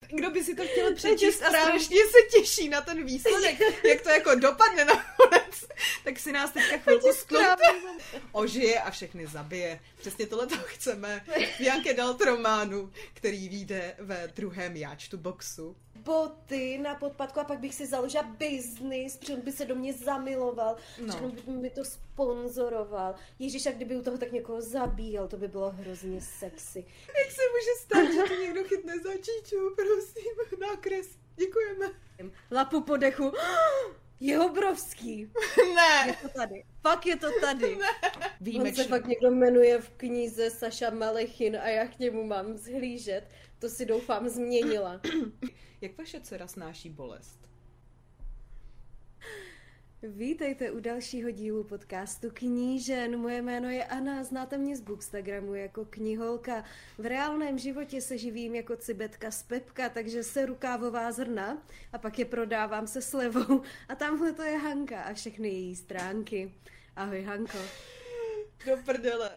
kdo by si to chtěl přečíst a strašně se těší na ten výsledek, jak to jako dopadne nakonec, tak si nás teďka chvilku skloupte. Ožije a všechny zabije. Přesně tohle chceme v Janke Dalt románu, který vyjde ve 2. jáčtu boxu. Boty na podpadku a pak bych si založila biznis, protože on by se do mě zamiloval, všechno by mi to sponzoroval. Ježíš, a kdyby u toho tak někoho zabíjel, to by bylo hrozně sexy. Jak se může stát, že to někdo chytne za číču, prosím, nákres. Děkujeme. Lapu po dechu. Je obrovský. Ne. Je to tady. Fakt je to tady. Ne. On se fakt někdo jmenuje v knize Saša Malechin a já k němu mám zhlížet. To si doufám změnila. Jak vaše dcera snáší bolest? Vítejte u dalšího dílu podcastu Knížen. Moje jméno je Anna, znáte mě z Bookstagramu jako kniholka. V reálném životě se živím jako cibetka z Pepka, takže seru kávová zrna a pak je prodávám se slevou. A tamhle to je Hanka a všechny její stránky. Ahoj, Hanko. Do prdele.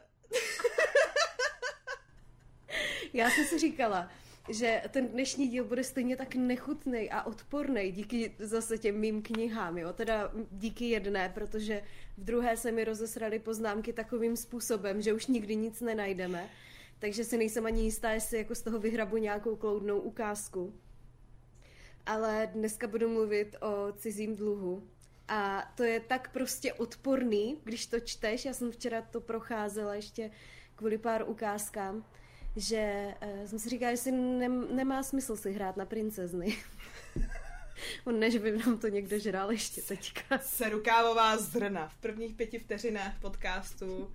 Já jsem si říkala, že ten dnešní díl bude stejně tak nechutnej a odpornej díky zase těm mým knihám, jo? Teda díky jedné, protože v druhé se mi rozesraly poznámky takovým způsobem, že už nikdy nic nenajdeme, takže si nejsem ani jistá, jestli jako z toho vyhrabu nějakou kloudnou ukázku. Ale dneska budu mluvit o Cizím dluhu. A to je tak prostě odporný, když to čteš. Já jsem včera to procházela ještě kvůli pár ukázkám, že jsem si říkala, že si nemá smysl si hrát na princezny. On než by nám to někdo žral ještě teďka. Seru kávová zrna v prvních 5 vteřinách podcastu.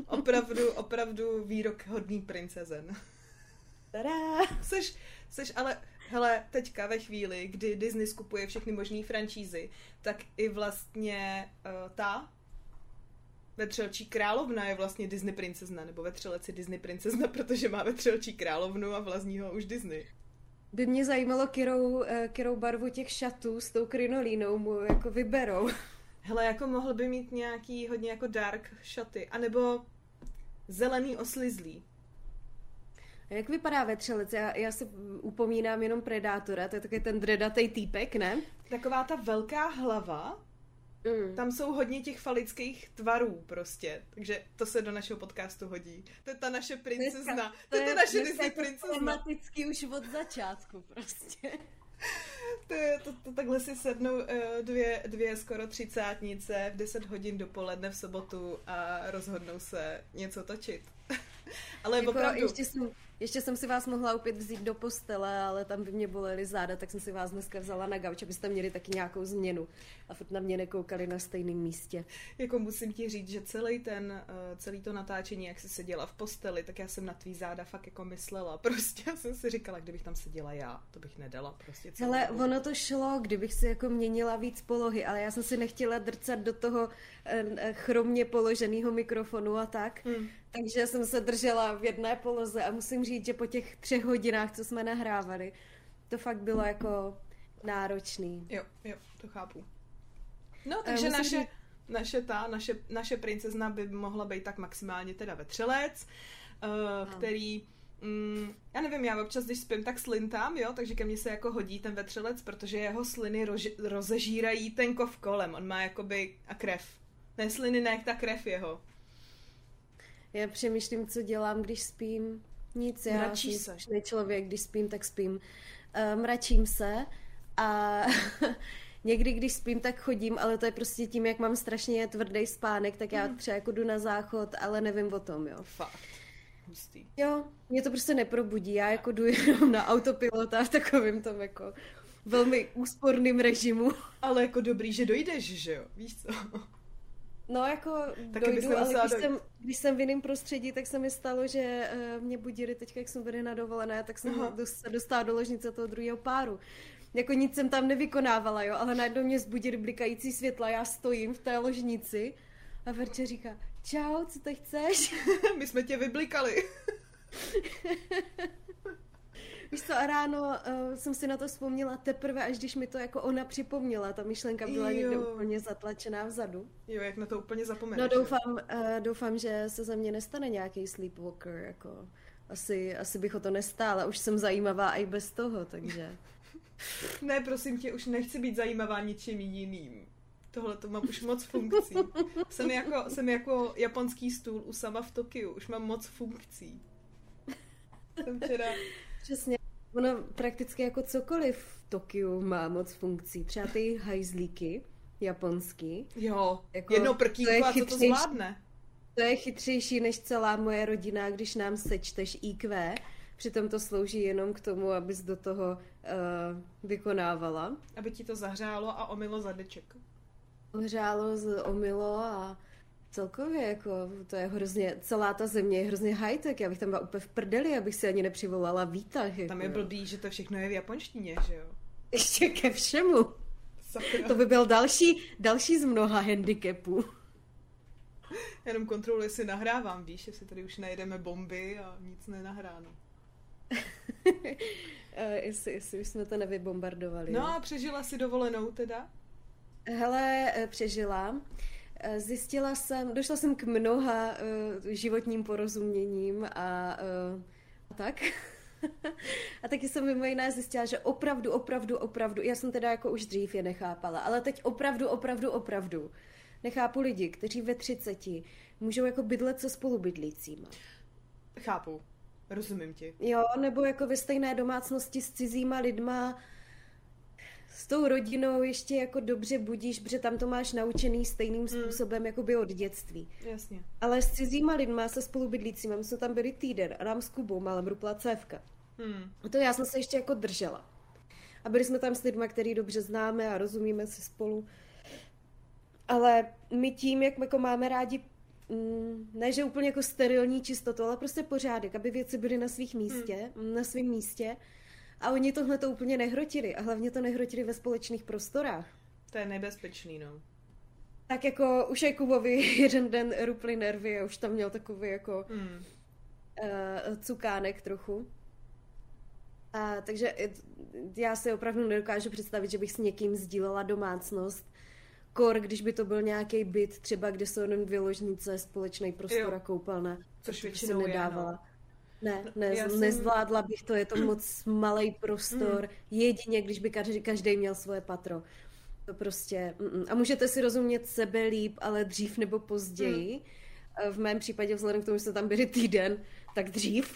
Opravdu výrok hodný princezen. Tadá! Seš ale, hele, teďka ve chvíli, kdy Disney skupuje všechny možný franšízy, tak i vlastně ta Vetřelčí královna je vlastně Disney princezna, nebo Vetřelec je Disney princezna, protože má Vetřelčí královnu a vlastní ho už Disney. By mě zajímalo, kterou barvu těch šatů s tou krinolínou mu jako vyberou. Hele, jako mohl by mít nějaký hodně jako dark šaty, anebo zelený oslizlý. A jak vypadá Vetřelec? Já si upomínám jenom Predátora, to je taky ten dredatej týpek, ne? Taková ta velká hlava. Tam jsou hodně těch falických tvarů prostě, takže to se do našeho podcastu hodí. To je ta naše princezna. To je ta naše Disney princezna. Tematicky už od začátku prostě. To takhle si sednou dvě skoro 30nice v 10 hodin dopoledne v sobotu a rozhodnou se něco točit. Ale jako opravdu... Ještě jsem si vás mohla opět vzít do postele, ale tam by mě bolely záda, tak jsem si vás dneska vzala na gauč, abyste měli taky nějakou změnu a furt na mě nekoukali na stejném místě. Jako musím ti říct, že celý to natáčení, jak jsi seděla v posteli, tak já jsem na tvý záda fakt jako myslela. Prostě já jsem si říkala, kdybych tam seděla já, to bych nedala prostě. Hele, ono to šlo, kdybych si jako měnila víc polohy, ale já jsem si nechtěla drcat do toho chromně položeného mikrofonu a tak. Takže jsem se držela v jedné poloze a musím říct, že po těch 3 hodinách, co jsme nahrávali, to fakt bylo jako náročný. Jo, to chápu. No, takže naše princezna by mohla být tak maximálně teda Vetřelec, který, já nevím, já občas, když spím, tak slintám, jo, takže ke mně se jako hodí ten Vetřelec, protože jeho sliny rozežírají ten kov kolem, on má jakoby a krev. Ne sliny, ne, ta krev jeho. Já přemýšlím, co dělám, když spím. Nic, já jsem člověk, když spím, tak spím. Mračím se a někdy, když spím, tak chodím, ale to je prostě tím, jak mám strašně tvrdý spánek, tak já třeba jako jdu na záchod, ale nevím o tom, jo. Fakt. Hustý. Jo, mě to prostě neprobudí, já jako jdu jenom na autopilota v takovém tom jako velmi úsporným režimu. Ale jako dobrý, že dojdeš, že jo, víš co? No jako dojdu, ale když jsem v jiném prostředí, tak se mi stalo, že mě budili teď, jak jsem byli na dovolené, tak jsem se dostala do ložnice toho druhého páru. Jako nic jsem tam nevykonávala, jo, ale najednou mě zbudili blikající světla, já stojím v té ložnici a Verče říká, čau, co teď chceš? My jsme tě vyblikali. Víš co, a ráno jsem si na to vzpomněla teprve, až když mi to jako ona připomněla. Ta myšlenka byla někde úplně zatlačená vzadu. Jo, jak na to úplně zapomeneš. No doufám, že se ze mě nestane nějaký sleepwalker, jako asi bych o to nestála. Už jsem zajímavá i bez toho, takže... Ne, prosím tě, už nechci být zajímavá ničím jiným. Tohle to mám už moc funkcí. Jsem jako japonský stůl u Sama v Tokiu. Už mám moc funkcí. Jsem včera... Přesně. Ono prakticky jako cokoliv v Tokiu má moc funkcí. Třeba ty hajzlíky japonský. Jo, jako, jedno prkínko a co to zvládne. To je chytřejší než celá moje rodina, když nám sečteš IQ. Přitom to slouží jenom k tomu, abys do toho vykonávala. Aby ti to zahřálo a omylo zadeček. Ohřálo, omylo a celkově jako to je hrozně, celá ta země je hrozně high-tech. Já bych tam byla úplně v prdeli, abych si ani nepřivolala výtah. Jako. Tam je blbý, že to všechno je v japonštině, že jo? Ještě ke všemu. Sakra. To by byl další z mnoha handicapů. Jenom kontroluji, jestli nahrávám, víš, jestli tady už najedeme bomby a nic nenahráno. jestli už jsme to nevybombardovali. No a přežila si dovolenou teda? Hele, přežila. Došla jsem k mnoha životním porozuměním a tak. A taky jsem mimo jiné zjistila, že opravdu, já jsem teda jako už dřív je nechápala, ale teď opravdu nechápu lidi, kteří ve 30 můžou jako bydlet se spolubydlícíma. Chápu, rozumím ti. Jo, nebo jako ve stejné domácnosti s cizíma lidma, s tou rodinou ještě jako dobře budíš, protože tam to máš naučený stejným způsobem jako by od dětství. Jasně. Ale s cizíma lidma, se spolubydlícíma, my jsme tam byli týden a nám s Kubou málem rupla cévka. A to já jsem se ještě jako držela. A byli jsme tam s lidma, který dobře známe a rozumíme si spolu. Ale my tím, jak jako máme rádi, ne že úplně jako sterilní čistotu, ale prostě pořádek, aby věci byly na svém místě. A oni tohle to úplně nehrotili. A hlavně to nehrotili ve společných prostorách. To je nebezpečný, no. Tak jako už Jakubovi jeden den ruply nervy a už tam měl takový jako cukánek trochu. Takže já si opravdu nedokážu představit, že bych s někým sdílela domácnost. Kor, když by to byl nějaký byt, třeba kde jsou jenom 2 ložnice, společný prostor a koupelna. Což většinou nedávala. Nezvládla bych to, je to moc malej prostor, jedině, když by každý měl svoje patro. To prostě... A můžete si rozumět sebe líp, ale dřív nebo později. V mém případě, vzhledem k tomu, že jsme tam byli týden, tak dřív.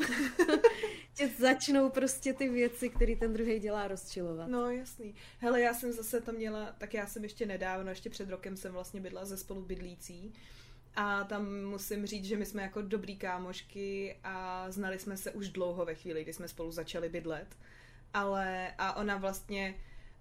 Začnou prostě ty věci, které ten druhý dělá, rozčilovat. No, jasný. Hele, já jsem zase to měla, tak já jsem ještě nedávno, ještě před rokem jsem vlastně bydla ze spolubydlící. A tam musím říct, že my jsme jako dobrý kámošky a znali jsme se už dlouho ve chvíli, kdy jsme spolu začali bydlet. A ona vlastně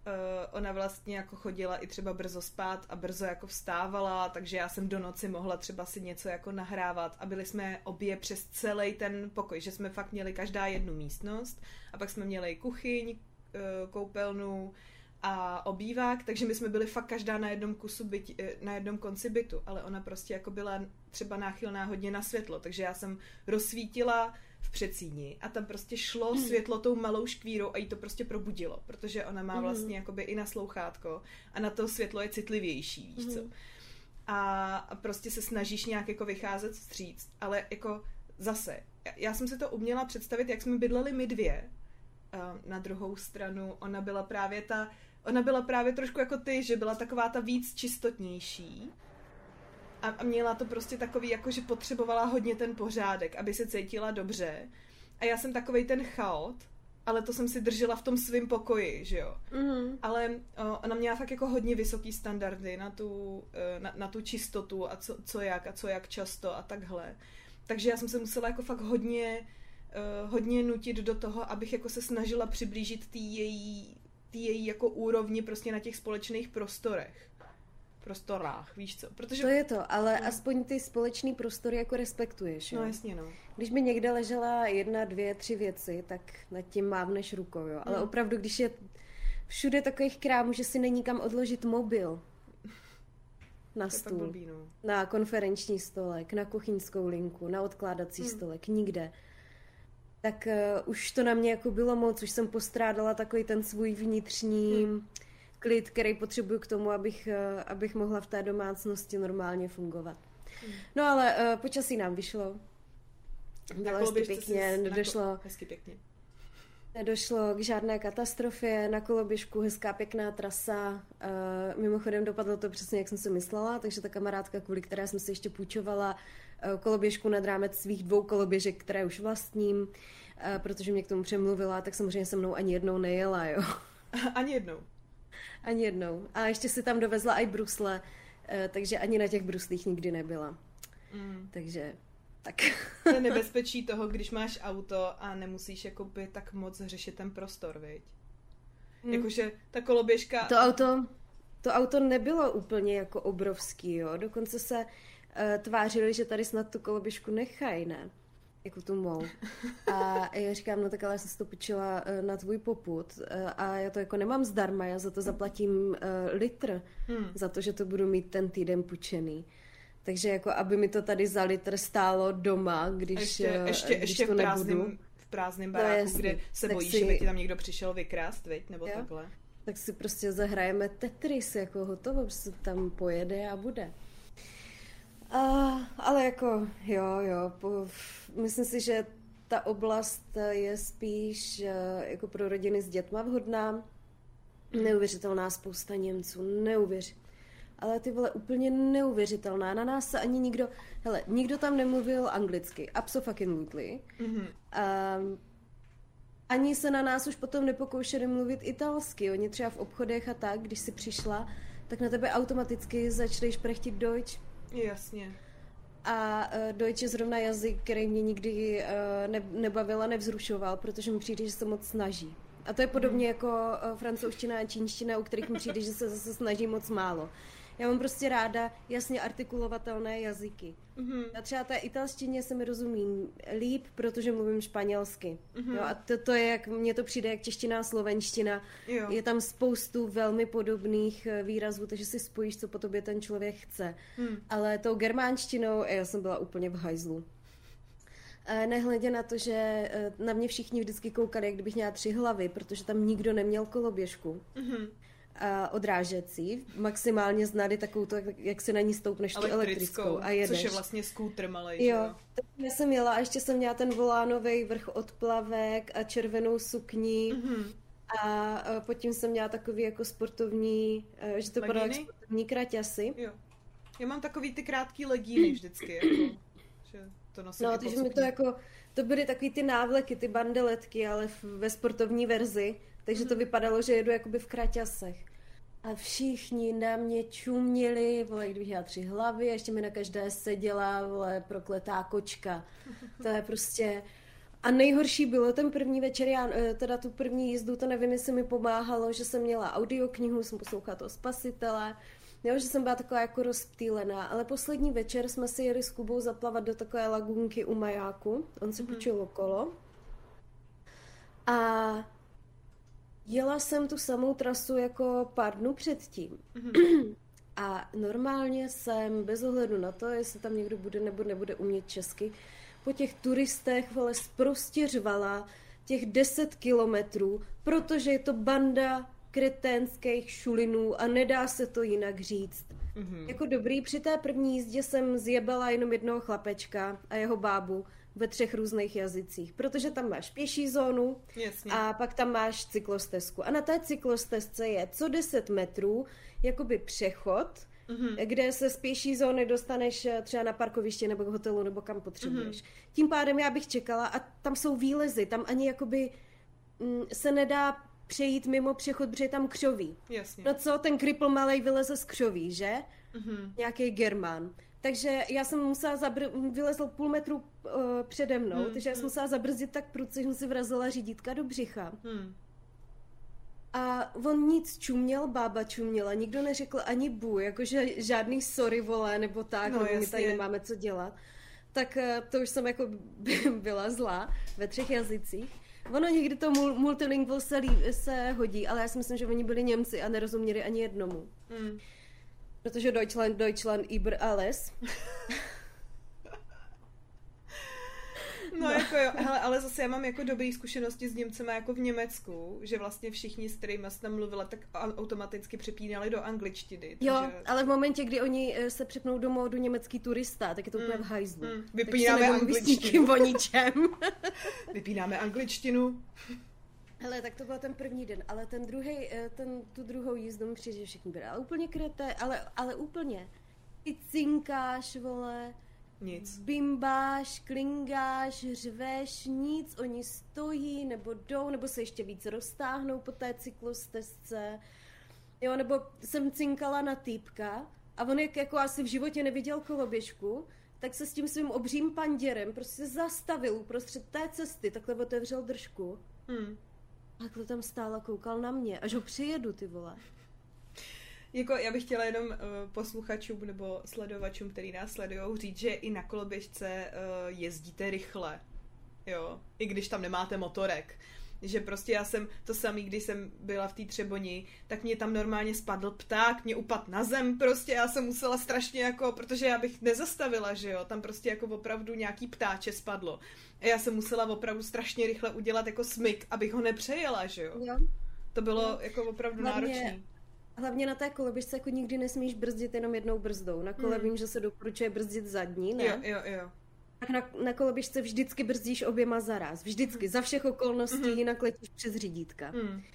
jako chodila i třeba brzo spát a brzo jako vstávala, takže já jsem do noci mohla třeba si něco jako nahrávat a byli jsme obě přes celý ten pokoj, že jsme fakt měli každá jednu místnost a pak jsme měli kuchyň, koupelnu a obývák, takže my jsme byli fakt každá na jednom konci bytu, ale ona prostě jako byla třeba náchylná hodně na světlo, takže já jsem rozsvítila v předsíni a tam prostě šlo světlo tou malou škvírou a jí to prostě probudilo, protože ona má vlastně jakoby i naslouchátko a na to světlo je citlivější, víš co. A prostě se snažíš nějak jako vycházet vstříc, ale jako zase, já jsem si to uměla představit, jak jsme bydleli my dvě. Na druhou stranu ona byla právě trošku jako ty, že byla taková ta víc čistotnější a měla to prostě takový, jako že potřebovala hodně ten pořádek, aby se cítila dobře. A já jsem takovej ten chaot, ale to jsem si držela v tom svém pokoji, že jo. Ale ona měla fakt jako hodně vysoký standardy na tu čistotu a co jak často a takhle. Takže já jsem se musela jako fakt hodně nutit do toho, abych jako se snažila přiblížit té její jako úrovni prostě na těch společných prostorách, víš co? Protože... To je to, ale aspoň ty společný prostory jako respektuješ, jo? No jasně, no. Když by někde ležela 1, 2, 3 věci, tak nad tím mávneš rukou, jo? Ale opravdu, když je všude takových krámů, že si není kam odložit mobil na stůl, blbý, no. Na konferenční stolek, na kuchyňskou linku, na odkládací stolek, nikde. Tak už to na mě jako bylo moc, už jsem postrádala takový ten svůj vnitřní klid, který potřebuju k tomu, abych mohla v té domácnosti normálně fungovat. No ale počasí nám vyšlo. Bylo hezky pěkně, hezky pěkně. Nedošlo k žádné katastrofě, na koloběžku hezká pěkná trasa, mimochodem dopadlo to přesně, jak jsem si myslela, takže ta kamarádka, kvůli které jsem si ještě půjčovala koloběžku nad rámec svých 2 koloběžek, které už vlastním, protože mě k tomu přemluvila, tak samozřejmě se mnou ani jednou nejela, jo. Ani jednou? Ani jednou. A ještě si tam dovezla i brusle, takže ani na těch bruslích nikdy nebyla. Takže... Tak. To je nebezpečí toho, když máš auto a nemusíš jakoby tak moc řešit ten prostor, viď? Jakože ta koloběžka... To auto nebylo úplně jako obrovský, jo? Dokonce se tvářili, že tady snad tu koloběžku nechají, ne? Jako tu mou. A já říkám, no tak ale já jsem si to půjčila na tvůj popud a já to jako nemám zdarma, já za to zaplatím litr, za to, že to budu mít ten týden půjčený. Takže jako, aby mi to tady za litr stálo doma, když ještě to v prázdném baráku, no, kde se bojíš, že by ti tam někdo přišel vykrást, viď? Nebo jo? Takhle. Tak si prostě zahrajeme Tetris, jako hotovo, prostě tam pojede a bude. Ale jako, myslím si, že ta oblast je spíš jako pro rodiny s dětma vhodná. Neuvěřitelná spousta Němců, Ale ty vole, úplně neuvěřitelná. Na nás se ani nikdo tam nemluvil anglicky. Abso-fucking-lutely. Ani se na nás už potom nepokoušeli mluvit italsky. Oni třeba v obchodech a tak, když si přišla, tak na tebe automaticky začali šprechtit Deutsch. Jasně. A Deutsch je zrovna jazyk, který mě nikdy nebavil a nevzrušoval, protože mi přijde, že se moc snaží. A to je podobně jako francouzština a čínština, u kterých mi přijde, že se zase snaží moc málo. Já mám prostě ráda jasně artikulovatelné jazyky. A třeba té italštině se mi rozumí líp, protože mluvím španělsky. Jo, a to je, jak mně to přijde, jak čeština a slovenština. Jo. Je tam spoustu velmi podobných výrazů, takže si spojíš, co po tobě ten člověk chce. Ale tou germánštinou já jsem byla úplně v hajzlu. Nehledě na to, že na mě všichni vždycky koukali, jak kdybych měla 3 hlavy, protože tam nikdo neměl koloběžku. Odrážecí. Maximálně znali takovou to, jak si na ní stoupneš tu elektrickou a jedeš. Což je vlastně skútr malej. Jo. Já jsem jela a ještě jsem měla ten volánový vrch od plavek a červenou sukni. A pod tím jsem měla takový jako sportovní, že to bylo jako sportovní kraťasy. Jo. Já mám takový ty krátký legíny vždycky, jako, že to nosím. No, takže mi to jako, to byly takový ty návleky, ty bandeletky, ale ve sportovní verzi. Takže to vypadalo, že jedu jakoby v kraťasech. A všichni na mě čuměli, vole, kdybych měla 3 hlavy, a ještě mi na každé seděla, vole, prokletá kočka. To je prostě... A nejhorší bylo ten první večer, já teda tu první jízdu, to nevím, jestli mi pomáhalo, že jsem měla audioknihu, jsem poslouchala toho Spasitele, jo, že jsem byla taková jako rozptýlená, ale poslední večer jsme si jeli s Kubou zaplavat do takové lagunky u majáku, on se půjčil okolo. A jela jsem tu samou trasu jako pár dnů předtím. A normálně jsem, bez ohledu na to, jestli tam někdo bude nebo nebude umět česky, po těch turistech, vole, sprostě řvala těch 10 kilometrů, protože je to banda kreténských šulinů a nedá se to jinak říct. Jako dobrý, při té první jízdě jsem zjebala jenom jednoho chlapečka a jeho bábu ve 3 různých jazycích, protože tam máš pěší zónu. Jasně. A pak tam máš cyklostezku. A na té cyklostezce je co 10 metrů jakoby přechod, kde se z pěší zóny dostaneš třeba na parkoviště nebo k hotelu nebo kam potřebuješ. Tím pádem já bych čekala a tam jsou výlezy, tam ani jakoby se nedá přejít mimo přechod, protože je tam křoví. Jasně. No co, ten kripl malej vyleze z křoví, že? Nějaký Germán. Takže já jsem musela vylezl půl metru přede mnou, takže já jsem musela zabrzdit tak prudce, že jsem si vrazila řídítka do břicha. A on nic čuměl, bába čuměla, nikdo neřekl ani bu, jakože žádný sorry, vole, nebo tak, no, nebo my tady nemáme co dělat. Tak to už jsem jako byla zlá ve 3 jazycích. Ono někdy to multilingual se hodí, ale já si myslím, že oni byli Němci a nerozuměli ani jednomu. Protože Deutschland über alles. No jako jo, hele, ale zase já mám jako dobrý zkušenosti s Němcema jako v Německu, že vlastně všichni, s kterými jsem tam mluvila, tak automaticky přepínali do angličtiny. Jo, ale v momentě, kdy oni se přepnou do módu německý turista, tak je to úplně v hajzlu. Vypínáme angličtinu. O ničem. Vypínáme angličtinu. Hele, tak to byl ten první den, ale ten druhý, tu druhou jízdu mi přijde, že všichni byli. Ale úplně kryté, ale úplně. Ty cinkáš, vole. Nic. Bimbáš, klingáš, řveš, nic, oni stojí, nebo jdou, nebo se ještě víc roztáhnou po té cyklostezce. Jo, nebo jsem cinkala na týpka a on jak jako asi v životě neviděl koloběžku, tak se s tím svým obřím panděrem prostě zastavil uprostřed té cesty, takhle otevřel držku. Takhle tam stál a koukal na mě, až ho přijedu, ty vole. Jako já bych chtěla jenom posluchačům nebo sledovačům, který nás sledujou, říct, že i na koloběžce jezdíte rychle, jo, i když tam nemáte motorek. Že prostě já jsem to samý, když jsem byla v té Třeboni, tak mě tam normálně spadl pták, mě upadl na zem prostě, já jsem musela strašně jako, protože já bych nezastavila, že jo, tam prostě jako opravdu nějaký ptáče spadlo. A já jsem musela opravdu strašně rychle udělat jako smyk, abych ho nepřejela, že jo. To bylo jako opravdu náročné. Hlavně na té koloběžce jako nikdy nesmíš brzdit jenom jednou brzdou. Na kole vím, že se doporučuje brzdit zadní, ne? Jo. Tak na koloběžce vždycky brzdíš oběma zaraz. Vždycky, za všech okolností, jinak letíš přes řídítka.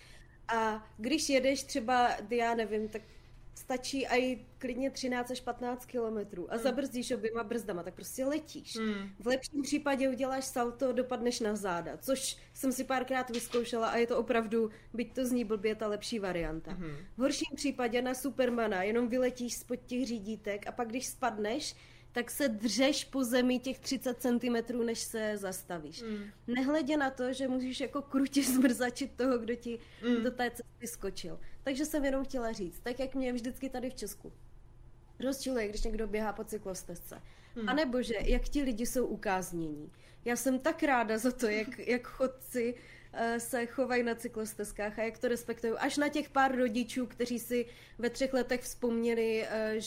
A když jedeš třeba, já nevím, tak stačí i klidně 13 až 15 kilometrů a zabrzdíš oběma brzdama, tak prostě letíš. V lepším případě uděláš salto, dopadneš na záda, což jsem si párkrát vyzkoušela a je to opravdu, byť to zní blbě, ta lepší varianta. V horším případě na Supermana jenom vyletíš spod těch řídítek a pak když spadneš, tak se dřeš po zemi těch 30 cm, než se zastavíš. Nehledě na to, že musíš jako krutě zmrzačit toho, kdo ti do té cesty skočil. Takže jsem jenom chtěla říct, tak jak mě vždycky tady v Česku rozčiluje, když někdo běhá po cyklostezce. A nebo že, jak ti lidi jsou ukáznění. Já jsem tak ráda za to, jak chodci se chovají na cyklostezkách a jak to respektují. Až na těch pár rodičů, kteří si ve 3 letech vzpomněli,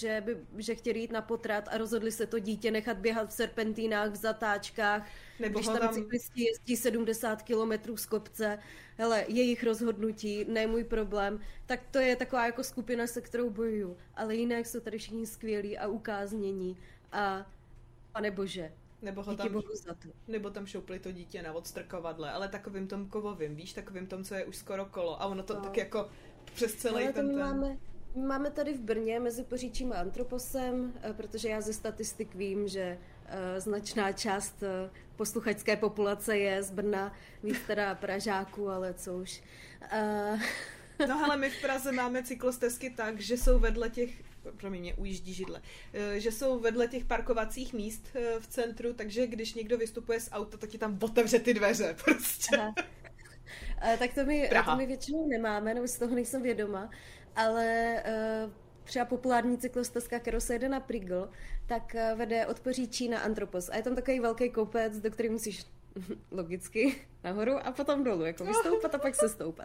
že chtěli jít na potrat a rozhodli se to dítě nechat běhat v serpentínách, v zatáčkách, nebo když tam cyklisti jezdí 70 kilometrů z kopce. Hele, jejich rozhodnutí, ne můj problém. Tak to je taková jako skupina, se kterou bojuju. Ale jinak jsou tady všichni skvělí a ukáznění. A pane bože, nebo tam šoupli to dítě na odstrkovadle, ale takovým tom kovovým, víš, takovým tom, co je už skoro kolo a ono to tak jako přes celý ten... Máme tady v Brně mezi Poříčím a Antroposem, protože já ze statistik vím, že značná část posluchačské populace je z Brna, víc teda Pražáků, ale co už. No hele, my v Praze máme cyklostezky tak, že jsou vedle těch, mě ujíždí židle, že jsou vedle těch parkovacích míst v centru, takže když někdo vystupuje z auta, tak ti tam otevře ty dveře prostě. Tak to my většinou nemáme, nebo z toho nejsem vědoma, ale třeba populární cyklostezka, kterou se jede na Prigl, tak vede od Poříčí na Antropos. A je tam takový velký kopec, do který musíš logicky nahoru a potom dolů, jako vystoupat a pak se stoupat.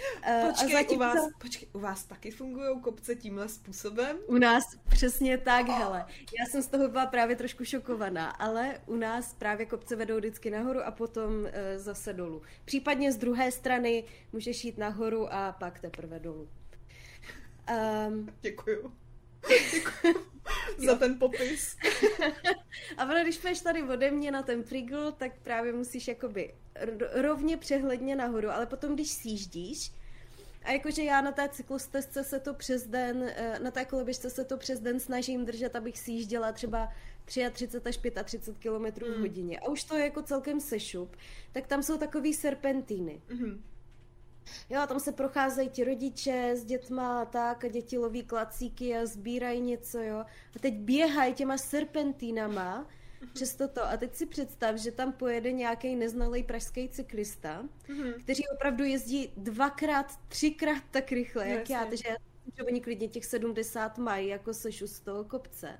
Počkej, u vás taky fungují kopce tímhle způsobem? U nás přesně tak, hele. Já jsem z toho byla právě trošku šokovaná, ale u nás právě kopce vedou vždycky nahoru a potom zase dolů. Případně z druhé strany můžeš jít nahoru a pak teprve dolů. Děkuju za ten popis. A ono, když půjdeš tady ode mě na ten Prigl, tak právě musíš jakoby rovně přehledně nahoru, ale potom, když sjíždíš, a jakože já na té cyklostezce se to přes den, na té koloběžce se to přes den snažím držet, abych sjížděla třeba 33 až 35 km v hodině. A už to je jako celkem sešup. Tak tam jsou takový serpentíny. Jo, tam se procházejí ti rodiče s dětma a tak a děti loví klacíky a sbírají něco, jo. A teď běhají těma serpentínama přes toto. A teď si představ, že tam pojede nějaký neznalý pražský cyklista, kteří opravdu jezdí 2x, 3x tak rychle, jak já. Takže že oni klidně těch 70 mají jako sešu z toho kopce.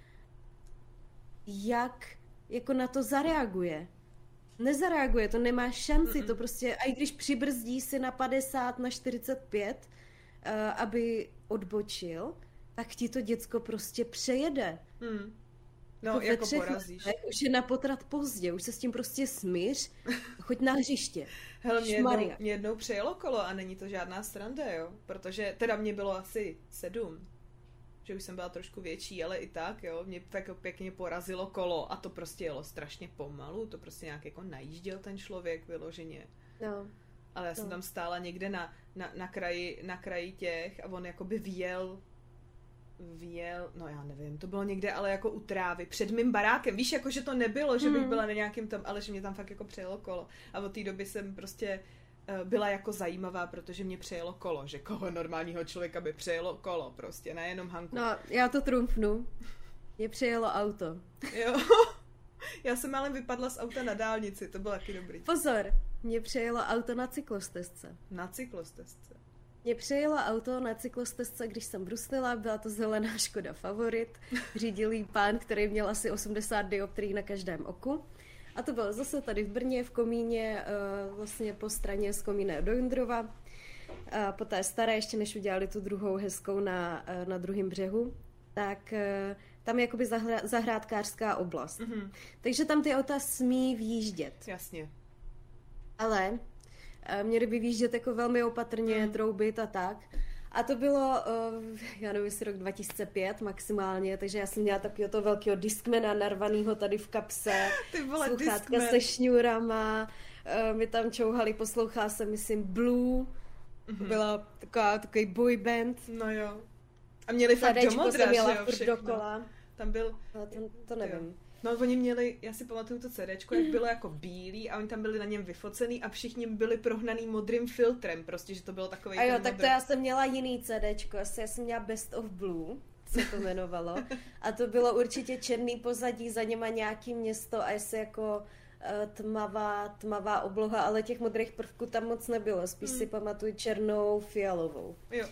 Jak jako na to zareaguje? Nezareaguje, to nemá šanci, to prostě, a i když přibrzdí si na 50, na 45, aby odbočil, tak ti to děcko prostě přejede. No, jako porazíš. Už je na potrat pozdě, už se s tím prostě smíř, choď na hřiště. Hele, mě jednou přejelo kolo a není to žádná sranda, jo, protože teda mě bylo asi 7, že už jsem byla trošku větší, ale i tak, jo, mě tak pěkně porazilo kolo a to prostě jelo strašně pomalu, to prostě nějak jako najížděl ten člověk vyloženě. No. Ale já jsem tam stála někde na kraji těch a on jakoby vjel, no já nevím, to bylo někde ale jako u trávy, před mým barákem, víš, jako že to nebylo, že bych byla na nějakým tom, ale že mě tam fakt jako přejelo kolo a od té doby jsem prostě byla jako zajímavá, protože mě přejelo kolo, že koho normálního člověka by přejelo kolo prostě, nejenom Hanku. No, já to trumfnu, mě přejelo auto. Jo, já jsem málem vypadla z auta na dálnici, to bylo taky dobrý. Pozor, mě přejelo auto na cyklostezce. Na cyklostezce. Mě přejelo auto na cyklostezce, když jsem bruslila, byla to zelená Škoda Favorit, řídil jí pán, který měl asi 80 dioptrií na každém oku. A to bylo zase tady v Brně, v Komíně, vlastně po straně z Komína do Jundrova. Po té staré, ještě než udělali tu druhou hezkou na druhém břehu, tak tam je jakoby zahrádkářská oblast. Mm-hmm. Takže tam ty auta smí vjíždět. Jasně. Ale měli by výjíždět jako velmi opatrně, troubit a tak. A to bylo, já nevím, jestli rok 2005 maximálně, takže já jsem měla takového toho velkého Discmana narvanýho tady v kapse, sluchátka se šňůrama, my tam čouhali, poslouchá se, myslím, Blue, byla takový boyband. No jo. A měli fakt do modra, že jo, všechno. Dokola. Tam byl... To nevím. Jo. No oni měli, já si pamatuju to CDčko, jak bylo jako bílý a oni tam byli na něm vyfocený a všichni byli prohnaný modrým filtrem, prostě, že to bylo takový. A jo, tak to já jsem měla jiný CDčko, já jsem měla Best of Blue, se to jmenovalo. A to bylo určitě černý pozadí, za něma nějaký město a jestli jako tmavá obloha, ale těch modrých prvků tam moc nebylo, spíš si pamatuju černou, fialovou. Jo.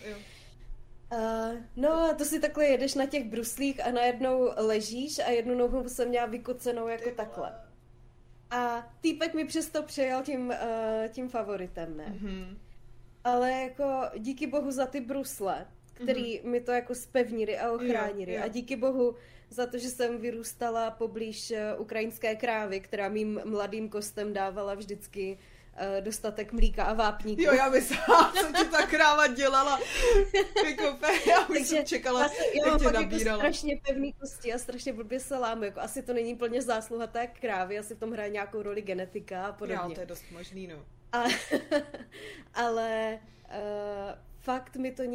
No a to si takhle jedeš na těch bruslích a najednou ležíš a jednu nohu jsem měla vykocenou jako takhle. A týpek mi přesto přejel tím favoritem, ne? Mm-hmm. Ale jako díky bohu za ty brusle, který mi to jako zpevnili a ochránili. Jo. A díky bohu za to, že jsem vyrůstala poblíž ukrajinské krávy, která mým mladým kostem dávala vždycky dostatek mlíka a vápníku. Jo, já myslela, co ti ta kráva dělala. Já už jsem čekala, jak tě nabírala. Jako strašně pevný kosti a strašně blbě se láme. Jako asi to není plně zásluha té krávy, asi v tom hraje nějakou roli genetika a podobně. Jo, to je dost možný, no. Ale fakt mi to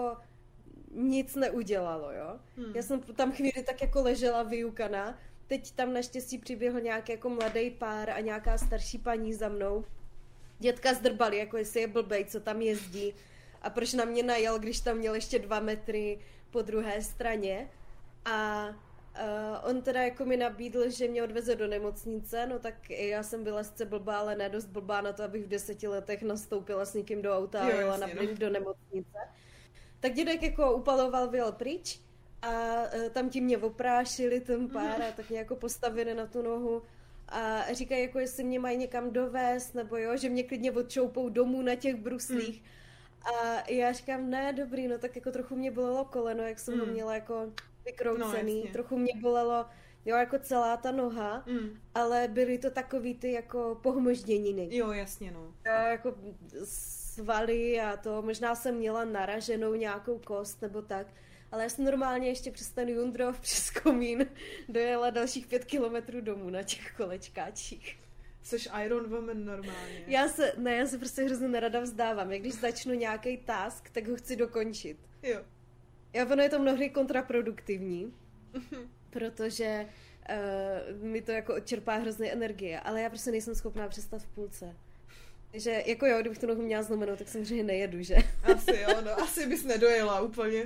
nic neudělalo, jo. Já jsem tam chvíli tak jako ležela vyjukaná. Teď tam naštěstí přiběhl nějaký jako mladý pár a nějaká starší paní za mnou. Dětka zdrbali, jako jestli je blbej, co tam jezdí a proč na mě najel, když tam měl ještě 2 metry po druhé straně. A on teda jako mi nabídl, že mě odveze do nemocnice, no tak já jsem byla sice blbá, ale ne dost blbá na to, abych v 10 letech nastoupila s někým do auta a jela na plyn do nemocnice. Tak dědek jako upaloval, vyjel pryč a tam ti mě oprášili ten pár a tak mě jako postavili na tu nohu a říkají jako, jestli mě mají někam dovést, nebo jo, že mě klidně odčoupou domů na těch bruslích. A já říkám, ne, dobrý, no tak jako trochu mě bolelo koleno, jak jsem ho měla jako vykroucený, trochu mě bolelo, jo, jako celá ta noha, ale byly to takový ty jako pohmožděniny. Jo, jasně, no. Jo, jako svaly a to, možná jsem měla naraženou nějakou kost nebo tak, ale já jsem normálně ještě přes ten Jundrov, přes Komín dojela dalších 5 kilometrů domů na těch kolečkáčích. Což Iron Woman normálně. Já se prostě hrozně nerada vzdávám. Jak když začnu nějaký task, tak ho chci dokončit. Jo. A ono je to mnohdy kontraproduktivní, protože mi to jako odčerpá hrozně energie, ale já prostě nejsem schopná přestat v půlce. Takže jako jo, kdybych tu nohu měla zlomenou, tak samozřejmě nejedu, že? Asi jo, no asi bys nedojela úplně.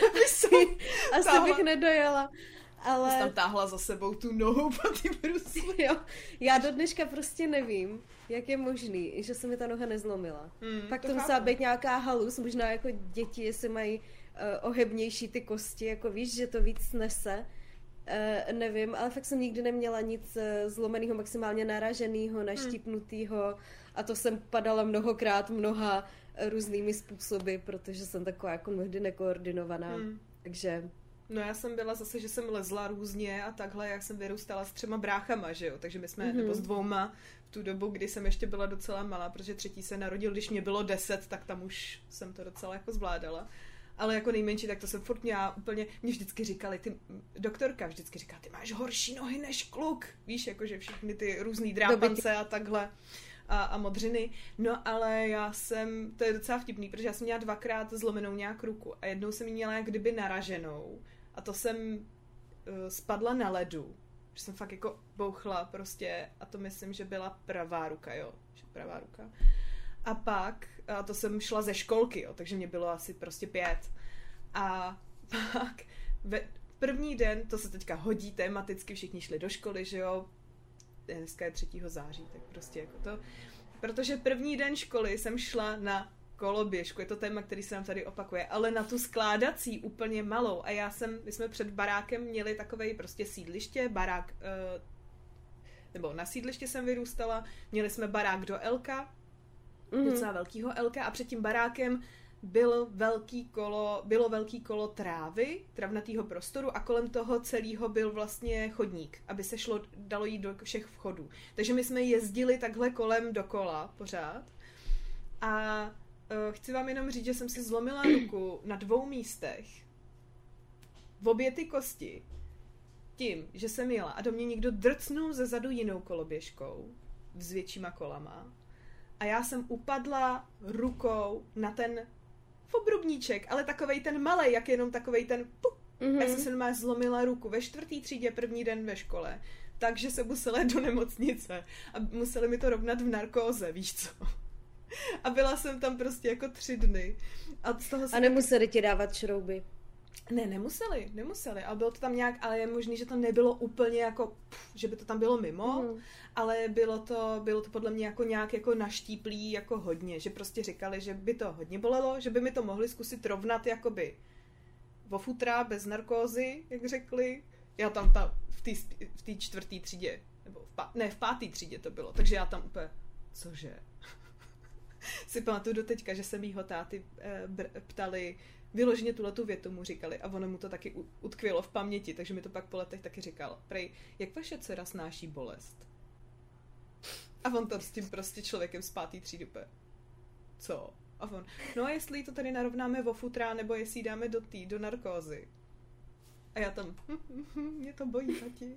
Asi bych nedojela. Ale... Jsi tam táhla za sebou tu nohu po ty brusle. Jo, já do dneška prostě nevím, jak je možný, že se mi ta noha nezlomila. Pak to musela být nějaká halus, možná jako děti, jestli mají ohebnější ty kosti, jako víš, že to víc nese. Nevím, ale fakt jsem nikdy neměla nic zlomeného, maximálně naraženého, naštípnutého a to jsem padala mnoha různými způsoby, protože jsem taková jako mnohdy nekoordinovaná. Takže... No já jsem byla zase, že jsem lezla různě a takhle, jak jsem vyrůstala s 3 bráchama, že jo, takže my jsme, nebo s 2 v tu dobu, kdy jsem ještě byla docela malá, protože 3. se narodil, když mě bylo 10, tak tam už jsem to docela jako zvládala. Ale jako nejmenší, tak to jsem furt měla úplně, mě vždycky říkali, doktorka vždycky říká, ty máš horší nohy než kluk, víš, jakože všechny ty různý drápance a takhle. A modřiny. No ale to je docela vtipný, protože já jsem měla 2krát zlomenou nějak ruku a jednou jsem ji měla jak kdyby naraženou a to jsem spadla na ledu, že jsem fakt jako bouchla prostě a to myslím, že byla pravá ruka, jo, pravá ruka. A pak, to jsem šla ze školky, jo, takže mě bylo asi prostě 5. A pak první den, to se teďka hodí tematicky, všichni šli do školy, že jo, dneska je 3. září, tak prostě jako to. Protože první den školy jsem šla na koloběžku, je to téma, který se nám tady opakuje, ale na tu skládací úplně malou. A my jsme před barákem měli takovej prostě sídliště, barák, nebo na sídliště jsem vyrůstala, měli jsme barák do Elka, docela velkýho Elka a před tím barákem bylo velký kolo trávy, travnatýho prostoru a kolem toho celého byl vlastně chodník, aby se dalo jít do všech vchodů. Takže my jsme jezdili takhle kolem dokola pořád a chci vám jenom říct, že jsem si zlomila ruku na 2 místech, v obě ty kosti, tím, že jsem jela a do mě někdo drcnul ze zadu jinou koloběžkou s většíma kolama a já jsem upadla rukou na ten obrubníček, ale takovej ten malej, jak jenom takovej ten Já jsem se normálně zlomila ruku ve 4. třídě první den ve škole, takže se musela jít do nemocnice a museli mi to rovnat v narkóze, víš co? A byla jsem tam prostě jako 3 dny. A nemuseli ti dávat šrouby? Ne, nemuseli, ale bylo to tam nějak, ale je možný, že to nebylo úplně jako, že by to tam bylo mimo, ale bylo to podle mě jako nějak jako naštíplý jako hodně, že prostě říkali, že by to hodně bolelo, že by mi to mohli zkusit rovnat jakoby vo futra, bez narkózy, jak řekli. Já tam v té 4. třídě, nebo v 5. třídě to bylo, takže já tam úplně, cože? Si pamatuju do teďka, že se mýho táty ptali, vyloženě tuhletu větu mu říkali a ono mu to taky utkvělo v paměti, takže mi to pak po letech taky říkal. Prej, jak vaše dcera snáší bolest? A on tam s tím prostě člověkem z 5. třídy co? A on, no a jestli to tady narovnáme vo futra, nebo jestli ji dáme do narkózy. A já tam, mě to bojí, tati.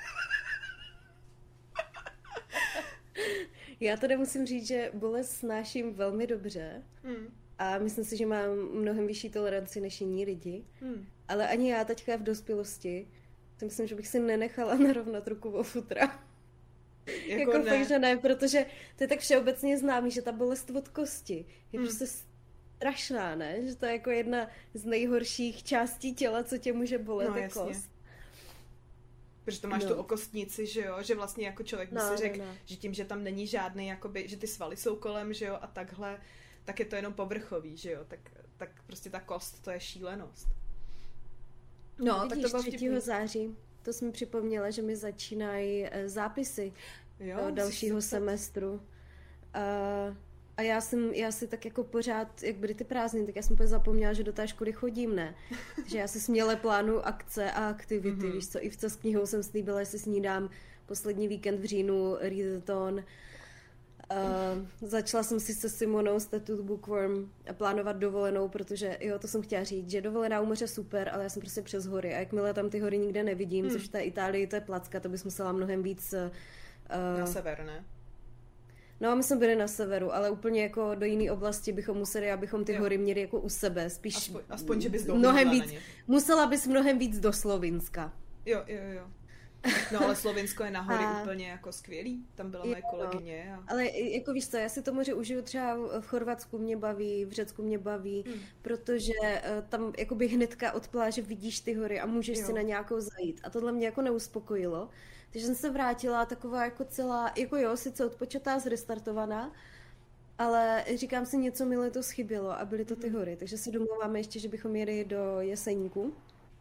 Já teda musím říct, že bolest snáším velmi dobře a myslím si, že mám mnohem vyšší toleranci než jiní lidi, ale ani já teďka v dospělosti si myslím, že bych si nenechala narovnat ruku vo futra. Jako fakt, že ne, protože to je tak všeobecně známý, že ta bolest od kosti je prostě strašná, ne? Že to je jako jedna z nejhorších částí těla, co tě může bolet, je kost. Protože to máš tu okostnici, že jo, že vlastně jako člověk by si řekl, že tím, že tam není žádný, jakoby, že ty svaly jsou kolem, že jo, a takhle, tak je to jenom povrchový, že jo, tak prostě ta kost, to je šílenost. No, vidíš, tak to bylo 3. září, to jsem připomněla, že mi začínají zápisy do dalšího semestru. A já si tak jako pořád, jak byly ty prázdniny, tak já jsem úplně zapomněla, že do té školy chodím, ne? Že já si směle plánuju akce a aktivity, víš co, i s knihou jsem slíbila, že si snídám poslední víkend v říjnu readathon. Začala jsem si se Simonou z Tattooed Bookworm plánovat dovolenou, protože jo, to jsem chtěla říct, že dovolená u moře super, ale já jsem prostě přes hory a jakmile tam ty hory nikde nevidím, což v té Itálii to je placka, to bys musela mnohem víc... na sever, ne? No a my jsme byli na severu, ale úplně jako do jiné oblasti bychom museli, abychom ty hory měli jako u sebe, spíš... Aspoň že bys mnohem víc, musela bys mnohem víc do Slovinska. Jo. No ale Slovinsko je na hory úplně jako skvělý, tam byla moje kolegyně. Ale jako víš co, já si to moře užiju třeba v Chorvatsku mě baví, v Řecku mě baví, protože tam jakoby hnedka od pláže vidíš ty hory a můžeš si na nějakou zajít. A tohle mě jako neuspokojilo. Takže jsem se vrátila taková jako celá, jako jo, sice odpočatá, zrestartovaná, ale říkám si, něco mi letos chybělo a byly to ty hory. Takže si domluváme ještě, že bychom jeli do Jeseníku.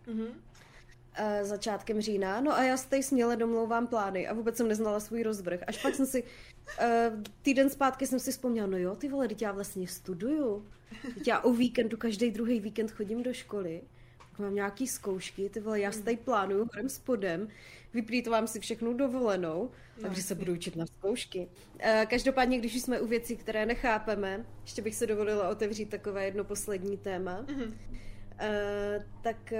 Začátkem října. No a já si tady směle domlouvám plány a vůbec jsem neznala svůj rozvrh. Až pak jsem si, týden zpátky jsem si vzpomněla, no jo, ty vole, teď já vlastně studuju. Teď já o víkendu, každý druhý víkend chodím do školy. mám nějaký zkoušky, ty vole, já si tady plánuju horem spodem, vyplýtovám si všechnu dovolenou, takže se budu učit na zkoušky. Každopádně, když jsme u věcí, které nechápeme, ještě bych se dovolila otevřít takové jedno poslední téma, tak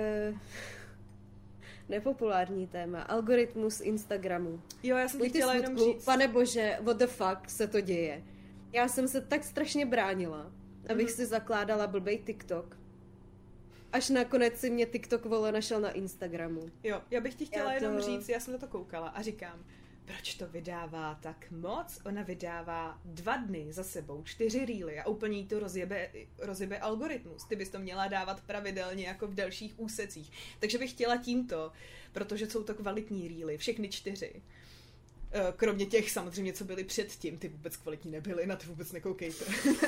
nepopulární téma, algoritmus Instagramu. Jo, já jsem ti chtěla jenom říct. Pane bože, what the fuck se to děje. Já jsem se tak strašně bránila, abych si zakládala blbej TikTok. Až nakonec si mě TikTok našel na Instagramu. Jo, já bych ti chtěla jenom říct, já jsem na to koukala a říkám, proč to vydává tak moc? Ona vydává 2 dny za sebou 4 reely a úplně jí to rozjebe algoritmus. Ty bys to měla dávat pravidelně jako v dalších úsecích. Takže bych chtěla tímto, protože jsou to kvalitní reely, všechny 4. Kromě těch samozřejmě, co byly předtím, ty vůbec kvalitní nebyly, na ty vůbec nekoukejte.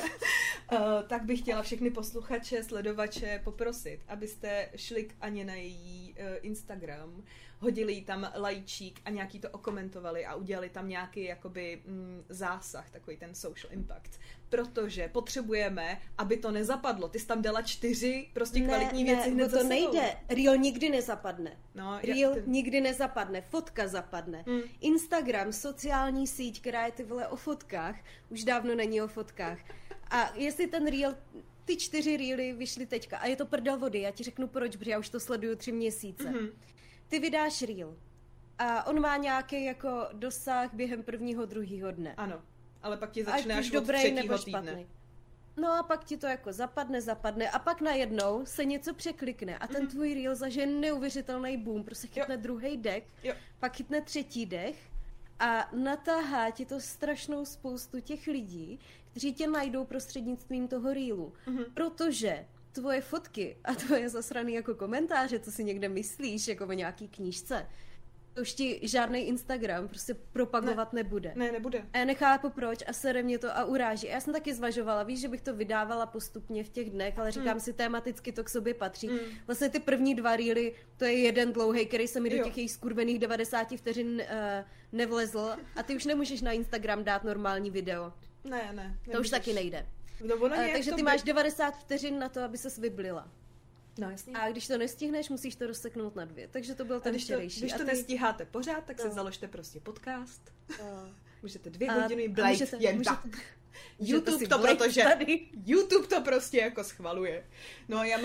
Tak bych chtěla všechny posluchače, sledovače poprosit, abyste šli k Aně na její Instagram, hodili jí tam lajčík a nějaký to okomentovali a udělali tam nějaký jakoby zásah, takový ten social impact. Protože potřebujeme, aby to nezapadlo. Ty jsi tam dala 4 prostě kvalitní věci hned za sebou. Ne, to nejde. Reel nikdy nezapadne. No, nikdy nezapadne. Fotka zapadne. Instagram, sociální síť, která je ty vole o fotkách, už dávno není o fotkách. A jestli ten reel, ty 4 reely vyšly teďka a je to prdel vody, já ti řeknu proč, protože já už to sleduju 3 měsíce. Ty vydáš reel a on má nějaký jako dosah během 1., 2. dne. Ano, ale pak ti začne až od 3. týdne. Špatný. No a pak ti to jako zapadne a pak najednou se něco překlikne a ten tvůj reel zažije neuvěřitelný boom, prostě chytne 2. dech, pak chytne 3. dech a natáhá ti to strašnou spoustu těch lidí, kteří tě najdou prostřednictvím toho reelu. Protože tvoje fotky a tvoje zasraný jako komentáře, co si někde myslíš, jako o nějaký knížce, to už ti žádný Instagram prostě propagovat nebude. Ne, nebude. A já nechápu proč a sere mě to a uráží. A já jsem taky zvažovala, víš, že bych to vydávala postupně v těch dnech, ale říkám si, tematicky to k sobě patří. Vlastně ty první 2 reely, to je jeden dlouhej, který se mi do těch jejich skurvených 90 vteřin nevlezl a ty už nemůžeš na Instagram dát normální video. Ne. Nemůžeš. To už taky nejde. No, takže ty máš 90 vteřin na to, aby ses vyblila. No, jasně. A když to nestihneš, musíš to rozseknout na 2. Takže to byl ten včerejší. Když to nestíháte pořád, tak se založte prostě podcast. Můžete 2 hodiny blejt jen tak. YouTube to, protože YouTube to prostě jako schvaluje. No, já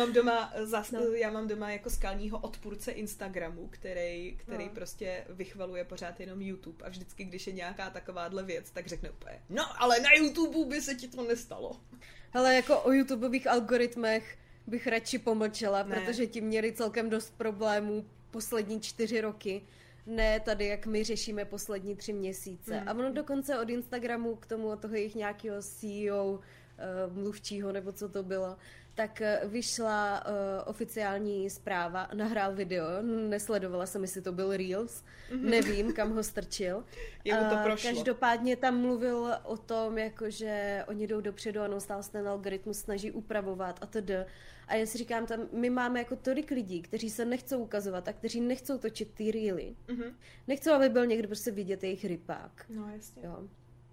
mám doma jako skalního odpůrce Instagramu, který prostě vychvaluje pořád jenom YouTube a vždycky, když je nějaká takováhle věc, tak řekne úplně, no, ale na YouTube by se ti to nestalo. Hele, jako o YouTubeových algoritmech bych radši pomlčela, protože ti měli celkem dost problémů poslední 4 roky. Ne tady, jak my řešíme poslední 3 měsíce. A ono dokonce od Instagramu k tomu, od toho jejich nějakého CEO, mluvčího, nebo co to bylo, tak vyšla oficiální zpráva, nahrál video, nesledovala jsem, jestli to byl Reels, nevím, kam ho strčil. Jemu to prošlo. Každopádně tam mluvil o tom, jakože oni jdou dopředu a neustále se ten algoritmus snaží upravovat a td. A já si říkám, tam my máme jako tolik lidí, kteří se nechcou ukazovat a kteří nechcou točit ty reely. Nechcou, aby byl někdo prostě vidět jejich rypák. No, jasně. Jo.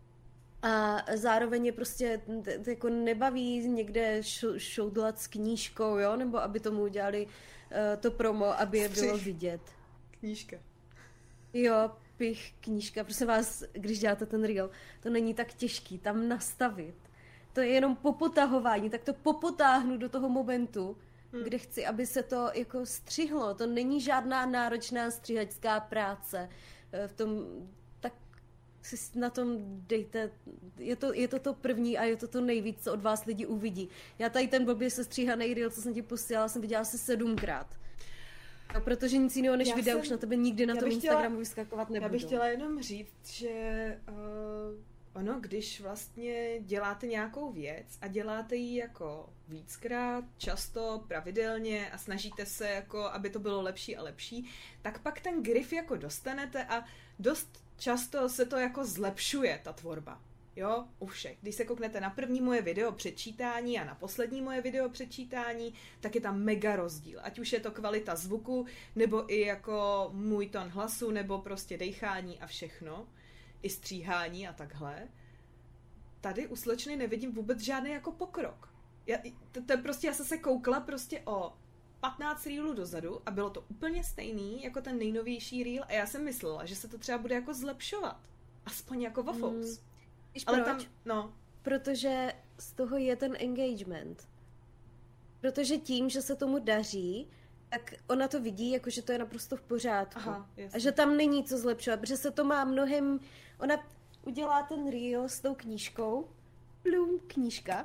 A zároveň je prostě jako nebaví někde šoudlat s knížkou, jo, nebo aby tomu udělali to promo, aby je bylo vidět. Knížka. Jo, knížka. Prosím vás, když děláte ten reel, to není tak těžký tam nastavit. To je jenom popotahování, tak to popotáhnu do toho momentu, kde chci, aby se to jako střihlo. To není žádná náročná střihačská práce. V tom tak si na tom dejte, je to první a je to nejvíc, co od vás lidi uvidí. Já tady ten blbě sestříhaný reel, co jsem ti posílala, jsem viděla asi 7krát. A protože nic jiného než videa už na tebe nikdy na tom Instagramu vyskakovat nebudou. Já bych chtěla jenom říct, že ono, když vlastně děláte nějakou věc a děláte ji jako víckrát, často, pravidelně a snažíte se jako, aby to bylo lepší a lepší, tak pak ten grif jako dostanete a dost často se to jako zlepšuje, ta tvorba. Jo, u všech. Když se kouknete na první moje video předčítání a na poslední moje video předčítání, tak je tam mega rozdíl. Ať už je to kvalita zvuku, nebo i jako můj tón hlasu, nebo prostě dejchání a všechno. I stříhání a takhle. Tady u slečny nevidím vůbec žádný jako pokrok. Já jsem se koukla prostě o 15 reelů dozadu a bylo to úplně stejný jako ten nejnovější reel a já jsem myslela, že se to třeba bude jako zlepšovat. Aspoň jako Waffles. Ale proč? tam, Protože z toho je ten engagement. Protože tím, že se tomu daří, tak ona to vidí, jako že to je naprosto v pořádku. Aha, a že tam není co zlepšovat, protože se to má mnohem... Ona udělá ten reel s tou knížkou. Plum, knížka.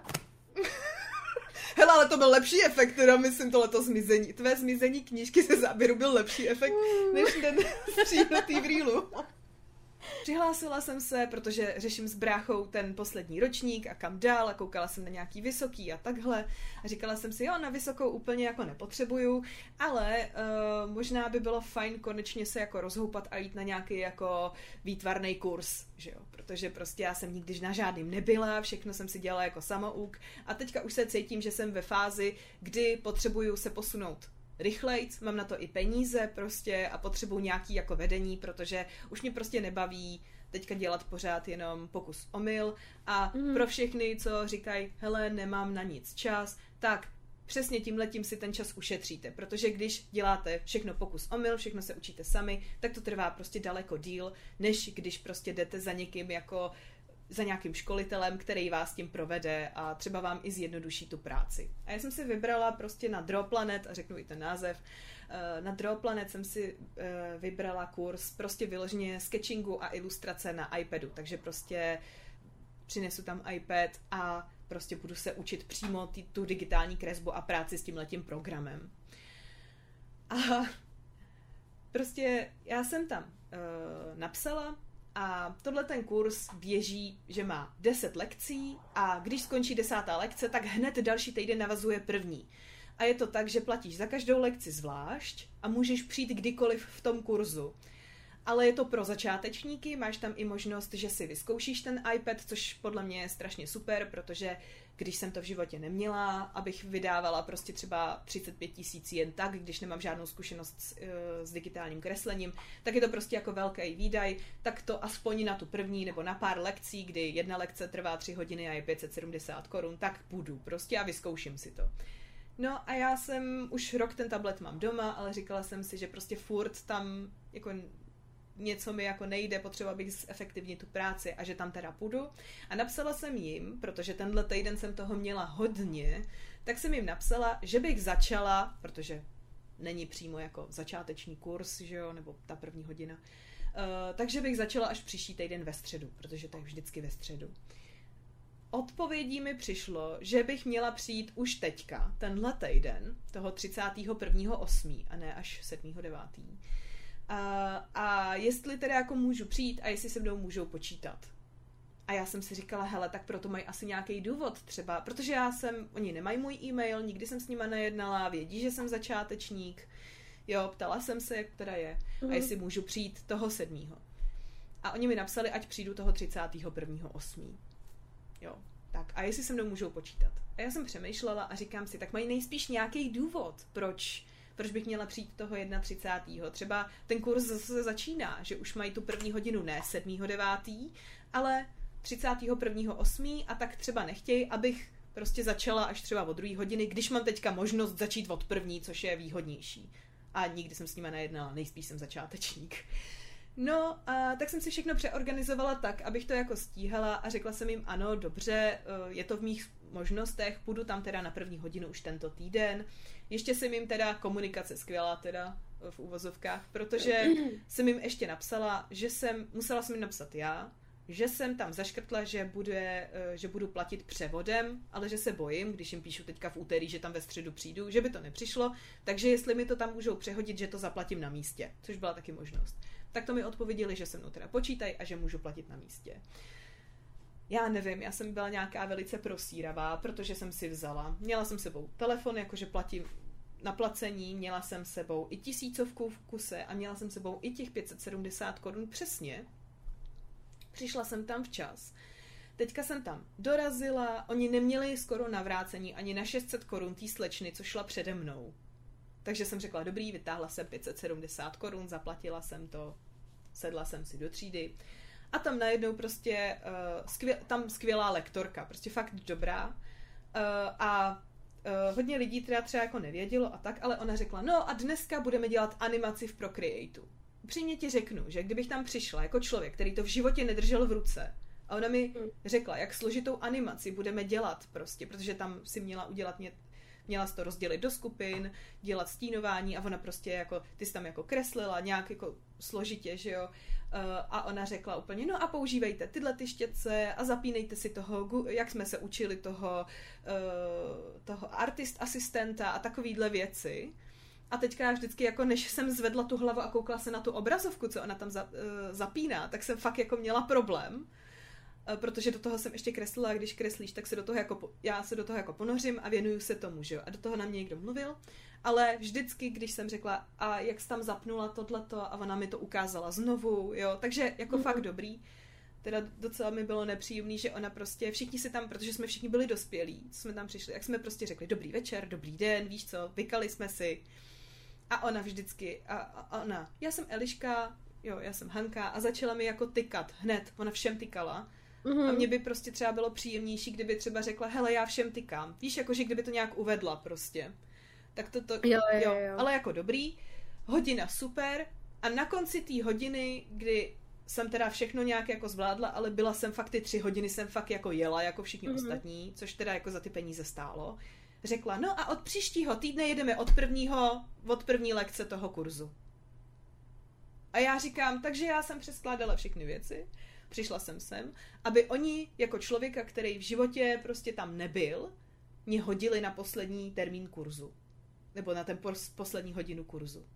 Hele, ale to byl lepší efekt, teda myslím tohleto zmizení. Tvé zmizení knížky ze záběru byl lepší efekt, než ten stříhnutý v reelu. Přihlásila jsem se, protože řeším s bráchou ten poslední ročník a kam dál a koukala jsem na nějaký vysoký a takhle a říkala jsem si, jo, na vysokou úplně jako nepotřebuju, ale možná by bylo fajn konečně se jako rozhoupat a jít na nějaký jako výtvarný kurz, že jo, protože prostě já jsem nikdyž na žádným nebyla, všechno jsem si dělala jako samouk a teďka už se cítím, že jsem ve fázi, kdy potřebuju se posunout rychlejc, mám na to i peníze prostě a potřebuju nějaký jako vedení, protože už mě prostě nebaví teďka dělat pořád jenom pokus omyl a pro všechny, co říkají, hele, nemám na nic čas, tak přesně tímhletím si ten čas ušetříte, protože když děláte všechno pokus omyl, všechno se učíte sami, tak to trvá prostě daleko díl, než když prostě jdete za někým jako za nějakým školitelem, který vás tím provede a třeba vám i zjednoduší tu práci. A já jsem si vybrala prostě na Draw Planet, a řeknu i ten název, na Draw Planet jsem si vybrala kurz prostě vyloženě sketchingu a ilustrace na iPadu, takže prostě přinesu tam iPad a prostě budu se učit přímo tu digitální kresbu a práci s tímhletím programem. A prostě já jsem tam napsala, a tohle ten kurz běží, že má 10 lekcí a když skončí 10. lekce, tak hned další týden navazuje první. A je to tak, že platíš za každou lekci zvlášť a můžeš přijít kdykoliv v tom kurzu. Ale je to pro začátečníky, máš tam i možnost, že si vyzkoušíš ten iPad, což podle mě je strašně super, protože když jsem to v životě neměla, abych vydávala prostě třeba 35 000 jen tak, když nemám žádnou zkušenost s digitálním kreslením, tak je to prostě jako velký výdaj, tak to aspoň na tu první nebo na pár lekcí, kdy jedna lekce trvá 3 hodiny a je 570 korun, tak půjdu prostě a vyzkouším si to. No a já jsem už rok ten tablet mám doma, ale říkala jsem si, že prostě furt tam jako něco mi jako nejde, potřeba bych zefektivnit tu práci a že tam teda půjdu. A napsala jsem jim, protože tenhle týden jsem toho měla hodně, tak jsem jim napsala, že bych začala, protože není přímo jako začáteční kurz, že jo, nebo ta první hodina, takže bych začala až příští týden ve středu, protože to je vždycky ve středu. Odpovědí mi přišlo, že bych měla přijít už teďka, tenhle týden, toho 31.8. a ne až 7.9. A jestli teda jako můžu přijít a jestli se mnou můžou počítat. A já jsem si říkala, hele, tak proto mají asi nějaký důvod třeba, protože oni nemají můj e-mail, nikdy jsem s nima nejednala, vědí, že jsem začátečník, jo, ptala jsem se, jak teda je, a jestli můžu přijít toho 7. A oni mi napsali, ať přijdu toho 31.8. Jo, tak a jestli se mnou můžou počítat. A já jsem přemýšlela a říkám si, tak mají nejspíš nějaký důvod, proč bych měla přijít toho 31. Třeba ten kurz zase začíná, že už mají tu první hodinu ne 7.9., ale 31.8. a tak třeba nechtějí, abych prostě začala až třeba od 2. hodiny, když mám teďka možnost začít od první, což je výhodnější. A nikdy jsem s nima nejednala, nejspíš jsem začátečník. No, a tak jsem si všechno přeorganizovala tak, abych to jako stíhala a řekla jsem jim, ano, dobře, je to v mých možnostech, půjdu tam teda na 1. hodinu už tento týden. Ještě jsem jim teda komunikace skvělá teda v uvozovkách, protože jsem jim ještě napsala, musela jsem jim napsat já, že jsem tam zaškrtla, že budu platit převodem, ale že se bojím, když jim píšu teďka v úterý, že tam ve středu přijdu, že by to nepřišlo, takže jestli mi to tam můžou přehodit, že to zaplatím na místě, což byla taky možnost. Tak to mi odpověděli, že se mnou teda počítají a že můžu platit na místě. Já nevím, já jsem byla nějaká velice prosíravá, protože jsem si vzala. Měla jsem sebou telefon, jakože platím na placení, měla jsem sebou i 1000 v kuse a měla jsem sebou i těch 570 korun přesně. Přišla jsem tam včas. Teďka jsem tam dorazila, oni neměli skoro navrácení ani na 600 korun té slečny, co šla přede mnou. Takže jsem řekla, dobrý, vytáhla jsem 570 korun, zaplatila jsem to, sedla jsem si do třídy a tam najednou prostě tam skvělá lektorka, prostě fakt dobrá a hodně lidí teda třeba jako nevědělo a tak, ale ona řekla, no a dneska budeme dělat animaci v Procreateu. Upřímně ti řeknu, že kdybych tam přišla jako člověk, který to v životě nedržel v ruce, a ona mi řekla, jak složitou animaci budeme dělat prostě, protože tam si měla udělat měla to rozdělit do skupin, dělat stínování a ona prostě jako, ty jsi tam jako kreslila nějak jako složitě, že jo, a ona řekla úplně, no a používejte tyhle ty štětce a zapínejte si toho, jak jsme se učili toho artist asistenta a takovýhle věci. A teďka já vždycky, jako než jsem zvedla tu hlavu a koukla se na tu obrazovku, co ona tam zapíná, tak jsem fakt jako měla problém, protože do toho jsem ještě kreslila a když kreslíš, tak se do toho já se do toho jako ponořím a věnuju se tomu, že jo. A do toho na mě někdo mluvil, ale vždycky, když jsem řekla, a jak jsi tam zapnula tohleto a ona mi to ukázala znovu, jo, takže jako fakt dobrý. Teda docela mi bylo nepříjemný, že ona prostě, všichni si tam, protože jsme všichni byli dospělí, jsme tam přišli, jak jsme prostě řekli, dobrý večer, dobrý den, víš co, vykali jsme si. A ona vždycky, a ona, já jsem Eliška, jo, já jsem Hanka a začala mi jako tykat hned, ona všem tykala. A mně by prostě třeba bylo příjemnější, kdyby třeba řekla, hele, já všem tykám. Víš, jakože kdyby to nějak uvedla prostě. Tak to jo. Ale jako dobrý, hodina super a na konci té hodiny, kdy jsem teda všechno nějak jako zvládla, ale byla jsem fakt ty 3 hodiny, jsem fakt jako jela, jako všichni ostatní, což teda jako za ty peníze stálo. Řekla, no a od příštího týdne jedeme od první lekce toho kurzu. A já říkám, takže já jsem přeskládala všechny věci, přišla jsem sem, aby oni jako člověka, který v životě prostě tam nebyl, mě hodili na poslední termín kurzu. Nebo na ten poslední hodinu kurzu.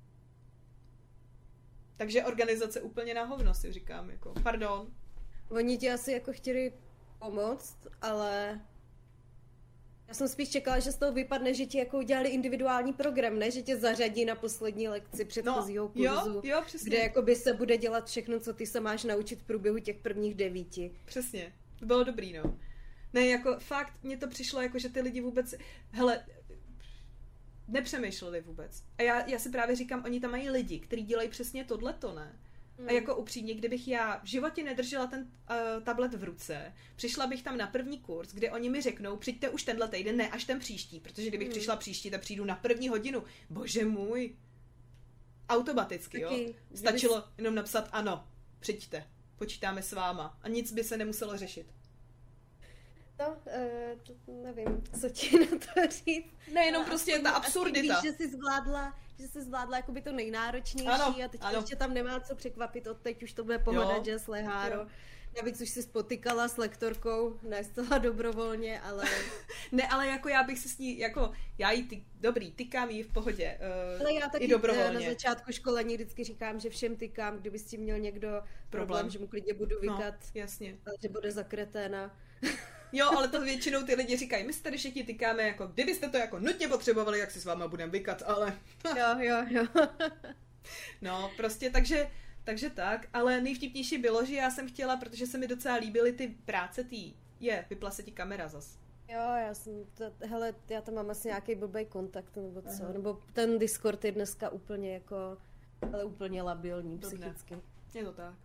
Takže organizace úplně na hovno, si říkám, jako, pardon. Oni ti asi jako chtěli pomoct, ale já jsem spíš čekala, že z toho vypadne, že ti jako udělali individuální program, ne? Že tě zařadí na poslední lekci předchozího kurzu, jo, přesně. kde jakoby se bude dělat všechno, co ty se máš naučit v průběhu těch prvních 9. Přesně, to bylo dobrý, no. Ne, jako fakt, mně to přišlo, jako že ty lidi vůbec, hele, nepřemýšleli vůbec. A já si právě říkám, oni tam mají lidi, kteří dělají přesně tohleto, ne? A jako upřímně, kdybych já v životě nedržela ten tablet v ruce, přišla bych tam na první kurz, kde oni mi řeknou, přijďte už tenhle týden, ne až ten příští, protože kdybych přišla příští, tak přijdu na první hodinu. Bože můj. Automaticky, taky, jo? Stačilo jenom napsat ano, přijďte, počítáme s váma a nic by se nemuselo řešit. No, nevím, co ti na to říct. Nejenom prostě ta absurdita. Víš, že jsi zvládla jakoby to nejnáročnější a teď ještě tam nemá co překvapit, od teď už to bude pohoda, jazz, leháro. Navíc už si spotykala s lektorkou, ne zcela dobrovolně, ale... Ne, ale jako já bych se s ní, jako já jí tykám jí v pohodě, ale já taky i dobrovolně. Na začátku školení vždycky říkám, že všem tykám, kdyby s tím měl někdo problém, že mu klidně budu vykat, jasně. Že bude za kreténa. Jo, ale to většinou ty lidi říkají, my se tady všichni tykáme, jako kdybyste to jako nutně potřebovali, jak si s váma budeme vykat, ale... Jo. No, prostě takže tak, ale nejvtipnější bylo, že já jsem chtěla, protože se mi docela líbily ty práce vypla se ti kamera zas. Jo, já tam mám asi nějaký blbej kontakt, nebo co, nebo ten Discord je dneska úplně jako, ale úplně labilní psychicky. Je to tak.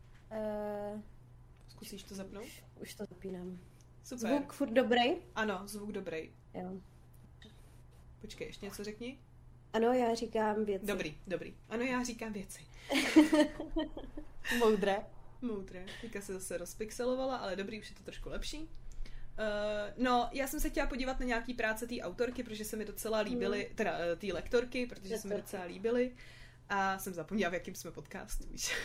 Zkusíš to zapnout? Už to zapínám. Super. Zvuk furt dobrý? Ano, zvuk dobrý. Jo. Počkej, ještě něco řekni. Ano, já říkám věci. Dobrý. Ano, já říkám věci. Moudré. Teďka se zase rozpixelovala, ale dobrý, už je to trošku lepší. No, já jsem se chtěla podívat na nějaký práce té autorky, protože se mi docela líbily, teda té lektorky, protože se mi docela líbily. A jsem zapomněla, v jakým jsme podcastu, víš.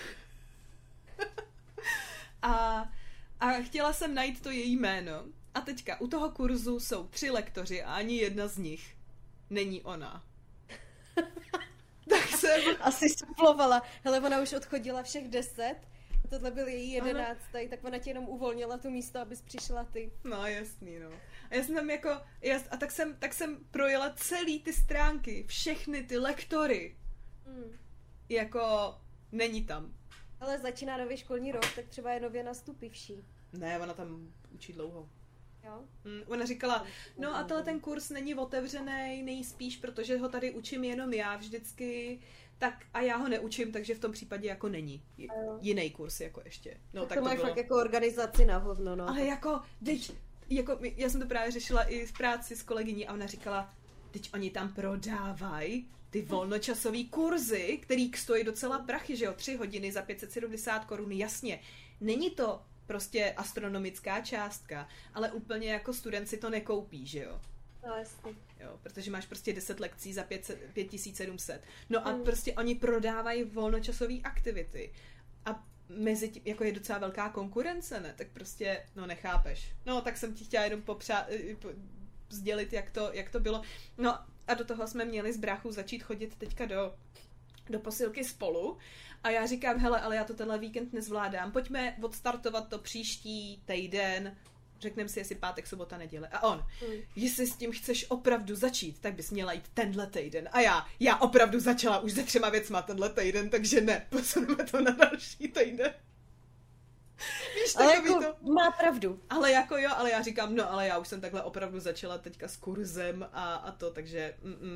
A chtěla jsem najít to její jméno. A teďka u toho kurzu jsou 3 lektoři a ani jedna z nich není ona. Tak jsem... Asi suplovala. Hele, ona už odchodila všech 10. Tohle byl její 11. Tak ona ti jenom uvolnila tu místo, abys přišla ty. No, jasný, no. A já jsem tam jako... tak jsem projela celý ty stránky, všechny ty lektory. Jako... Není tam. Ale začíná nový školní rok, tak třeba je nově nastupivší. Ne, ona tam učí dlouho. Jo? Ona říkala, no a tenhle ten kurz není otevřený, nejspíš, protože ho tady učím jenom já vždycky, tak a já ho neučím, takže v tom případě jako není jiný kurz jako ještě. No, tak to máš bylo... fakt jako organizaci na hovno, no. Ale jako, teď jako, já jsem to právě řešila i v práci s kolegyní a ona říkala, teď oni tam prodávají ty volnočasové kurzy, který stojí docela prachy, že jo, 3 hodiny za 570 korun, jasně. Není to prostě astronomická částka, ale úplně jako student si to nekoupí, že jo. No, jasně. Jo, protože máš prostě 10 lekcí za 5700. No a prostě oni prodávají volnočasové aktivity. A mezi tím, jako je docela velká konkurence, ne? Tak prostě, no nechápeš. No, tak jsem ti chtěla jenom sdělit, jak to bylo. No a do toho jsme měli s bráchou začít chodit teďka do posilky spolu. A já říkám, hele, ale já to tenhle víkend nezvládám. Pojďme odstartovat to příští týden. Řekneme si, jestli pátek, sobota, neděle. A on, jestli s tím chceš opravdu začít, tak bys měla jít tenhle týden. A já opravdu začala už se 3 věcma tenhle týden, takže ne, posuneme to na další týden. Víš, ale jako to má pravdu. Ale jako jo, ale já říkám, no ale já už jsem takhle opravdu začala teďka s kurzem a to, takže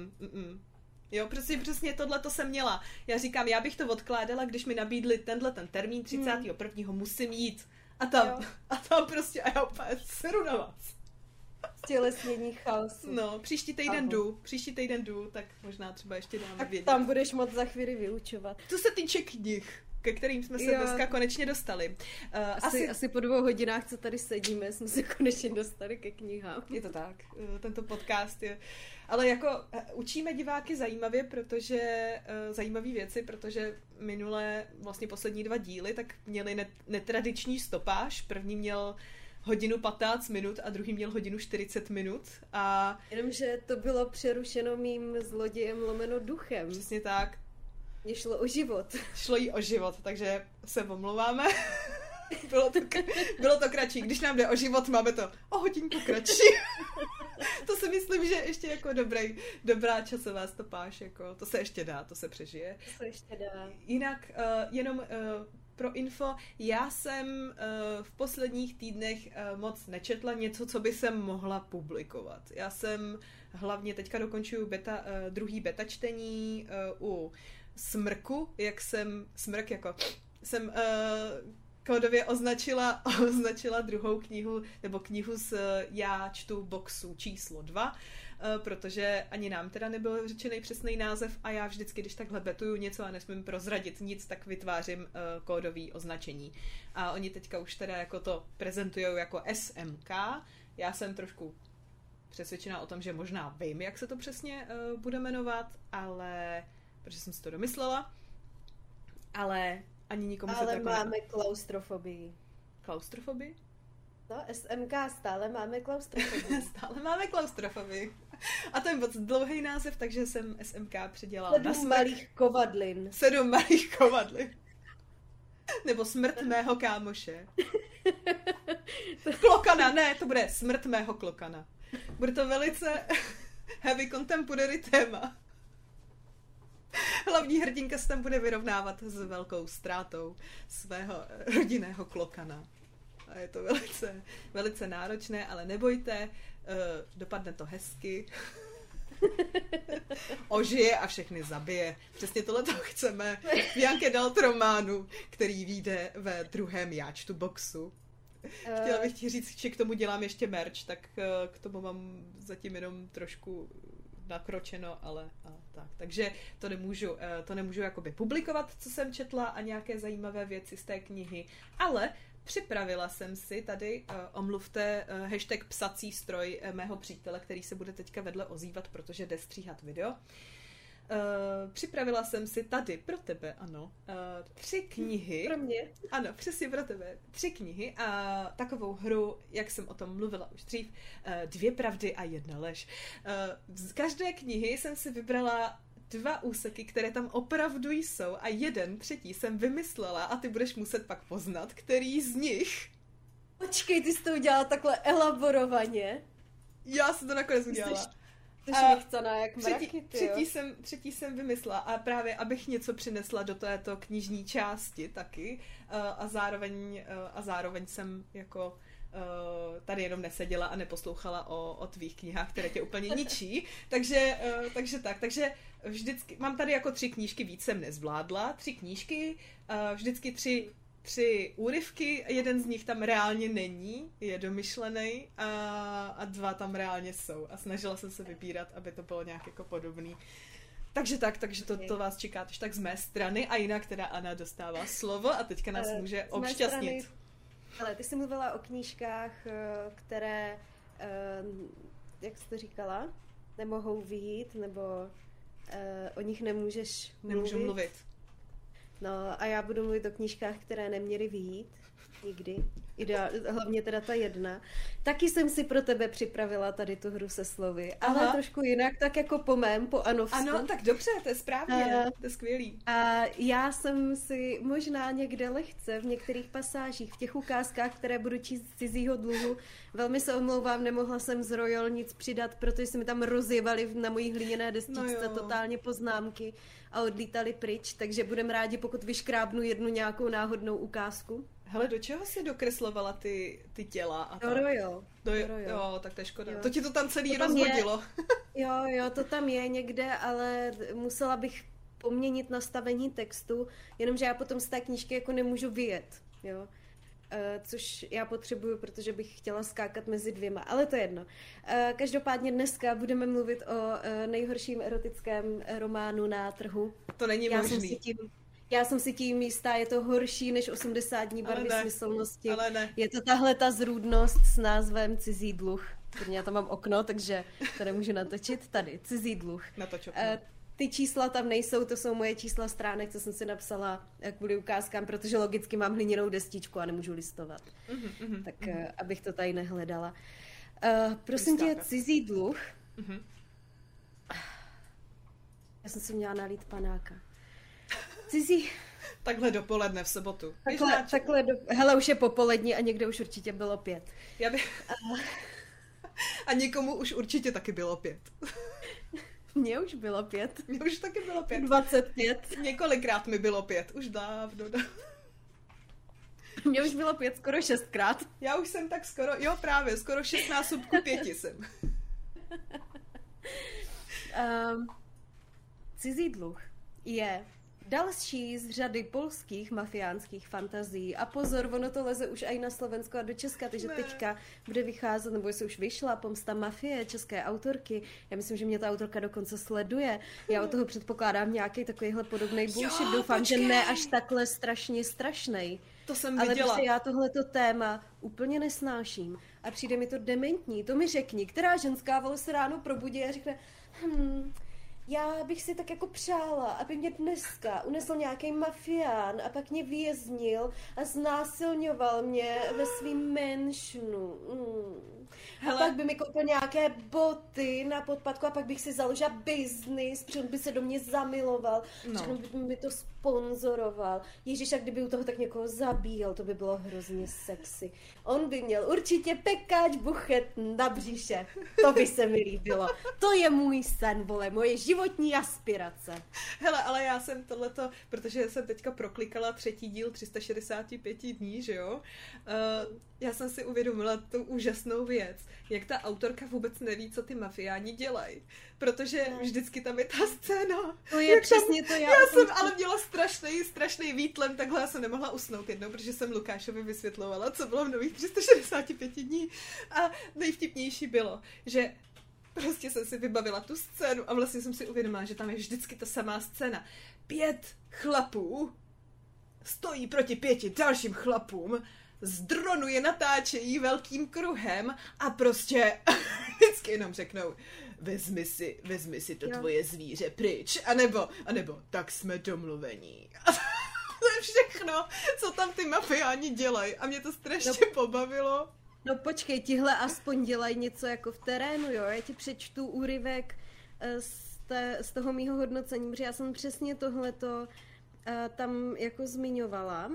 Jo, přesně tohleto jsem měla. Já říkám, já bych to odkládala, když mi nabídli ten termín 31. musím jít. A tam prostě, a já úplně seru na vás. Stělesnění chaosu. No, příští týden jdu, tak možná třeba ještě dáme vědět. Tam budeš moc za chvíli vyučovat. Co se týče knih, ke kterým jsme se dneska konečně dostali. Asi po 2 hodinách, co tady sedíme, jsme se konečně dostali ke knihám. Je to tak, tento podcast je. Ale jako učíme diváky zajímavě, zajímavé věci, protože minulé, vlastně poslední 2 díly, tak měli netradiční stopáž. První měl 1:15 a druhý měl 1:40. A jenomže to bylo přerušeno mým zlodějem lomeno duchem. Přesně tak. Mně šlo o život. Šlo jí o život, takže se omlouváme. Bylo to kratší. Když nám jde o život, máme to o hodinku kratší. To si myslím, že ještě jako dobrá časová stopáž. Jako, to se ještě dá, to se přežije. To se ještě dá. Jinak jenom pro info, já jsem v posledních týdnech moc nečetla něco, co by jsem mohla publikovat. Já jsem hlavně teďka dokončuju druhý beta čtení u Smrku, jsem kódově označila druhou knihu, nebo knihu z Já čtu boxu číslo 2, protože ani nám teda nebyl řečený přesný název a já vždycky, když takhle betuju něco a nesmím prozradit nic, tak vytvářím kódový označení. A oni teďka už teda jako to prezentujou jako SMK. Já jsem trošku přesvědčená o tom, že možná vím, jak se to přesně bude jmenovat, ale protože jsem si to domyslela, ale ani nikomu se to jako... Ale máme klaustrofobii. Klaustrofobii? No, SMK, stále máme klaustrofobii. Stále máme klaustrofobii. A to je moc dlouhý název, takže jsem SMK předělala 7 malých kovadlin. 7 malých kovadlin. Nebo smrt mého kámoše. Klokana, ne, to bude smrt mého klokana. Bude to velice heavy contemporary téma. Hlavní hrdinka se tam bude vyrovnávat s velkou ztrátou svého rodinného klokana. A je to velice, velice náročné, ale nebojte, dopadne to hezky. Ožije a všechny zabije. Přesně tohleto chceme v Janke Dalt románu, který vyjde ve druhém Já čtu boxu. Chtěla bych ti říct, že k tomu dělám ještě merch, tak k tomu mám zatím jenom trošku nakročeno, ale tak. Takže to nemůžu jakoby publikovat, co jsem četla a nějaké zajímavé věci z té knihy, ale připravila jsem si tady, omluvte hashtag psací stroj mého přítele, který se bude teďka vedle ozývat, protože jde stříhat video. Připravila jsem si tady pro tebe, ano, 3 knihy. Pro mě? Ano, přesně pro tebe. 3 knihy a takovou hru, jak jsem o tom mluvila už dřív, 2 pravdy a 1 lež. Z každé knihy jsem si vybrala 2 úseky, které tam opravdu jsou a 1 třetí jsem vymyslela a ty budeš muset pak poznat, který z nich. Počkej, ty jsi to udělala takhle elaborovaně. Já jsem to nakonec udělala. Jsi vychcaná jak mraky, třetí jsem vymyslela a právě abych něco přinesla do této knižní části taky a zároveň jsem jako tady jenom neseděla a neposlouchala o tvých knihách, které tě úplně ničí, takže vždycky, mám tady jako 3 knížky, víc jsem nezvládla, 3 knížky, vždycky 3 3 úryvky, jeden z nich tam reálně není, je domyšlený a 2 tam reálně jsou. A snažila jsem se vybírat, aby to bylo nějak jako podobný. Takže to vás čeká tož tak z mé strany a jinak teda Anna dostává slovo a teďka nás může obšťastnit. Ale ty jsi mluvila o knížkách, které, jak jsi to říkala, nemohou vyjít, nebo o nich nemůžeš mluvit. Nemůžu mluvit. No a já budu mluvit o knížkách, které neměly vyjít nikdy. Hlavně teda ta jedna. Taky jsem si pro tebe připravila tady tu hru se slovy, ale trošku jinak, tak jako po mém, po Anovsku. Ano, tak dobře, to je správně, to je skvělý. A já jsem si možná někde lehce v některých pasážích, v těch ukázkách, které budu číst z Cizího dluhu, velmi se omlouvám, nemohla jsem z Royal nic přidat, protože se mi tam rozjevali na mojí hliněné destičce totálně poznámky a odlítali pryč, takže budem rádi, pokud vyškrábnu jednu nějakou náhodnou ukázku. Hele, do čeho jsi dokreslovala ty těla? A do Royal. Jo, tak to je škoda. Jo. To ti to tam celý rozhodilo. Jo, to tam je někde, ale musela bych poměnit nastavení textu, jenomže já potom z té knížky jako nemůžu vyjet, jo. Což já potřebuju, protože bych chtěla skákat mezi 2, ale to je jedno. Každopádně dneska budeme mluvit o nejhorším erotickém románu na trhu. To není možný. Já jsem si tím jistá, je to horší než 80 dní barvy smyslnosti. Ale ne. Je to tahle ta zrůdnost s názvem Cizí dluh. Já tam mám okno, takže to nemůžu natočit. Tady, Cizí dluh. Ty čísla tam nejsou, to jsou moje čísla stránek, co jsem si napsala kvůli ukázkám, protože logicky mám hliněnou destičku a nemůžu listovat. Tak abych to tady nehledala. Prosím tě, Cizí dluh. Já jsem si měla nalít panáka. Cizí... Takhle dopoledne v sobotu. Hele, už je popolední a někde už určitě bylo 5. A někomu už určitě taky bylo 5. Mně už bylo 5. Mně už taky bylo 5. 25. Několikrát mi bylo 5, už dávno. Mně už bylo 5, skoro 6krát. Já už jsem tak skoro 6 násobků 5 jsem. Cizí dluh je další z řady polských mafiánských fantazií. A pozor, ono to leze už i na Slovensko a do Česka, takže teďka bude vycházet, nebo jestli už vyšla Pomsta mafie české autorky. Já myslím, že mě ta autorka dokonce sleduje. Já od toho předpokládám nějaký takovýhle podobný bullshit. Doufám, že ne až takhle strašně strašnej. To jsem viděla. Ale já tohleto téma úplně nesnáším. A přijde mi to dementní. To mi řekni, která ženská se ráno probudí a řekne já bych si tak jako přála, aby mě dneska unesl nějaký mafián a pak mě věznil a znásilňoval mě ve svým mansionu. A pak by mi koupil nějaké boty na podpadku a pak bych si založila biznis, protože on by se do mě zamiloval, všechno by mi to sponzoroval. Ježiš, a kdyby u toho tak někoho zabíjel, to by bylo hrozně sexy. On by měl určitě pekáč buchet na břiše. To by se mi líbilo. To je můj sen, vole, moje životní aspirace. Hele, ale já jsem tohleto, protože jsem teďka proklikala 3. díl 365 dní, že jo? Já jsem si uvědomila tu úžasnou věc, jak ta autorka vůbec neví, co ty mafiáni dělají. Protože vždycky tam je ta scéna. To je přesně to. Já jsem ale měla strašný výtlem, takhle já jsem nemohla usnout jednou, protože jsem Lukášovi vysvětlovala, co bylo v nových 365 dní. A nejvtipnější bylo, že prostě jsem si vybavila tu scénu a vlastně jsem si uvědomila, že tam je vždycky ta samá scéna. 5 chlapů stojí proti 5 dalším chlapům, z dronu je natáčejí velkým kruhem a prostě vždycky jenom řeknou vezmi si to tvoje zvíře pryč, anebo tak jsme domluvení. A to je všechno, co tam ty mafiáni dělají a mě to strašně pobavilo. No počkej, tihle aspoň dělají něco jako v terénu, jo? Já ti přečtu úryvek z toho mýho hodnocení, protože já jsem přesně tohleto tam jako zmiňovala.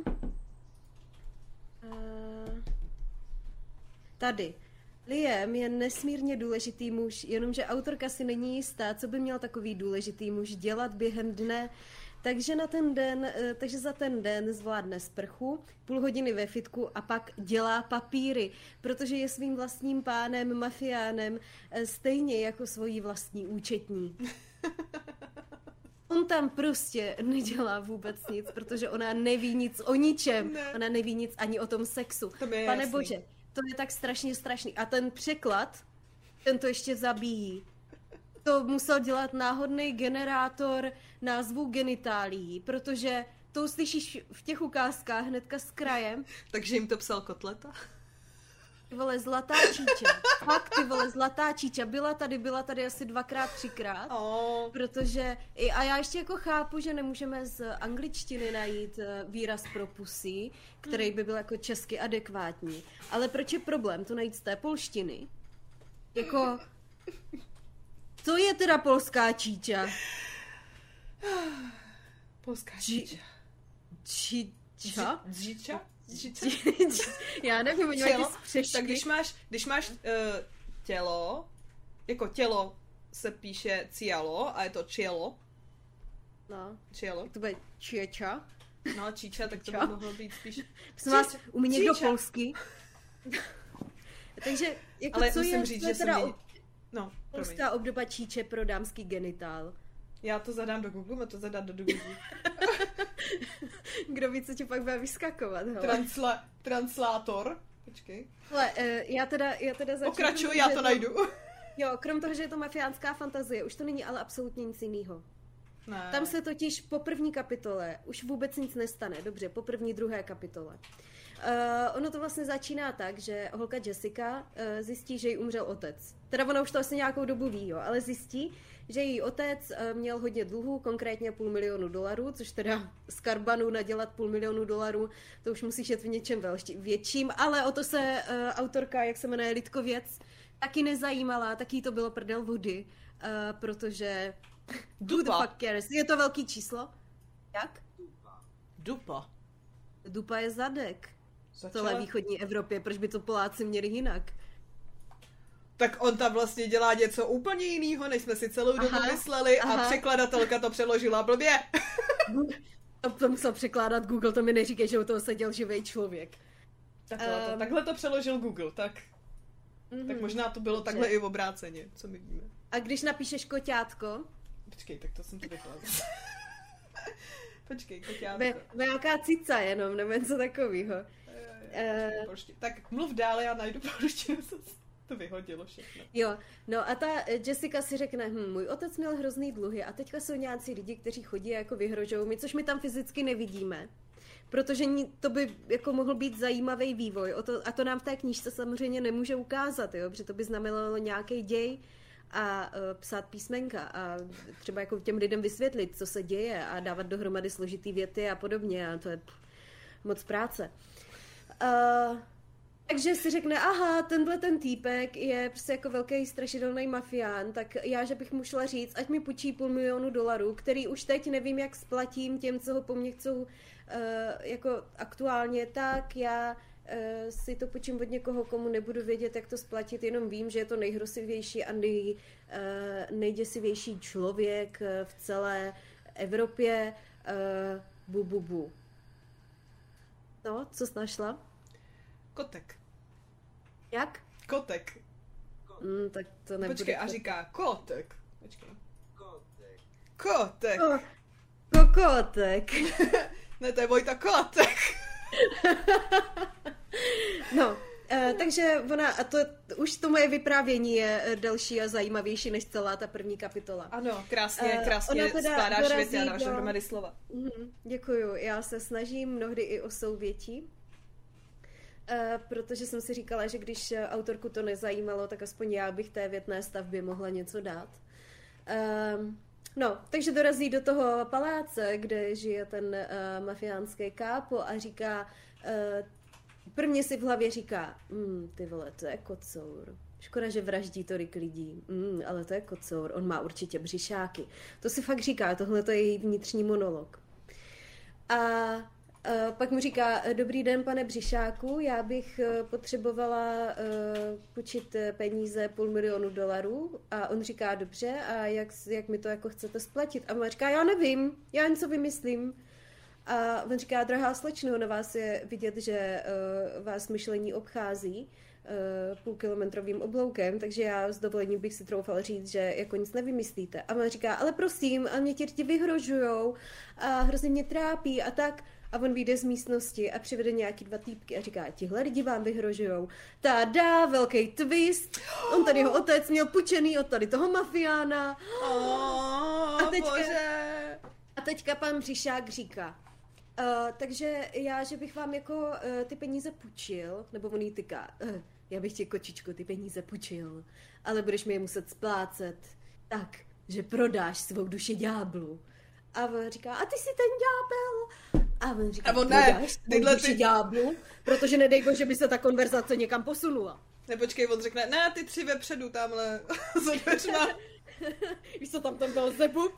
Tady. Liam je nesmírně důležitý muž, jenomže autorka si není jistá, co by měl takový důležitý muž dělat během dne, takže za ten den zvládne sprchu, půl hodiny ve fitku a pak dělá papíry, protože je svým vlastním pánem, mafiánem, stejně jako svojí vlastní účetní. On tam prostě nedělá vůbec nic, protože ona neví nic o ničem. Ne. Ona neví nic ani o tom sexu. Pane jasný. Bože, to je tak strašně strašný. A ten překlad, ten to ještě zabíjí. To musel dělat náhodný generátor názvů genitálií, protože to uslyšíš v těch ukázkách hnedka s krajem. Takže jim to psal Kotleta? Ty vole, zlatá číča. Fakt, ty vole, zlatá číča. Byla tady asi 2x, 3x. Protože, a já ještě jako chápu, že nemůžeme z angličtiny najít výraz pro pusy, který by byl jako česky adekvátní. Ale proč je problém to najít z té polštiny? Jako, co je teda polská číča? Polská číča. Číča? Džiča? Já nevím, oni mají spřešky. Tak když máš tělo, jako tělo se píše cialo a je to čielo. No. Čielo. To bude čieča. No, číča, tak to by mohlo být spíš... Prosím vás, umí někdo polsky? Takže, jako ale co musím je, říct, že teda... No, polská obdoba číče pro dámský genitál. Já to zadám do Google, to zadám do Google. Kdo ví, co ti pak bude vyskakovat, hele. Translátor. Počkej. Hele, já teda začnu... Pokračuj, já to najdu. Jo, krom toho, že je to mafiánská fantazie, už to není ale absolutně nic jiného. Ne. Tam se totiž po první kapitole už vůbec nic nestane. Dobře, po první, druhé kapitole. Ono to vlastně začíná tak, že holka Jessica zjistí, že jí umřel otec. Teda ona už to asi nějakou dobu ví, jo, ale zjistí, že její otec měl hodně dluhů, konkrétně $500 000, což teda z karbanu nadělat $500 000, to už musíš jet v něčem větším, ale o to se autorka, jak se jmenuje Lidkověc, taky nezajímala, taky to bylo prdel vody, protože who the fuck cares? Je to velký číslo? Jak? Dupa. Dupa je zadek. V celé východní Evropě, proč by to Poláci měli jinak? Tak on tam vlastně dělá něco úplně jiného, než jsme si celou dobu mysleli a překladatelka to přeložila blbě. To musel překládat Google, to mi neříkej, že u toho seděl živej člověk. Takhle to přeložil Google, tak možná to bylo takhle i v obráceně, co my víme. A když napíšeš koťátko... Počkej, tak to jsem to vykládala. Počkej, koťátko. Nějaká cica jenom, nebo něco takového. Tak mluv dále, já najdu polštinu, to vyhodilo všechno. Jo, no a ta Jessica si řekne, můj otec měl hrozný dluhy a teďka jsou nějací lidi, kteří chodí a jako vyhrožují mi, což my tam fyzicky nevidíme. Protože to by jako mohl být zajímavý vývoj. A to nám v té knížce samozřejmě nemůže ukázat, jo? Protože to by znamenalo nějaký děj a psát písmenka a třeba jako těm lidem vysvětlit, co se děje a dávat dohromady složitý věty a podobně. A to je moc práce. Takže si řekne, tenhle ten týpek je prostě jako velký strašidelný mafián, tak já, že bych mu šla říct, ať mi půjčí $500 000, který už teď nevím, jak splatím těm, co ho po mně chcou jako aktuálně, tak já si to půjčím od někoho, komu nebudu vědět, jak to splatit, jenom vím, že je to nejhrosivější a nejděsivější člověk v celé Evropě. Bu. No, co jsi našla? Kotek. Jak? Kotek. Tak to nebude. Počkej, a říká kotek. Počkej. Kotek. Kotek. Ne, to je Vojta Kotek. No, takže ona, a už to moje vyprávění je další a zajímavější než celá ta první kapitola. Ano, krásně skládáš věty a dáš dohromady slova. Děkuju, já se snažím mnohdy i o souvětí. Protože jsem si říkala, že když autorku to nezajímalo, tak aspoň já bych té větné stavbě mohla něco dát. No, takže dorazí do toho paláce, kde žije ten mafiánský kápo a říká, prvně si v hlavě říká, ty vole, to je kocour. Škoda, že vraždí tolik lidí, ale to je kocour, on má určitě břišáky. To si fakt říká, tohle to je její vnitřní monolog. A pak mu říká, dobrý den, pane břišáku, já bych potřebovala půjčit peníze $500 000 a on říká, dobře, a jak mi to jako chcete splatit? A on říká, já nevím, já něco vymyslím. A on říká, drahá slečno, na vás je vidět, že vás myšlení obchází. půlkilometrovým obloukem, takže já s dovolením bych si troufala říct, že jako nic nevymyslíte. A on říká, ale prosím, a mě ti vyhrožujou a hrozně mě trápí a tak. A on vyjde z místnosti a přivede nějaký 2 týpky a říká, tihle lidi vám vyhrožujou. Tada, velký twist. On tady jeho otec měl půjčený od tady toho mafiána. A teďka pan Břišák říká, takže já, že bych vám jako ty peníze půjčil, nebo on jí tyká, já bych ti, kočičko, ty peníze půjčil, ale budeš mi je muset splácet tak, že prodáš svou duši ďáblu. A on říká, a ty jsi ten ďábel. A on říká, prodáš svou duši ďáblu, protože nedej bože, by se ta konverzace někam posunula. Nepočkej, on řekne, ne, ty 3 vepředu tamhle za dveřma. Víš co, tam byl zebu?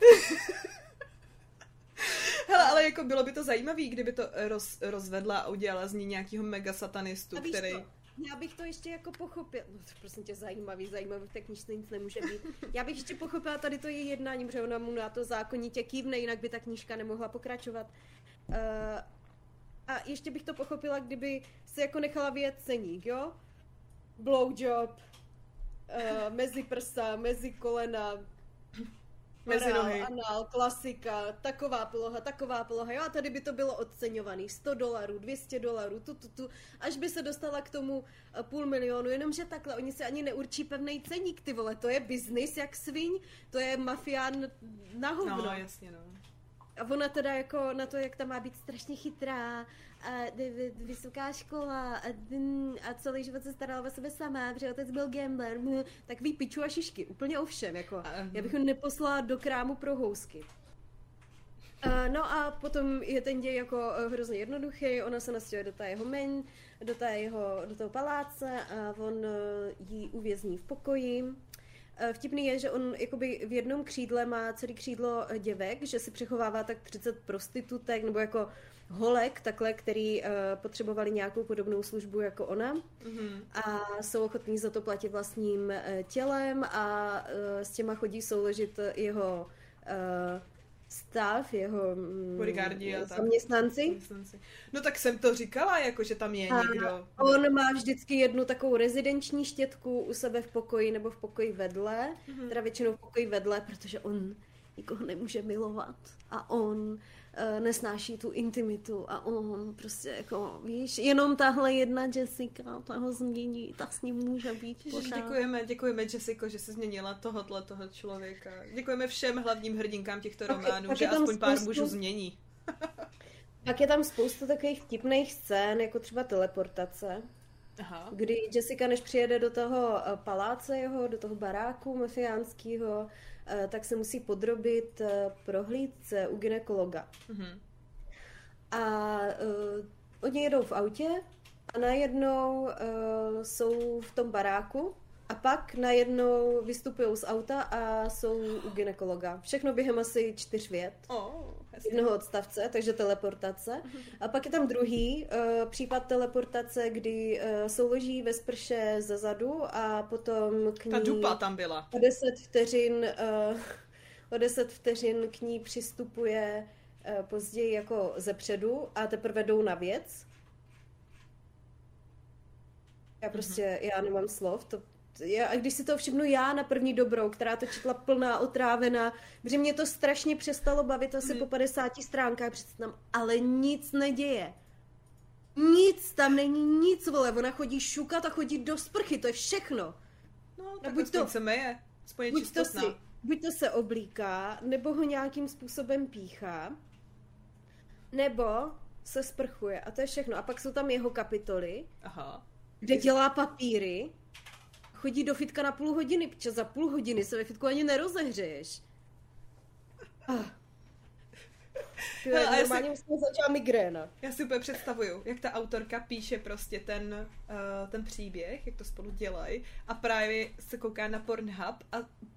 Hele, ale jako bylo by to zajímavý, kdyby to rozvedla a udělala z ní nějakýho mega satanistu, který... Já bych to ještě jako pochopila, no to prosím tě zajímavý, v té knížce nic nemůže být. Já bych ještě pochopila tady to její jednání, protože ona mu na to zákonitě kývne, jinak by ta knížka nemohla pokračovat. A ještě bych to pochopila, kdyby se jako nechala vyjet ceník, jo? Blowjob, mezi prsa, mezi kolena, mezi nohy. Anál, klasika, taková poloha, jo, a tady by to bylo oceňovaný, $100, $200, až by se dostala k tomu 500 000, jenomže takhle, oni si ani neurčí pevnej ceník, ty vole, to je biznis jak sviň, to je mafián na hovno. No, jasně, no. A ona teda jako na to, jak tam má být strašně chytrá a vysoká škola a celý život se starala o sebe sama, protože otec byl gambler, tak ví piču a šišky, úplně ovšem, jako já bych ho neposlala do krámu pro housky. No a potom je ten děj jako hrozně jednoduchý, ona se nastěhuje do toho paláce a on ji uvězní v pokoji. Vtipný je, že on jakoby v jednom křídle má celý křídlo děvek, že si přechovává tak 30 prostitutek nebo jako holek, takhle, který potřebovali nějakou podobnou službu jako ona a jsou ochotní za to platit vlastním tělem a s těma chodí souložit jeho stav, jeho zaměstnanci. No tak jsem to říkala, jako že tam je někdo. On má vždycky jednu takovou rezidenční štětku u sebe v pokoji nebo v pokoji vedle, teda většinou v pokoji vedle, protože on nikoho nemůže milovat a on nesnáší tu intimitu a on prostě jako, víš, jenom tahle jedna Jessica, ta ho změní, ta s ním může být pořád. Děkujeme Jessico, že se změnila toho člověka. Děkujeme všem hlavním hrdinkám těchto románů, že aspoň pár mužů změní. Pak je tam spoustu takových vtipných scén, jako třeba teleportace. Aha. Kdy Jessica, než přijede do toho paláce do toho baráku mafiánského, tak se musí podrobit prohlídce u gynekologa. A oni jedou v autě a najednou jsou v tom baráku a pak najednou vystupují z auta a jsou u gynekologa. Všechno během asi 4 vět. Jednoho odstavce, takže teleportace. A pak je tam druhý případ teleportace, kdy souloží ve sprše zezadu a potom k ní... Ta dupa tam byla. O 10 vteřin k ní přistupuje později jako zepředu a teprve jdou na věc. Já nemám slov, a když si to všimnu já na první dobrou, která to četla plná, otrávená, protože mě to strašně přestalo bavit asi po 50 stránkách, přece tam ale nic neděje. Nic, tam není nic, vole, ona chodí šukat a chodí do sprchy, to je všechno. No, tak aspoň se meje, aspoň je čistotná. Buď to se oblíká, nebo ho nějakým způsobem píchá, nebo se sprchuje a to je všechno. A pak jsou tam jeho kapitoly, kde dělá papíry, chodí do fitka na půl hodiny, protože za půl hodiny se ve fitku ani nerozehřeješ. Normálně jsem začala migréna. Já si úplně představuju, jak ta autorka píše prostě ten příběh, jak to spolu dělají a právě se kouká na Pornhub a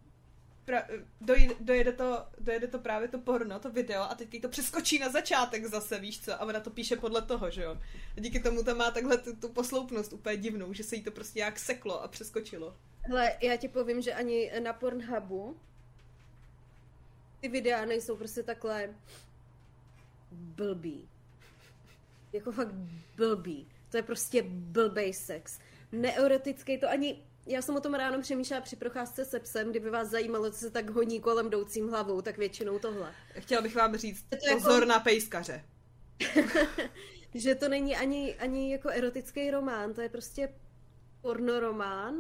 dojede to právě to porno, to video a teď to přeskočí na začátek zase, víš co, a ona to píše podle toho, že jo. A díky tomu tam má takhle tu posloupnost úplně divnou, že se jí to prostě nějak seklo a přeskočilo. Hele, já ti povím, že ani na Pornhubu ty videa nejsou prostě takhle blbý. Jako fakt blbý. To je prostě blbej sex. neerotický, to ani... Já jsem o tom ráno přemýšlela při procházce se psem, kdyby vás zajímalo, co se tak honí kolem jdoucím hlavou, tak většinou tohle. Chtěla bych vám říct, pozor na pejskaře. Že to není ani jako erotický román, to je prostě pornoromán,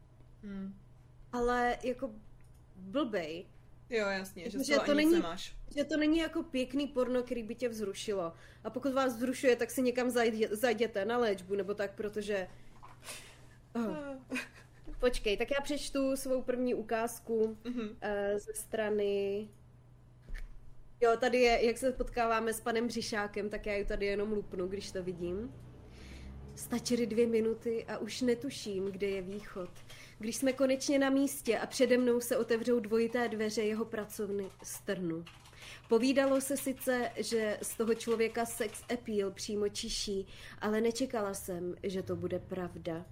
ale jako blbej. Jo, jasně, že to ani není, nemáš. Že to není jako pěkný porno, který by tě vzrušilo. A pokud vás vzrušuje, tak si někam zajděte na léčbu, nebo tak, protože... Počkej, tak já přečtu svou první ukázku ze strany... Jo, tady je, jak se potkáváme s panem Břišákem, tak já ji tady jenom lupnu, když to vidím. Stačily 2 minuty a už netuším, kde je východ. Když jsme konečně na místě a přede mnou se otevřou dvojité dveře jeho pracovny, strnu. Povídalo se sice, že z toho člověka sex appeal přímo čiší, ale nečekala jsem, že to bude pravda.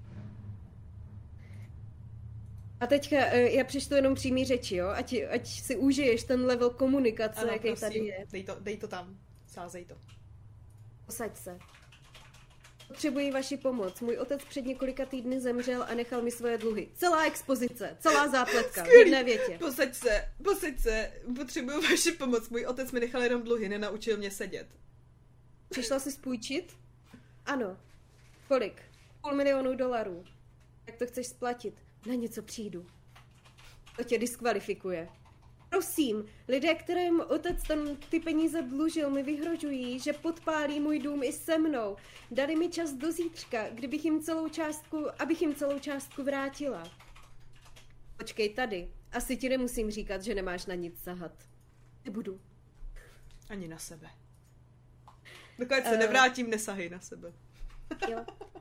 A teďka já přečtu jenom přímý řeči, jo? Ať si užiješ ten level komunikace, ano, jaký prosím, tady je. Dej to tam, sázej to. Posaď se. Potřebuji vaši pomoc. Můj otec před několika týdny zemřel a nechal mi svoje dluhy. Celá expozice, celá zápletka, v jedné větě. Posaď se. Potřebuji vaši pomoc. Můj otec mi nechal jenom dluhy, nenaučil mě sedět. Přišla jsi spůjčit? Ano. Kolik? $500,000. Jak to chceš splatit? Na něco přijdu. To tě diskvalifikuje. Prosím, lidé, kterým otec ty peníze dlužil, mi vyhrožují, že podpálí můj dům i se mnou. Dali mi čas do zítřka, abych jim celou částku vrátila. Počkej tady. Asi ti nemusím říkat, že nemáš na nic sahat. Nebudu. Ani na sebe. Dokud se nevrátím, nesahej na sebe. Jo.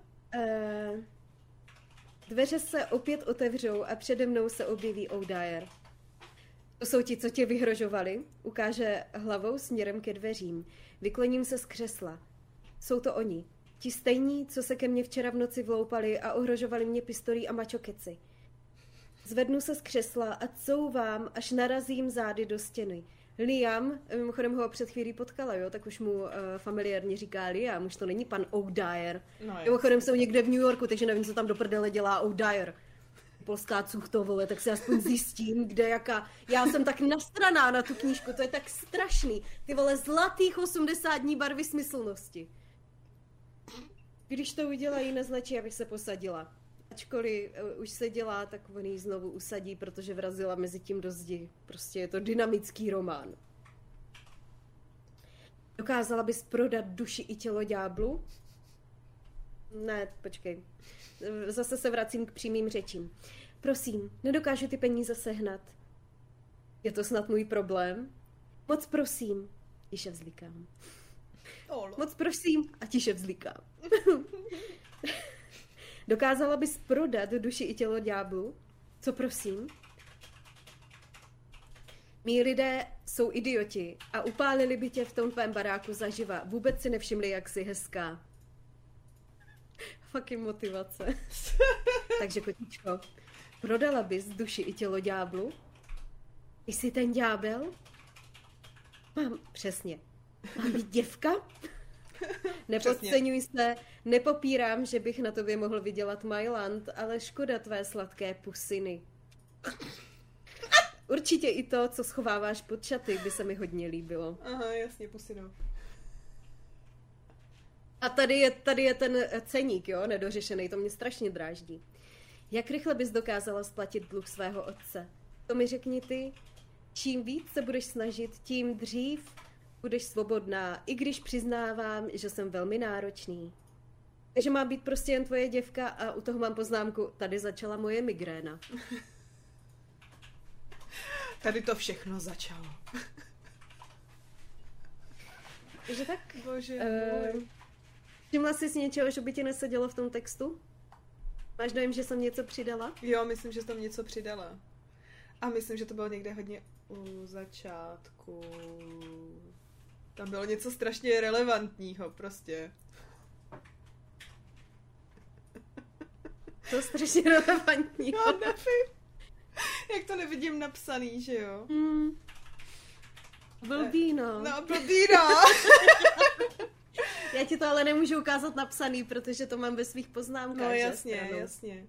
Dveře se opět otevřou a přede mnou se objeví O'Dyer. To jsou ti, co tě vyhrožovali, ukáže hlavou směrem ke dveřím. Vykloním se z křesla. Jsou to oni. Ti stejní, co se ke mně včera v noci vloupali a ohrožovali mě pistolí a mačokeci. Zvednu se z křesla a couvám, až narazím zády do stěny. Liam, mimochodem ho před chvílí potkala, jo, tak už mu familiárně říká Liam, už to není pan O'Dyer. No, mimochodem jsou někde v New Yorku, takže nevím, co tam do prdele dělá O'Dyer. Polská cuchto, vole, tak si aspoň zjistím, kde jaká. Já jsem tak nastraná na tu knížku, to je tak strašný. Ty vole, zlatých 80 dní barvy smyslnosti. Když to udělají, neznačí, abych se posadila. Ačkoliv už se dělá, tak on ji znovu usadí, protože vrazila mezi tím do zdi. Prostě je to dynamický román. Dokázala bys prodat duši i tělo ďáblu? Ne, počkej. Zase se vracím k přímým řečím. Prosím, nedokážu ty peníze sehnat. Je to snad můj problém? Moc prosím. Tiše vzlikám. Moc prosím a tiše vzlikám. Dokázala bys prodat duši i tělo ďáblu? Co prosím? Mí lidé jsou idioti a upálili by tě v tom tvém baráku zaživa. Vůbec si nevšimli, jak jsi hezká. Fucking motivace. Takže kotičko, prodala bys duši i tělo ďáblu? Jsi ten ďábel? Přesně. Mám být děvka? Nepodceňuj se, nepopírám, že bych na tobě mohl vydělat Myland, ale škoda tvé sladké pusiny. Určitě i to, co schováváš pod šaty, by se mi hodně líbilo. Aha, jasně, pusino. A tady je ten ceník, jo, nedořešený, to mě strašně dráždí. Jak rychle bys dokázala splatit dluh svého otce? To mi řekni ty. Čím víc se budeš snažit, tím dřív budeš svobodná, i když přiznávám, že jsem velmi náročný. Takže má být prostě jen tvoje děvka a u toho mám poznámku, tady začala moje migréna. Tady to všechno začalo. Takže tak? Bože všimla jsi si něčeho, že by ti nesedělo v tom textu? Máš dojem, že jsem něco přidala? Jo, myslím, že jsem něco přidala. A myslím, že to bylo někde hodně u začátku. Tam bylo něco strašně relevantního, prostě. To strašně relevantního. No, nevím. Jak to nevidím napsaný, že jo? Blbý, no. No, blbý, no. Já ti to ale nemůžu ukázat napsaný, protože to mám ve svých poznámkách. No jasně, jasně.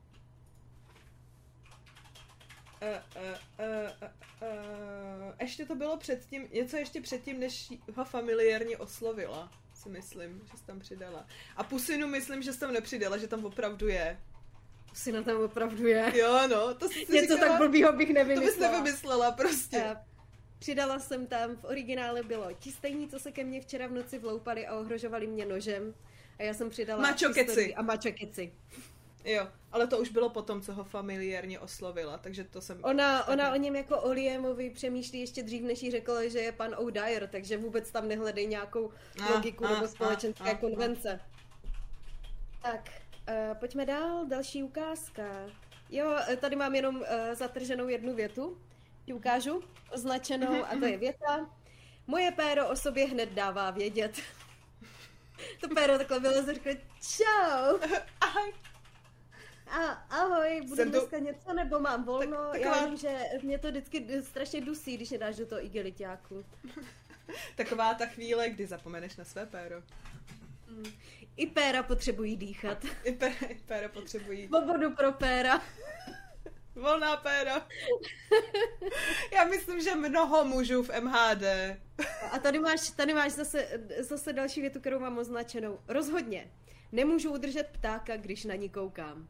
Ještě to bylo předtím, něco ještě předtím, než ho familiárně oslovila, si myslím, že jsi tam přidala. A pusinu myslím, že jsi tam nepřidala, že tam opravdu je. Pusina tam opravdu je. Jo, no, to si něco říkala, tak blbýho bych nevymyslela. To bys nevymyslela prostě. Přidala jsem tam, v originále bylo ti stejní, co se ke mně včera v noci vloupali a ohrožovali mě nožem. A já jsem přidala mačokeci. A mačokeci. Jo, ale to už bylo potom, co ho familiárně oslovila, takže to jsem... Ona o něm jako o Liamovi přemýšlí ještě dřív, než jí řekla, že je pan O'Dyer, takže vůbec tam nehledej nějakou logiku nebo společenské konvence. Tak, pojďme dál, další ukázka. Jo, tady mám jenom zatrženou jednu větu, ti ukážu, označenou, a to je věta. Moje péro o sobě hned dává vědět. To péro takhle bylo, řekl čau. Ahoj. Ahoj, budu dneska něco, nebo mám volno? Já vím, že mě to vždycky strašně dusí, když je dáš do toho igeliťáku. Taková ta chvíle, kdy zapomeneš na své péro. I péra potřebují dýchat. I péra potřebují. Svobodu pro péra. Volná péra. Já myslím, že mnoho mužů v MHD. A tady máš zase další větu, kterou mám označenou. Rozhodně. Nemůžu udržet ptáka, když na ní koukám.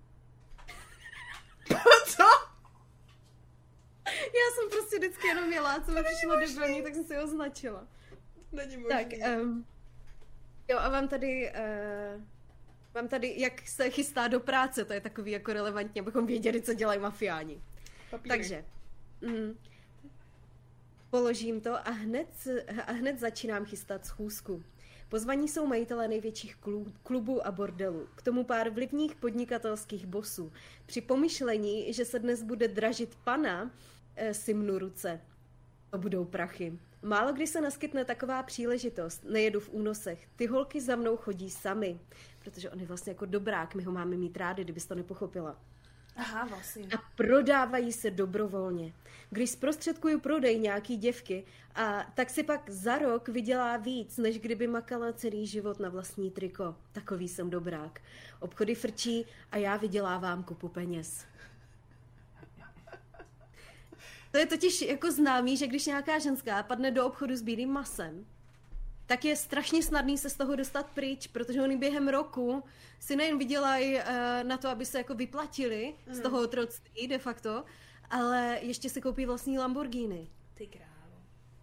Co? Já jsem prostě vždycky jenom měla, co mi přišlo debilní, tak jsem si ho označila. Není možný. Tak, jo, a mám tady, jak se chystá do práce, to je takový jako relevantní, abychom věděli, co dělají mafiáni. Papíry. Takže, položím to a hned začínám chystat schůzku. Pozvaní jsou majitelé největších klubů a bordelů. K tomu pár vlivných podnikatelských bosů. Při pomyšlení, že se dnes bude dražit pana, si mnu ruce. To budou prachy. Málo kdy se naskytne taková příležitost. Nejedu v únosech. Ty holky za mnou chodí sami. Protože on je vlastně jako dobrák, my ho máme mít rádi, kdybys to nepochopila. Aha, vlastně. A prodávají se dobrovolně. Když zprostředkuju prodej nějaký děvky, tak si pak za rok vydělá víc, než kdyby makala celý život na vlastní triko. Takový jsem dobrák. Obchody frčí a já vydělávám kupu peněz. To je totiž jako známý, že když nějaká ženská padne do obchodu s bílým masem, tak je strašně snadný se z toho dostat pryč, protože oni během roku si nejen vydělají na to, aby se jako vyplatili z toho otroctví de facto, ale ještě si koupí vlastní Lamborghini. Ty králo.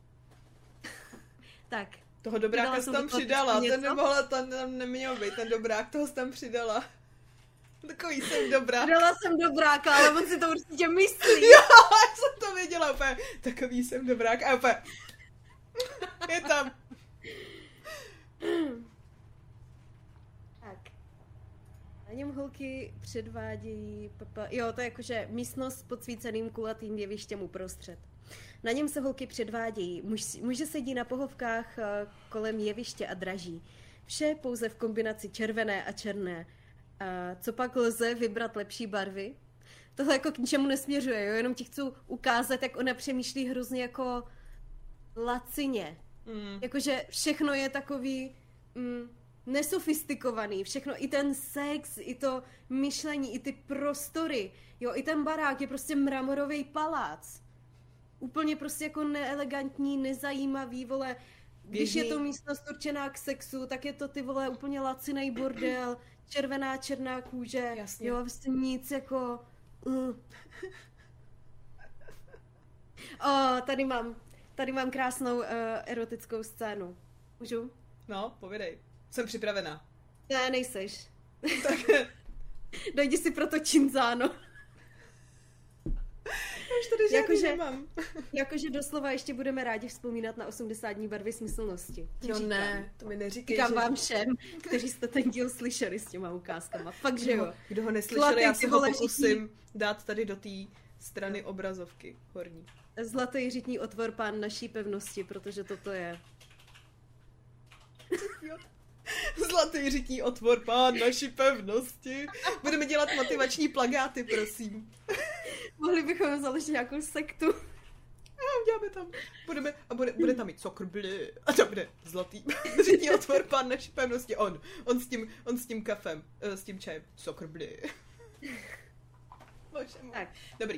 Tak. Toho dobráka jsi tam přidala, ten neměl být, ten dobrák, toho jsi tam přidala. Takový jsem dobrák. Přidala jsem dobráka, ale on si to určitě myslí. Jo, já jsem to věděla úplně. Takový jsem dobrák a úplně. Je tam. Tak. Na něm holky předvádějí... Jo, to je jakože místnost s podsvíceným kulatým jevištěm uprostřed. Na něm se holky předvádějí. Muži sedí na pohovkách kolem jeviště a draží. Vše pouze v kombinaci červené a černé. A co pak lze vybrat lepší barvy? Tohle jako k ničemu nesměřuje, jo? Jenom ti chci ukázat, jak ona přemýšlí hrozně jako lacině. Jakože všechno je takový nesofistikovaný, všechno, i ten sex, i to myšlení, i ty prostory, jo, i ten barák je prostě mramorový palác. Úplně prostě jako neelegantní, nezajímavý, vole, když je to místnost určená k sexu, tak je to ty vole úplně lacinej bordel, červená, černá kůže, jasně. Jo, vlastně nic jako... Tady mám krásnou erotickou scénu. Můžu? No, povědej. Jsem připravená. Ne, nejseš. Tak. Dojdi si pro to Cinzano. Už tady žádný nemám. Jakože doslova ještě budeme rádi vzpomínat na 80 dní barvy smyslnosti. Jo ne, to mi neříkej. Říkám vám všem, kteří jste ten díl slyšeli s těma ukázkama. Fakt, že jo. Kdo ho neslyšel, já se ho pokusím dát tady do té strany obrazovky horní. Zlatý řitní otvor pán naší pevnosti, protože toto je. Zlatý řitní otvor pán naší pevnosti. Budeme dělat motivační plagáty, prosím. Mohli bychom založit nějakou sektu. děláme tam, bude tam mít cokrbly a to bude zlatý. Řitní otvor pan naší pevnosti, on s tím kafem, s tím čajem, cokrbly. Bože můj. Tak. Dobrý.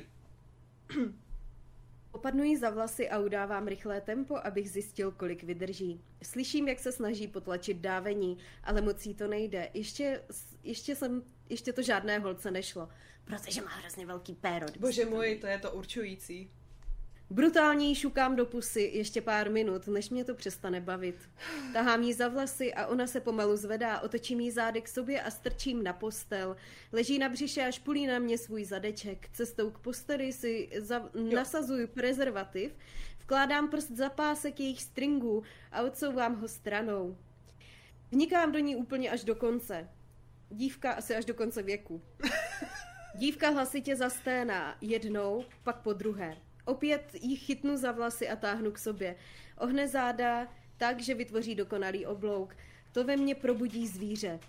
Opadnu jí za vlasy a udávám rychlé tempo, abych zjistil, kolik vydrží. Slyším, jak se snaží potlačit dávení, ale moc jí to nejde. Ještě to žádné holce nešlo, protože má hrozně velký péro. Bože můj, to je to určující. Brutálně jí šukám do pusy ještě pár minut, než mě to přestane bavit. Tahám jí za vlasy a ona se pomalu zvedá, otočím jí zády k sobě a strčím na postel. Leží na břiše a špulí na mě svůj zadeček. Cestou k posteli si nasazuju prezervativ, vkládám prst za pásek jejich stringů a odsouvám ho stranou. Vnikám do ní úplně až do konce. Dívka asi až do konce věku. Dívka hlasitě zasténá jednou, pak po druhé. Opět jí chytnu za vlasy a táhnu k sobě. Ohne záda tak, že vytvoří dokonalý oblouk. To ve mně probudí zvíře.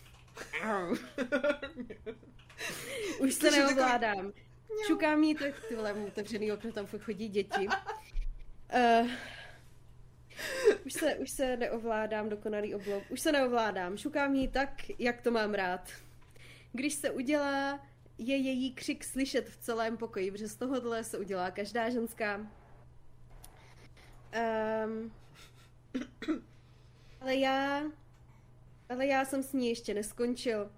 Už se neovládám. Šukám jí tak, tyhle mu otevřený okno, tam chodí děti. Už se neovládám, dokonalý oblouk. Už se neovládám. Šukám jí tak, jak to mám rád. Když se udělá, je její křik slyšet v celém pokoji, protože z tohohle se udělá každá ženská. Ale já jsem s ní ještě neskončil.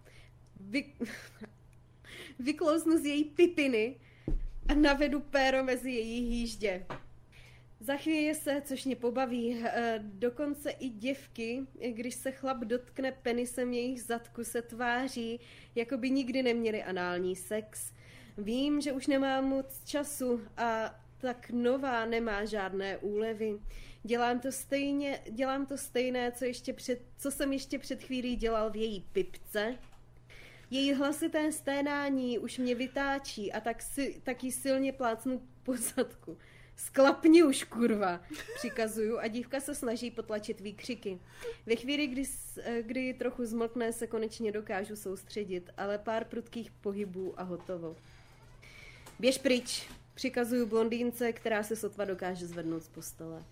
Vyklouznu z její pipiny a navedu péro mezi její hýždě. Zachvěje se, což mě pobaví. Dokonce i děvky, když se chlap dotkne penisem jejich zadku, se tváří, jako by nikdy neměli anální sex. Vím, že už nemám moc času a tak nová nemá žádné úlevy. Dělám to stejné, co jsem ještě před chvílí dělal v její pipce. Její hlasité sténání už mě vytáčí a tak ji silně plácnu po zadku. Sklapni už, kurva, přikazuju a dívka se snaží potlačit výkřiky. Ve chvíli, kdy trochu zmlkne, se konečně dokážu soustředit, ale pár prudkých pohybů a hotovo. Běž pryč, přikazuju blondýnce, která se sotva dokáže zvednout z postele.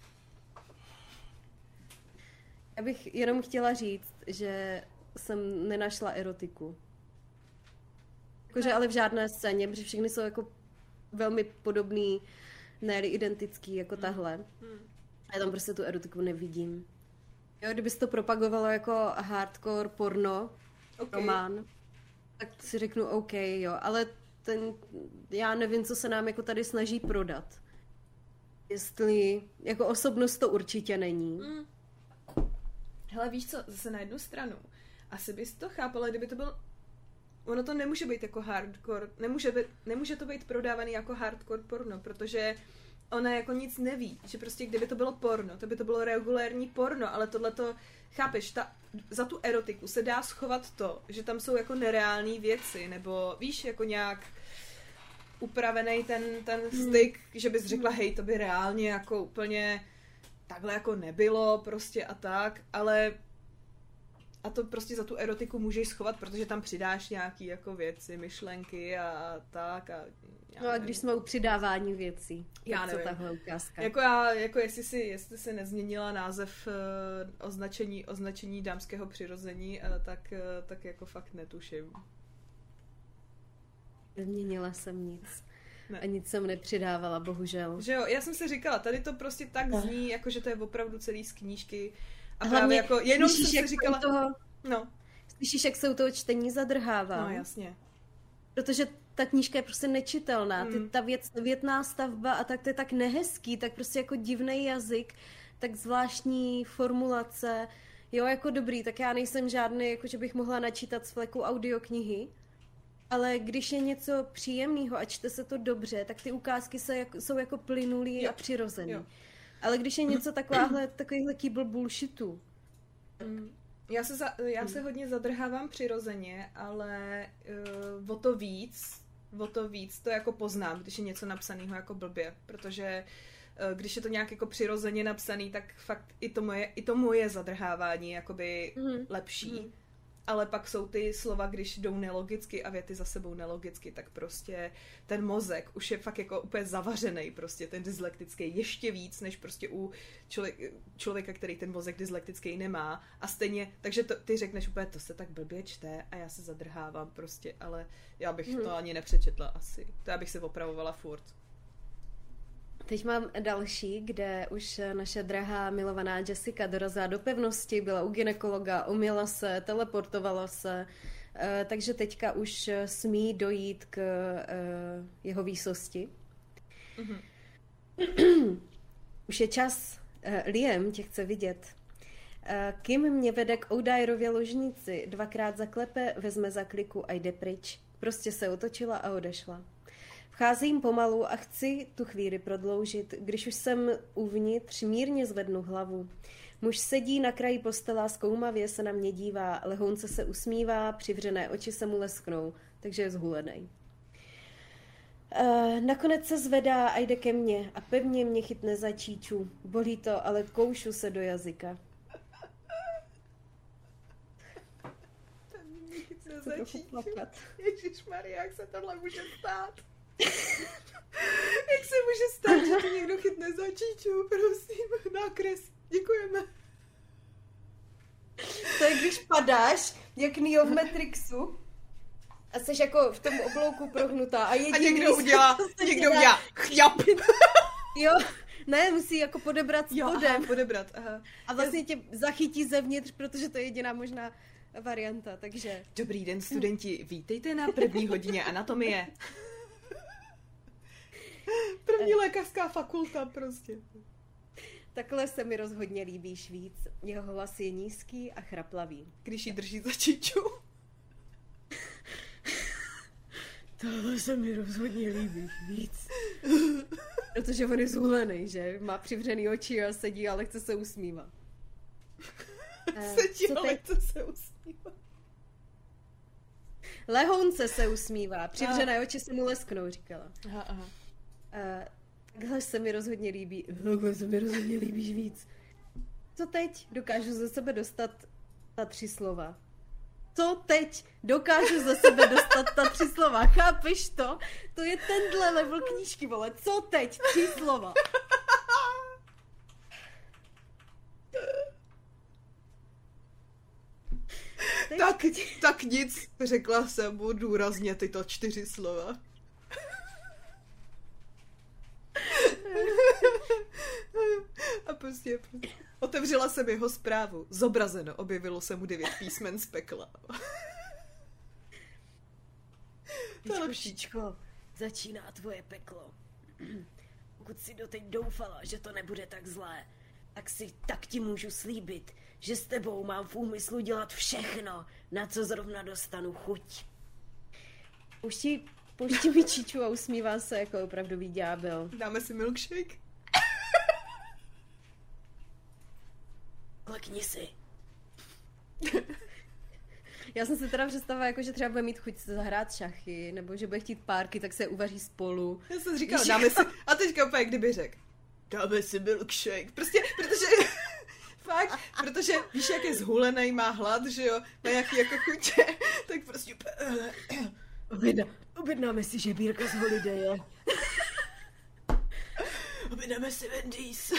Já bych jenom chtěla říct, že jsem nenašla erotiku. Jakože ale v žádné scéně, protože všechny jsou jako velmi podobný, ne identický jako tahle. Já tam prostě tu erotiku nevidím. Jo, kdyby se to propagovalo jako hardcore porno, román, tak si řeknu OK, jo, ale já nevím, co se nám jako tady snaží prodat. Jestli, jako osobnost to určitě není. Hele, víš co, zase na jednu stranu, asi bys to chápala, kdyby to byl, ono to nemůže být jako hardcore, nemůže to být prodávaný jako hardcore porno, protože ona jako nic neví, že prostě kdyby to bylo porno, to by to bylo regulérní porno, ale tohleto, chápeš, za tu erotiku se dá schovat to, že tam jsou jako nereální věci, nebo víš, jako nějak upravený ten styk, že bys řekla, hej, to by reálně jako úplně takhle jako nebylo prostě a tak, ale a to prostě za tu erotiku můžeš schovat, protože tam přidáš nějaký jako věci, myšlenky a tak a no a když jsme u přidávání věcí, já tak nevím. Co tahle ukázka? Jako jestli si nezměnila název označení dámského přirození, tak jako fakt netuším. Nezměnila jsem nic. Ne. A nic jsem nepřidávala, bohužel. Že jo, já jsem si říkala, tady to prostě tak zní, jako že to je opravdu celý z knížky. A právě jako, jenom jsem si říkala... Slyšíš, jak se u toho čtení zadrhávám. No, jasně. Protože ta knížka je prostě nečitelná. Ta větná stavba a tak to je tak nehezký, tak prostě jako divný jazyk, tak zvláštní formulace. Jo, jako dobrý, tak já nejsem žádný, jako že bych mohla načítat z fleku audioknihy, ale když je něco příjemného a čte se to dobře, tak ty ukázky jsou jako plynulý a přirozený. Jo. Ale když je něco takovýhle kýbl bullshitu. Já se hodně zadrhávám přirozeně, ale o to víc to jako poznám, když je něco napsaného jako blbě, protože když je to nějak jako přirozeně napsaný, tak fakt i to moje zadrhávání je jakoby lepší. ale pak jsou ty slova, když jdou nelogicky a věty za sebou nelogicky, tak prostě ten mozek už je fakt jako úplně zavařenej, prostě ten dyslektický ještě víc, než prostě u člověka, který ten mozek dyslektický nemá. A stejně, takže ty řekneš úplně, to se tak blbě čte a já se zadrhávám prostě, ale já bych to ani nepřečetla asi. To já bych se opravovala furt. Teď mám další, kde už naše drahá milovaná Jessica dorazila do pevnosti, byla u gynekologa, uměla se, teleportovala se, takže teďka už smí dojít k jeho výsosti. Už je čas. Liam tě chce vidět. Kim mě vede k O'Dyerově ložnici, 2krát zaklepe, vezme za kliku a jde pryč. Prostě se otočila a odešla. Vcházím pomalu a chci tu chvíli prodloužit, když už jsem uvnitř, mírně zvednu hlavu. Muž sedí na kraji postele a zkoumavě se na mě dívá, lehounce se usmívá, přivřené oči se mu lesknou, takže je zhulenej. Nakonec se zvedá a jde ke mně a pevně mě chytne za číču. Bolí to, ale koušu se do jazyka. Pevně mě chytne za číču. Ježišmarja, jak se tohle může stát? Jak se může stát, že ti někdo chytne za číču, prosím, nákres, děkujeme. To je, když padáš, jak Neo v Matrixu, a jsi jako v tom oblouku prohnutá a někdo udělá chňap. Jo, ne, musí jako podebrat spodem. Aha. A vlastně tě zachytí zevnitř, protože to je jediná možná varianta, takže... Dobrý den, studenti, vítejte na první hodině anatomie. První lékařská fakulta prostě. Takhle se mi rozhodně líbíš víc. Jeho hlas je nízký a chraplavý. Když ji drží za čiču. Tohle se mi rozhodně líbíš víc. Protože on je zhulený, že? Má přivřený oči a sedí a lehce se usmívá. Sedí a lehce se usmívá. Lehounce se usmívá. Přivřené oči se mu lesknou, říkala. Aha. Takhle se mi rozhodně líbí. Takhle se mi rozhodně líbíš víc. Co teď? Dokážu ze sebe dostat ta 3 slova. Co teď? Dokážu ze sebe dostat ta 3 slova. Chápeš to? To je tenhle level knížky, vole. Co teď? 3 slova. Tak nic, řekla jsem mu důrazně tyto 4 slova. A prostě otevřela jsem jeho zprávu. Zobrazeno, objevilo se mu 9 písmen z pekla. To je lepšíčko, začíná tvoje peklo. Pokud si doteď doufala, že to nebude tak zlé, tak ti můžu slíbit, že s tebou mám v úmyslu dělat všechno, na co zrovna dostanu chuť. Pouští mi číču a usmívá se jako opravdový ďábel. Dáme si milkshake? Klekni si. Já jsem si teda představila, jako, že třeba bude mít chuť se zahrát šachy, nebo že bude chtít párky, tak se uvaří spolu. Já jsem říkala, dáme si... A teďka úplně kdyby řekl, dáme si milkshake. Prostě, protože... Fakt, protože víš, jak je zhulenej, má hlad, že jo, má jaký jako chutě, tak prostě... Objednáme si žebírka z Holidaye. Objednáme si Wendy's.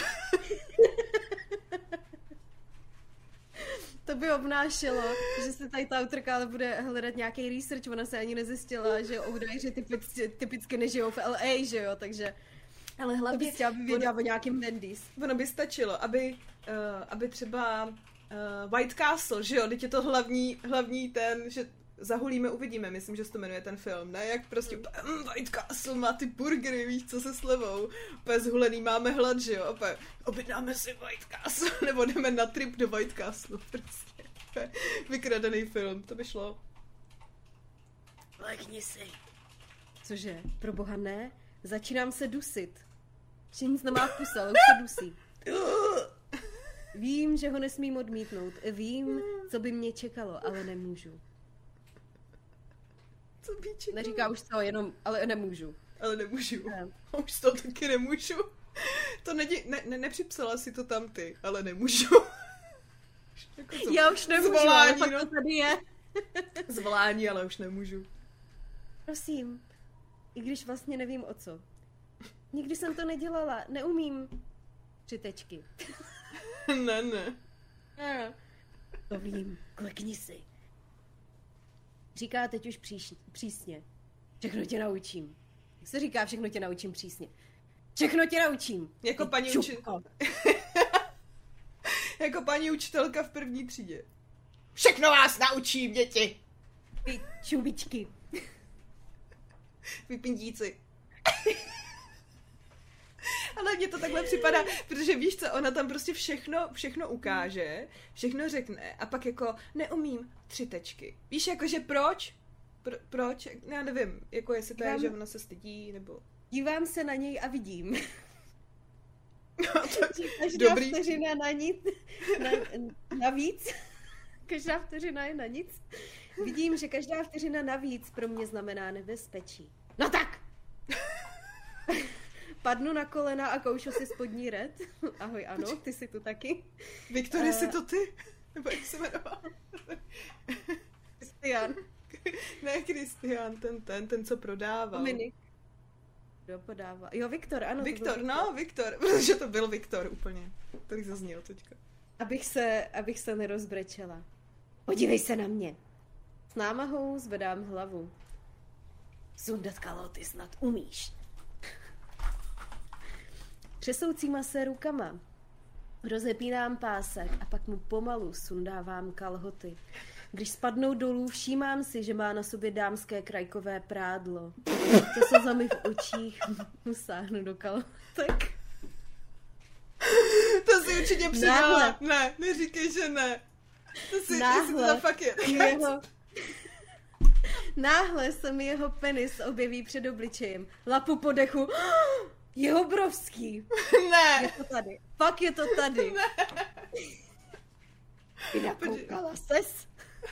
To by obnášelo, že se tady ta autorka ale bude hledat nějaký research, ona se ani nezjistila, že O'Dyeři typicky nežijou v LA, že jo, takže... Ale hlavně... To bys chtěla by věděla o nějakým Wendy's. Ono by stačilo, aby třeba White Castle, že jo, teď je to hlavní ten, že Zahulíme, uvidíme, myslím, že se to jmenuje ten film, ne? Jak prostě White Castle má ty burgery, víš co, se slevou. Úplně zhulený, máme hlad, že jo? Úplně objednáme si White Castle, nebo jdeme na trip do White Castle, prostě. Vykradený film, to by šlo. Lekni si. Cože? Pro boha ne? Začínám se dusit. Že nic nemá v puse, ale už se dusí. Vím, že ho nesmím odmítnout. Vím, co by mě čekalo, ale nemůžu. Co by čekalo? Neříká už to, jenom, ale nemůžu. Ale nemůžu. Ne. Už to taky nemůžu. To nepřipsala si to tam ty, ale nemůžu. Já už nemůžu, ale fakt to tady je. Zvolání, ale už nemůžu. Prosím, i když vlastně nevím o co. Nikdy jsem to nedělala, neumím. 3 tečky. Ne. To vím, klekni si. Říká teď už přísně. Všechno tě naučím. Jak se říká, všechno tě naučím přísně? Všechno tě naučím. Jako jako paní učitelka v 1. třídě. Všechno vás naučím, děti. Ty čubičky. Vy pindíci. Ale mně to takhle připadá, protože víš co, ona tam prostě všechno ukáže, všechno řekne a pak jako neumím 3 tečky. Víš, jakože proč? Proč? Já nevím, jako jestli to je, že ona se stydí, nebo... Dívám se na něj a vidím. No, každá dobrý. Vteřina navíc. Každá vteřina je na nic. Vidím, že každá vteřina navíc pro mě znamená nebezpečí. No tak! Padnu na kolena a koušu si spodní red. Ahoj, ano, ty jsi tu taky. Viktor, jsi to ty? Nebo jak se jmenoval? Kristián. Ne, Kristián, ten, co prodával. Dominik. Kdo podává? Jo, Viktor, ano. Viktor, protože to byl Viktor úplně. Tady zazněl teďka. Abych se nerozbrečela. Podívej se na mě. S námahou zvedám hlavu. Sundat kalhoty snad umíš. Třesoucíma se rukama rozepínám pásek a pak mu pomalu sundávám kalhoty. Když spadnou dolů, všímám si, že má na sobě dámské krajkové prádlo. To se zami v očích sáhnu do kalhotek. To si určitě přidala. Ne, neříkej, že ne. To si to zafakuje. Náhle se mi jeho penis objeví před obličejem. Lapu po dechu. Je obrovský. Ne. Je to tady. Fakt je to tady. Ne. Ty nakoukala ses?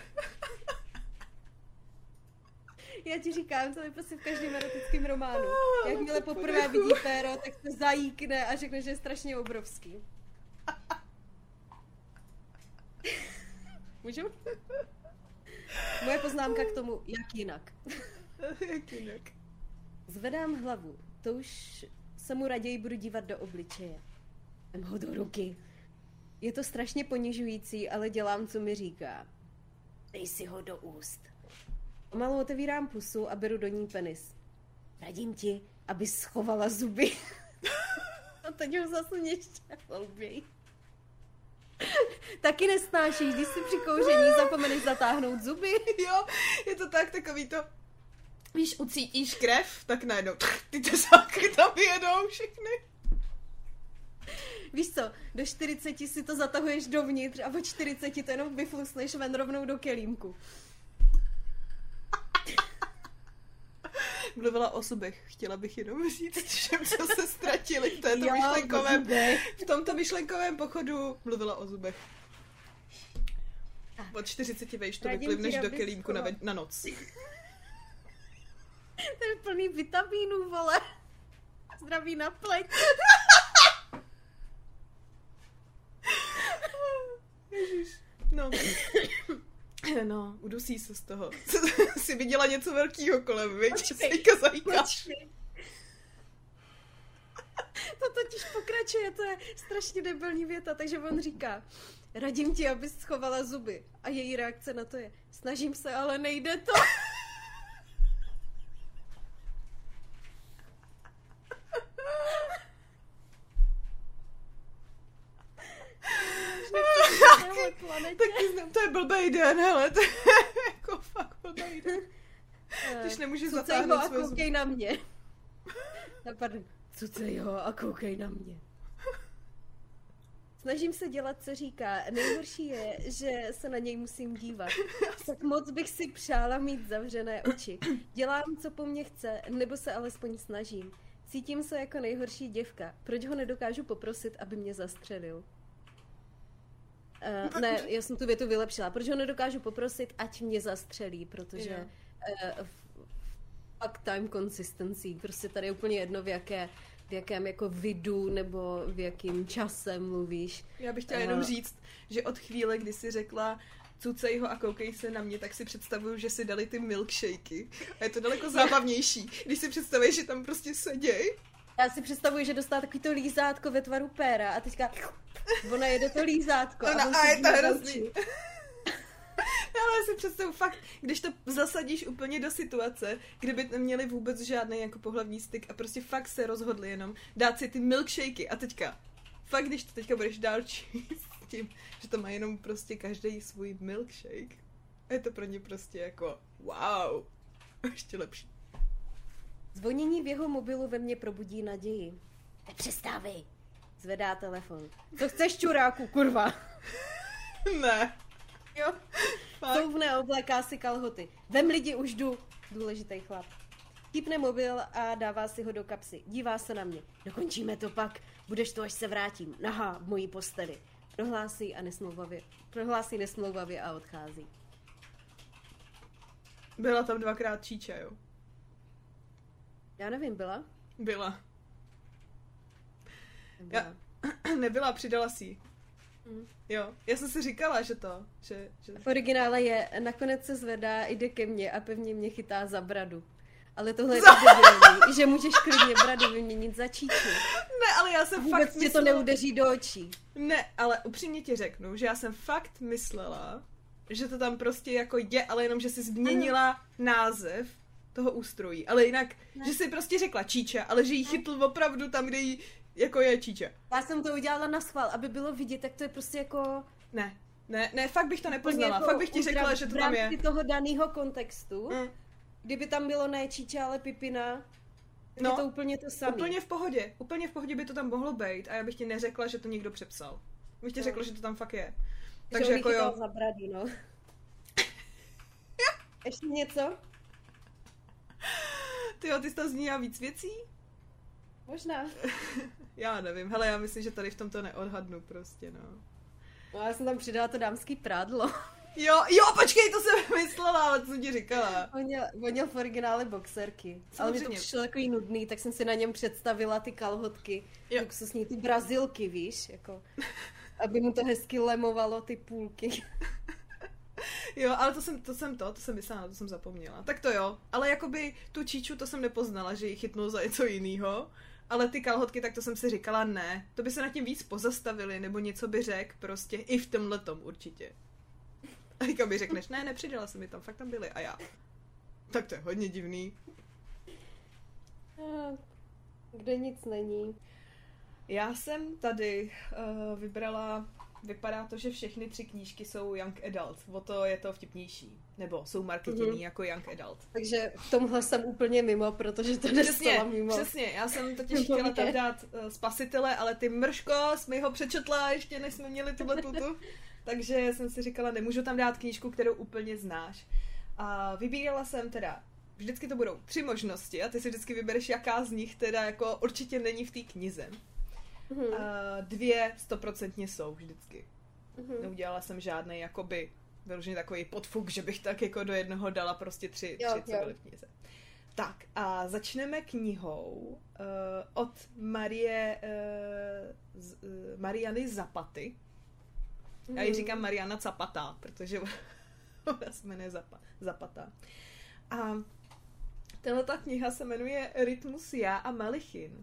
Já ti říkám, to je prostě v každém erotickém románu. Jakmile poprvé vidí péro, tak se zajíkne a řekne, že je strašně obrovský. Můžu? Moje poznámka k tomu, jak jinak. Jak jinak? Zvedám hlavu. To už se mu raději budu dívat do obličeje. Dám ho do ruky. Je to strašně ponižující, ale dělám, co mi říká. Dej si ho do úst. Pomalu otevírám pusu a beru do ní penis. Radím ti, abys schovala zuby. A teď ho zasuň ještě hlouběji. Taky nesnášíš, když si při kouření zapomeneš zatáhnout zuby. Jo, je to takový to... Víš, ucítíš krev, tak najednou ty tesáky tam jedou všechny. Víš co, do 40 si to zatahuješ dovnitř a po 40 to jenom vyflusneš ven rovnou do kelímku. Mluvila o zubech. Chtěla bych jenom říct, že co se ztratili v tomto myšlenkovém pochodu. Mluvila o zubech. Od 40 vejš to vyplivneš do kelímku na noc. To je plný vitamínů, vole. Zdraví na pleť. Ježiš. No, udusí se z toho. Jsi viděla něco velkýho kolem, viď? Počkej. To totiž pokračuje, to je strašně debilní věta, takže on říká, radím ti, abys schovala zuby. A její reakce na to je, snažím se, ale nejde to. Taky to je blbej den, hele, to je jako fakt blbej den. Když nemůžeš zatáhnout své zuby. Koukej na mě. Pardon. Cucej ho a koukej na mě. Snažím se dělat, co říká. Nejhorší je, že se na něj musím dívat. Tak moc bych si přála mít zavřené oči. Dělám, co po mně chce, nebo se alespoň snažím. Cítím se jako nejhorší děvka. Proč ho nedokážu poprosit, aby mě zastřelil? Ne, já jsem tu větu vylepšila. Proč ho nedokážu poprosit, ať mě zastřelí, protože fuck time consistency. Prostě tady je úplně jedno, v jakém jako vidu nebo v jakém čase mluvíš. Já bych chtěla jenom říct, že od chvíle, kdy jsi řekla cucej ho a koukej se na mě, tak si představuju, že si dali ty milkshakey. A je to daleko zábavnější, když si představuješ, že tam prostě seděj. Já si představuji, že dostala takový to lízátko ve tvaru péra a teďka ona jede to lízátko. A je to hrozný. Ale si představu fakt, když to zasadíš úplně do situace, kdyby neměli vůbec žádný jako pohlavní styk a prostě fakt se rozhodli jenom dát si ty milkshakey a teďka, fakt když to teďka budeš dál číst s tím, že to má jenom prostě každý svůj milkshake a je to pro ně prostě jako wow, ještě lepší. Zvonění v jeho mobilu ve mně probudí naději. Nepřestávej. Zvedá telefon. Co chceš, čuráku, kurva? Ne. Jo. Couvne, obléká si kalhoty. Vem lidi, už jdu. Důležitej chlap. Típne mobil a dává si ho do kapsy. Dívá se na mě. Dokončíme to pak. Budeš to, až se vrátím. Naha, v mojí posteli. Prohlásí nesmlouvavě a odchází. Byla tam 2krát číča, jo? Já nevím, byla? Byla. Nebyla, přidala si ji. Jo, já jsem si říkala, že to, že... V originále je, nakonec se zvedá, jde ke mně a pevně mě chytá za bradu. Ale tohle je tak debilní, že můžeš klidně bradu vyměnit za číču. Ne, ale já jsem vůbec fakt myslela... to neudeří do očí. Ne, ale upřímně ti řeknu, že já jsem fakt myslela, že to tam prostě jako je, ale jenom, že jsi změnila název toho ústrojí. Ale jinak, ne. Že jsi prostě řekla číča, ale že jí chytl opravdu tam, kde jí jako je číča. Já jsem to udělala na schvál, aby bylo vidět, tak to je prostě jako... Ne, fakt bych to nepoznala. Jako fakt bych ti řekla, že to tam je. V rámci toho daného kontextu, kdyby tam bylo ne číča, ale pipina, tak je to úplně to samé. Úplně v pohodě by to tam mohlo být a já bych ti neřekla, že to někdo přepsal. Bych ti řekla, že to tam fakt je. Takže jako jo. Za brady, no. Ještě něco? Tyjo, ty jsi tam zmínila víc věcí? Možná. Já nevím, hele, já myslím, že tady v tom to neodhadnu prostě, no. No, já jsem tam přidala to dámský prádlo. Jo, počkej, to jsem myslela, ale to jsem ti říkala. Vonil v originále boxerky. Ale mi to přišlo takový nudný, tak jsem si na něm představila ty kalhotky. Luxusní, ty brazilky, víš, jako. Aby mu to hezky lemovalo ty půlky. Jo, ale to jsem myslela, to jsem zapomněla. Tak to jo, ale jakoby tu číču to jsem nepoznala, že ji chytnul za něco jinýho. Ale ty kalhotky, tak to jsem si říkala ne. To by se nad tím víc pozastavili, nebo něco by řekl prostě i v tomhletom určitě. A teďka mi řekneš, ne, nepřidala jsem mi tam, fakt tam byly. A já. Tak to je hodně divný. Kde nic není. Já jsem tady vybrala, vypadá to, že všechny 3 knížky jsou young adult. O to je to vtipnější. Nebo jsou marketěný jako young adult. Takže v tomhle jsem úplně mimo, protože to dostala mimo. Přesně, já jsem totiž chtěla tam dát Spasitele, ale ty mrško, jsi mi ho přečetla ještě než jsme měli tuto. Takže jsem si říkala, nemůžu tam dát knížku, kterou úplně znáš. A vybírala jsem teda, vždycky to budou 3 možnosti a ty si vždycky vybereš, jaká z nich teda jako určitě není v té knize. 2 100% jsou vždycky. Neudělala jsem žádný jakoby vyloženě takový podfuk, že bych tak jako do jednoho dala prostě 3 co byly v knize. Tak a začneme knihou od Mariany Zapaty. Já ji říkám Mariana Zapata, protože ona se jmenuje Zapata. A tato kniha se jmenuje Rytmus já a Malichin.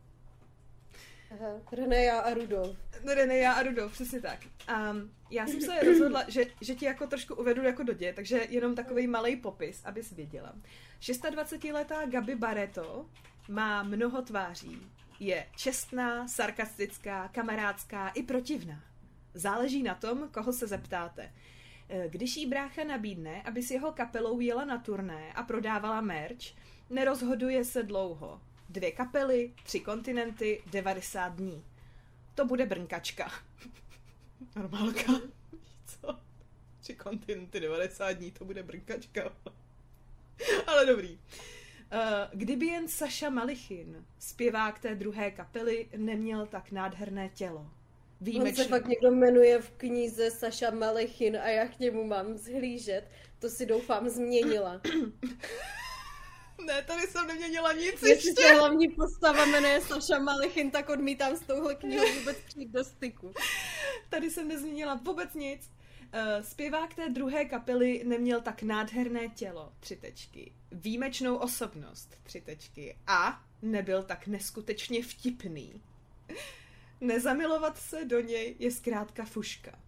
René, já a Rudolf, přesně tak. A já jsem se rozhodla, že ti jako trošku uvedu jako do děje, takže jenom takovej malej popis, abys věděla. 26letá Gabi Barretto má mnoho tváří. Je čestná, sarkastická, kamarádská i protivná. Záleží na tom, koho se zeptáte. Když jí brácha nabídne, aby s jeho kapelou jela na turné a prodávala merch, nerozhoduje se dlouho. 2 kapely, 3 kontinenty, 90 dní. To bude brnkačka. Normálka. Co? 3 kontinenty, 90 dní, to bude brnkačka. Ale dobrý. Kdyby jen Saša Malichin, zpěvák té druhé kapely, neměl tak nádherné tělo. Výjimečný. On se fakt někdo jmenuje v knize Saša Malichin a já k němu mám zhlížet. To si doufám změnila. Ne, tady jsem neměnila nic ještě. Jestli hlavní postava jmenuje Saša Malichin, tak odmítám s touhle knihou vůbec přijít do styku. Tady jsem nezměnila vůbec nic. Zpěvák té druhé kapely neměl tak nádherné tělo, 3 tečky, výjimečnou osobnost, 3 tečky, a nebyl tak neskutečně vtipný. Nezamilovat se do něj je zkrátka fuška.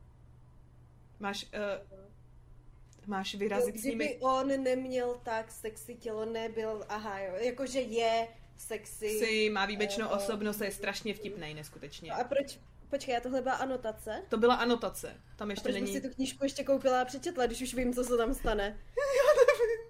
Máš vyrazit s nimi... Kdyby on neměl tak sexy tělo, nebyl, aha jo, jakože je sexy. Má výjimečnou osobnost a je strašně vtipnej, neskutečně. A proč? Počkej, a tohle byla anotace? To byla anotace. Tam ještě není... si tu knížku ještě koupila a přečetla, když už vím, co se tam stane? Já nevím.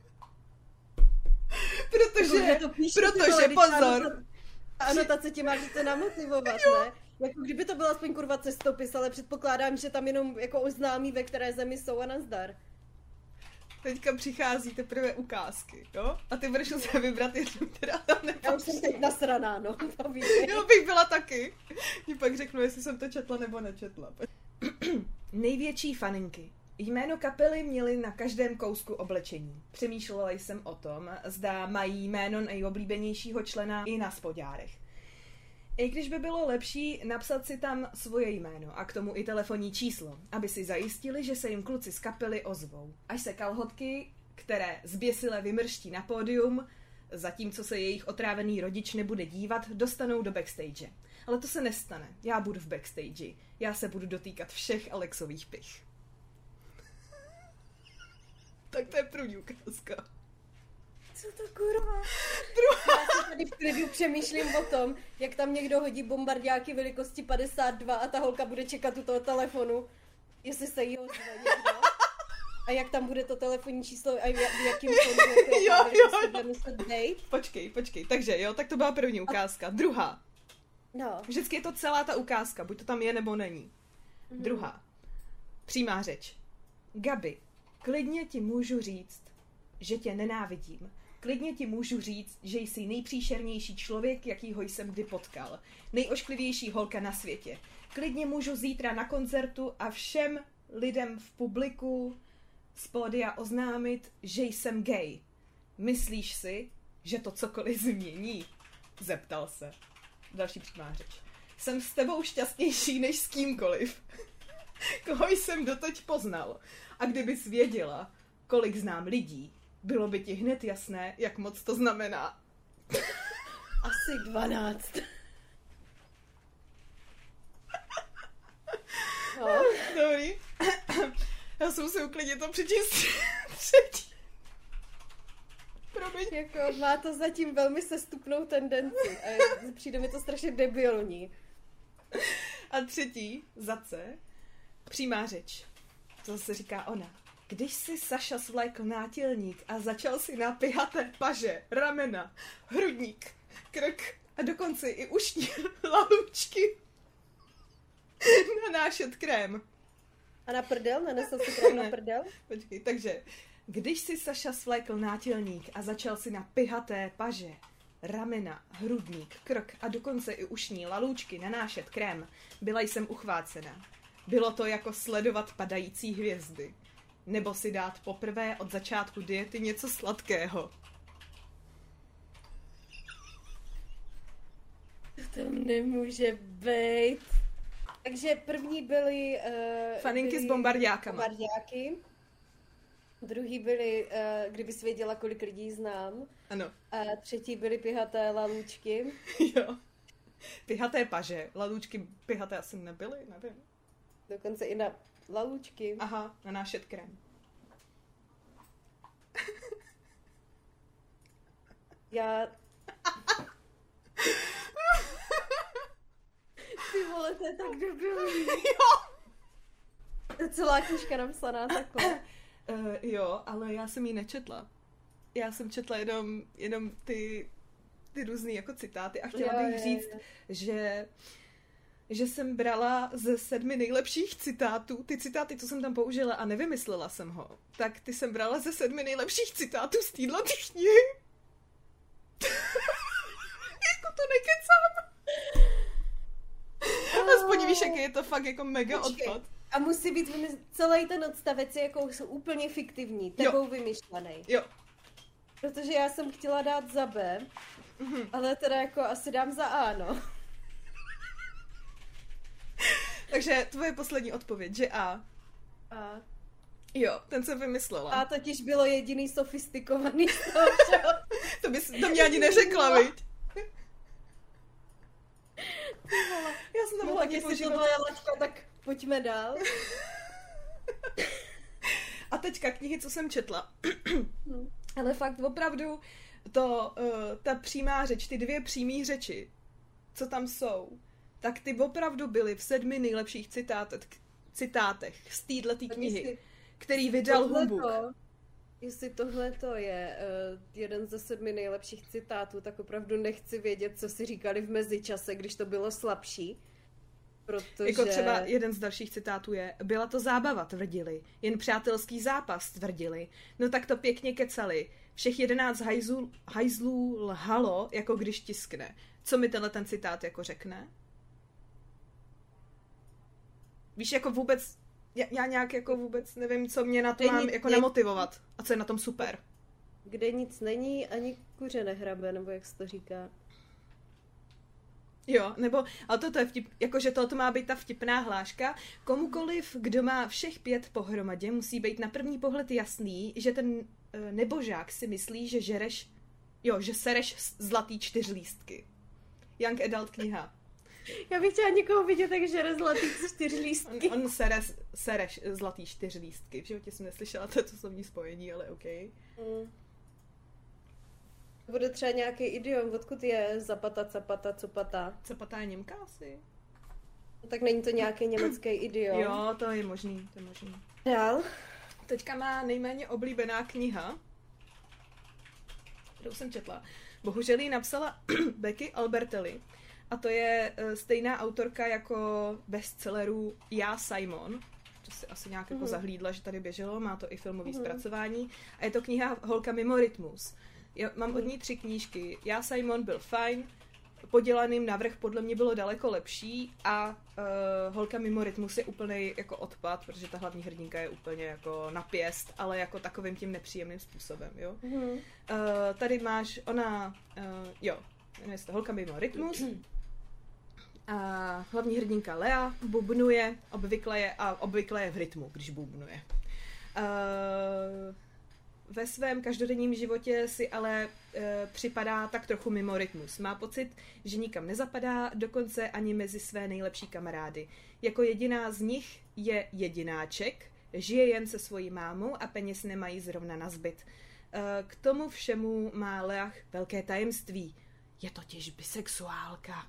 Protože pozor. Anotace tě má více namotivovat, ne? Jako kdyby to byl aspoň kurva cestopis, ale předpokládám, že tam jenom jako oznámí, ve které zemi jsou a nazdar. Teďka přichází teprve ukázky, jo? A ty budeš se vybrat jednu, která tam nepatří. Já už jsem teď nasraná, no. Jo, bych byla taky. Ti pak řeknu, jestli jsem to četla nebo nečetla. Největší faninky. Jméno kapely měly na každém kousku oblečení. Přemýšlela jsem o tom, zda mají jméno nejoblíbenějšího člena i na spodárech. I když by bylo lepší napsat si tam svoje jméno a k tomu i telefonní číslo, aby si zajistili, že se jim kluci z kapely ozvou. Až se kalhotky, které zběsile vymrští na pódium, zatímco se jejich otrávený rodič nebude dívat, dostanou do backstage. Ale to se nestane. Já budu v backstage. Já se budu dotýkat všech Alexových pich. Tak to je první ukázka. Co to kurva? Já si tady v klidu přemýšlím o tom, jak tam někdo hodí bombardáky velikosti 52 a ta holka bude čekat u toho telefonu, jestli se jí ozve někdo. A jak tam bude to telefonní číslo a v jakým Počkej. Takže jo, tak to byla první ukázka. Druhá. No. Vždycky je to celá ta ukázka, buď to tam je nebo není. Druhá. Přímá řeč. Gabi, klidně ti můžu říct, že tě nenávidím. Klidně ti můžu říct, že jsi nejpříšernější člověk, jakýho jsem kdy potkal. Nejošklivější holka na světě. Klidně můžu zítra na koncertu a všem lidem v publiku z pódia oznámit, že jsem gay. Myslíš si, že to cokoliv změní? Zeptal se. Další přímá řeč. Jsem s tebou šťastnější než s kýmkoliv. Koho jsem doteď poznal. A kdybys věděla, kolik znám lidí, bylo by ti hned jasné, jak moc to znamená. Asi 12. No. Dobrý. Já jsem si uklidnit to přečíst třetí. Promiň. Jako má to zatím velmi sestupnou tendenci a přijde mi to strašně debilní. A třetí, Zace, přímá řeč. To se říká ona. Když si Saša svlékl nátělník a začal si na pihaté paže, ramena, hrudník, krk a dokonce i ušní lalučky nanášet krém. A na prdel? Nanesl si krém na prdel? Počkej, takže když si Saša svlékl nátělník a začal si na pihaté paže, ramena, hrudník, krk a dokonce i ušní lalůčky nanášet krém, byla jsem uchvácena. Bylo to jako sledovat padající hvězdy. Nebo si dát poprvé od začátku diety něco sladkého. To nemůže být. Takže první byly... faninky s bombardákama. Bombardáky. Druhý byly, kdybys věděla, kolik lidí znám. Ano. A třetí byly pihaté lalůčky. Jo. Pihaté paže. Lalůčky pihaté asi nebyly, nevím. Dokonce i na lalůčky. Aha, nanášet krém. Já... Ty vole, to je tak debilní. Jo. Celá knížka napsaná takhle. Jo, ale já jsem ji nečetla. Já jsem četla jenom ty různý jako citáty a chtěla bych říct, že jsem brala ze 7 nejlepších citátů, ty citáty, co jsem tam použila a nevymyslela jsem ho, tak ty jsem brala ze 7 nejlepších citátů z téhle knihy. Jako to nekecám. Aspoň víš, jaký je to fakt jako mega odpad. A musí být celý ten odstavec je jako úplně fiktivní, tebou vymyšlený. Jo. Protože já jsem chtěla dát za B, ale teda jako asi dám za A, no. Takže tvoje poslední odpověď, že A. A? Jo, ten jsem vymyslela. A totiž bylo jediný sofistikovaný z toho všeho. To mě ani neřekla, viď? Já jsem to mohla taky používat. To byla laťka, tak pojďme dál. A teďka knihy, co jsem četla. Ale fakt opravdu ta přímá řeč, ty 2 přímý řeči, co tam jsou, tak ty opravdu byly v 7 nejlepších citátech z této knihy, který vydal Humbug. Jestli tohleto je jeden ze 7 nejlepších citátů, tak opravdu nechci vědět, co si říkali v mezičase, když to bylo slabší. Protože... Jako třeba jeden z dalších citátů je: byla to zábava, tvrdili. Jen přátelský zápas, tvrdili. No tak to pěkně kecali. Všech 11 hajzlů lhalo, jako když tiskne. Co mi ten citát jako řekne? Víš, jako vůbec... Já nějak jako vůbec nevím, co mě na to mám jako nemotivovat. A co je na tom super. Kde nic není, ani kuře nehrabe, nebo jak se to říká. Jo, nebo, ale to je vtip, jakože to má být ta vtipná hláška. Komukoliv, kdo má všech 5 pohromadě, musí být na první pohled jasný, že ten nebožák si myslí, že sereš zlatý 4 lístky. Young Adult kniha. Já bych chtěla někoho vidět, tak žere zlatý 4 lístky. On sereš zlatý 4 lístky. V životě jsem neslyšela to slovní spojení, ale OK. Bude třeba nějaký idiom, odkud je zapata, capata, copata? Capata je Němka asi. Tak není to nějaký německý idiom? Jo, to je možný. Dál? Teďka má nejméně oblíbená kniha, kterou jsem četla. Bohužel ji napsala Becky Albertelli. A to je stejná autorka jako bestsellerů Já, Simon. To si asi nějak jako zahlídla, že tady běželo. Má to i filmový zpracování. A je to kniha Holka mimo rytmus. Já mám od ní 3 knížky. Já, Simon byl fajn. Podělaným navrch podle mě bylo daleko lepší. A Holka mimo rytmus je úplnej jako odpad, protože ta hlavní hrdinka je úplně jako na pěst, ale jako takovým tím nepříjemným způsobem, jo. Tady máš jmenuje se to Holka mimo rytmus. A hlavní hrdinka Lea bubnuje, obvykle je v rytmu, když bubnuje. Ve svém každodenním životě si ale připadá tak trochu mimo rytmus. Má pocit, že nikam nezapadá, dokonce ani mezi své nejlepší kamarády. Jako jediná z nich je jedináček, žije jen se svojí mámou a peněz nemají zrovna nazbyt. K tomu všemu má Lea velké tajemství. Je totiž bisexuálka.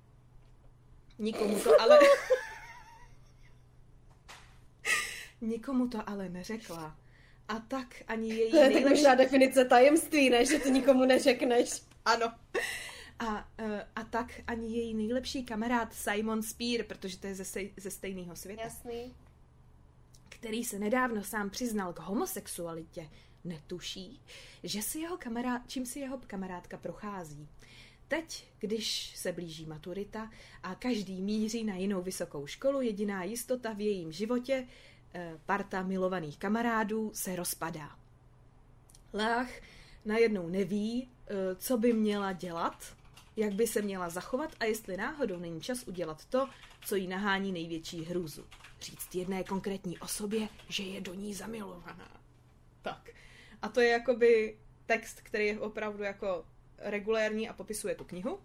Nikomu to ale neřekla. A tak ani její to je tak možná definice tajemství, ne? Že to nikomu neřekneš. Ano. A tak ani její nejlepší kamarád Simon Spear, protože to je ze stejného světa. Jasný. Který se nedávno sám přiznal k homosexualitě, netuší, že čím si jeho kamarádka prochází. Teď, když se blíží maturita a každý míří na jinou vysokou školu, jediná jistota v jejím životě, parta milovaných kamarádů, se rozpadá. Lea najednou neví, co by měla dělat, jak by se měla zachovat a jestli náhodou není čas udělat to, co jí nahání největší hrůzu. Říct jedné konkrétní osobě, že je do ní zamilovaná. Tak. A to je jakoby text, který je opravdu jako regulérní a popisuje tu knihu.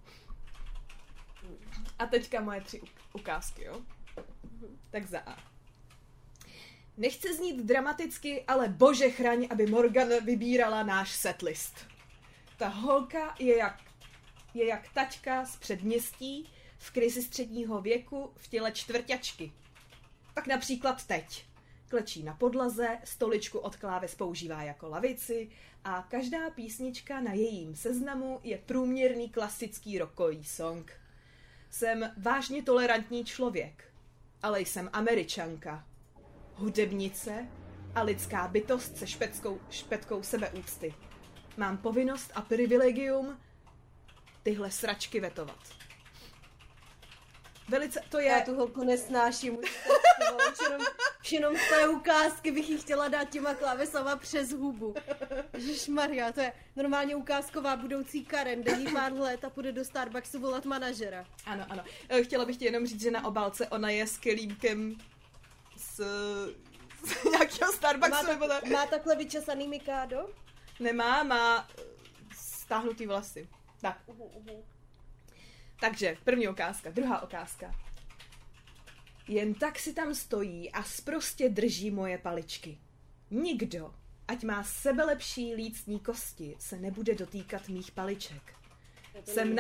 A teďka moje 3 ukázky, jo? Tak za A. Nechce znít dramaticky, ale bože chraň, aby Morgan vybírala náš setlist. Ta holka je jak taťka z předměstí v krizi středního věku v těle čtvrťačky. Tak například teď. Klečí na podlaze, stoličku od kláves používá jako lavici a každá písnička na jejím seznamu je průměrný klasický rockový song. Jsem vážně tolerantní člověk, ale jsem Američanka. Hudebnice a lidská bytost se špetkou sebeúcty. Mám povinnost a privilegium tyhle sračky vetovat. Velice, to je... Já tu holku nesnáším. Jenom z té ukázky bych jí chtěla dát těma klávesama přes hubu. Ježišmarja, to je normálně ukázková budoucí Karen, jde jí pár let a půjde do Starbucksu volat manažera. Ano, ano. Chtěla bych ti jenom říct, že na obálce ona je s kelímkem s z nějakého Starbucksu nebo tak. Má takhle vyčesaný Mikado? Nemá, má stáhnutý vlasy. Tak. Takže, první ukázka, druhá ukázka. Jen tak si tam stojí a sprostě drží moje paličky. Nikdo, ať má sebelepší lícní kosti, se nebude dotýkat mých paliček. Jsem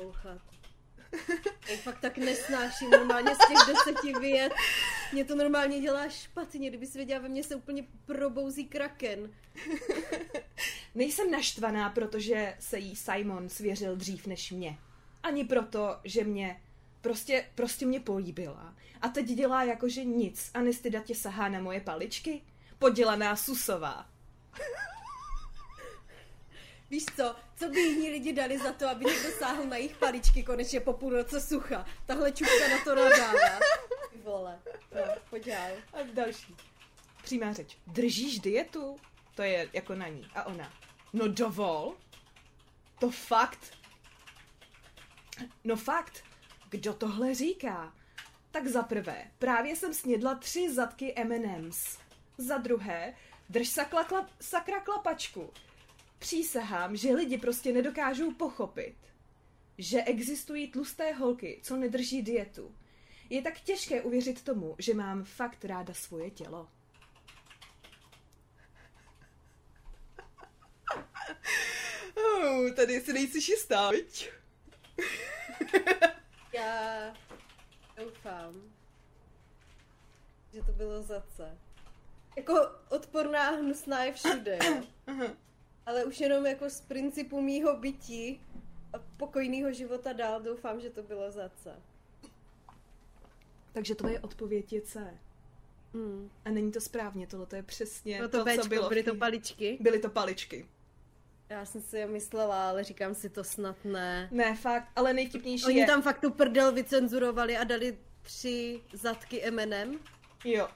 Já fakt tak nesnáším normálně z těch 10 vět. Mě to normálně dělá špatně, kdyby si věděla, ve mně se úplně probouzí kraken. Nejsem naštvaná, protože se jí Simon svěřil dřív než mě. Ani proto, že mě prostě mě políbila. A teď dělá jakože nic a nestydatě sahá na moje paličky. Podělaná susová. Víš co by jiní lidi dali za to, aby někdo sáhl na jejich paličky konečně po půl roce sucha. Tahle čupka na to nadává. Ty vole, no, pojď dál. A další. Přímá řeč. Držíš dietu? To je jako na ní. A ona. No dovol. To fakt. No fakt. Kdo tohle říká? Tak za prvé, právě jsem snědla 3 zadky M&M's. Za druhé, drž sakra klapačku. Přísahám, že lidi prostě nedokážou pochopit, že existují tlusté holky, co nedrží dietu. Je tak těžké uvěřit tomu, že mám fakt ráda svoje tělo. Tady si nejsi jistá, viď? Já doufám, že to bylo za C. Jako odporná, hnusná je všude, jo? Ale už jenom jako z principu mýho bytí a pokojného života dál doufám, že to bylo za C. Takže tvoje odpověď je C. A není to správně, tohle je přesně to Bčko, co bylo. Byly to paličky? Byly to paličky. Já jsem si je myslela, ale říkám si to snad ne. Ne, fakt, ale nejvtipnější Oni je... tam fakt tu prdel vycenzurovali a dali 3 zadky M&M. Jo.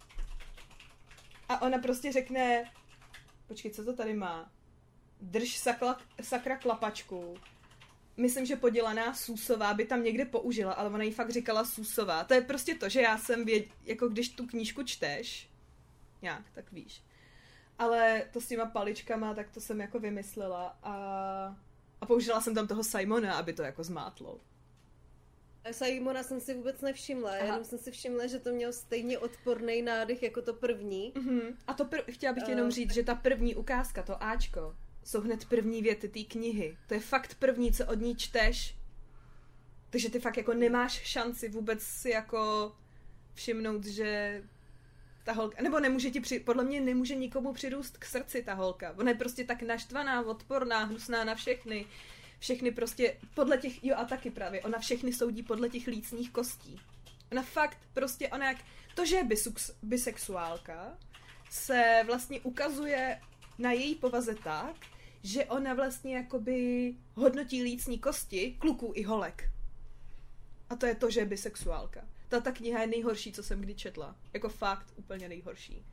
A ona prostě řekne... Počkej, co to tady má? Drž sakra klapačku. Myslím, že podělaná susová by tam někde použila, ale ona jí fakt říkala susová. To je prostě to, že já jsem jako když tu knížku čteš, nějak, tak víš. Ale to s těma paličkama, tak to jsem jako vymyslela a použila jsem tam toho Simona, aby to jako zmátlo. Simona jsem si vůbec nevšimla, jenom jsem si všimla, že to měl stejně odporný nádech jako to první. A to chtěla bych jenom říct, že ta první ukázka, to Ačko, jsou hned první věty té knihy. To je fakt první, co od ní čteš. Takže ty fakt jako nemáš šanci vůbec si jako všimnout, že ta holka, nebo nemůže podle mě nemůže nikomu přirůst k srdci ta holka. Ona je prostě tak naštvaná, odporná, hnusná na všechny. Všechny prostě podle těch, jo a taky právě, ona všechny soudí podle těch lícních kostí. Ona fakt prostě, ona jak, to, že je bisexuálka, se vlastně ukazuje na její povaze tak, že ona vlastně jakoby hodnotí lícní kosti kluků i holek. A to je to, že je bisexuálka. Ta kniha je nejhorší, co jsem kdy četla. Jako fakt úplně nejhorší.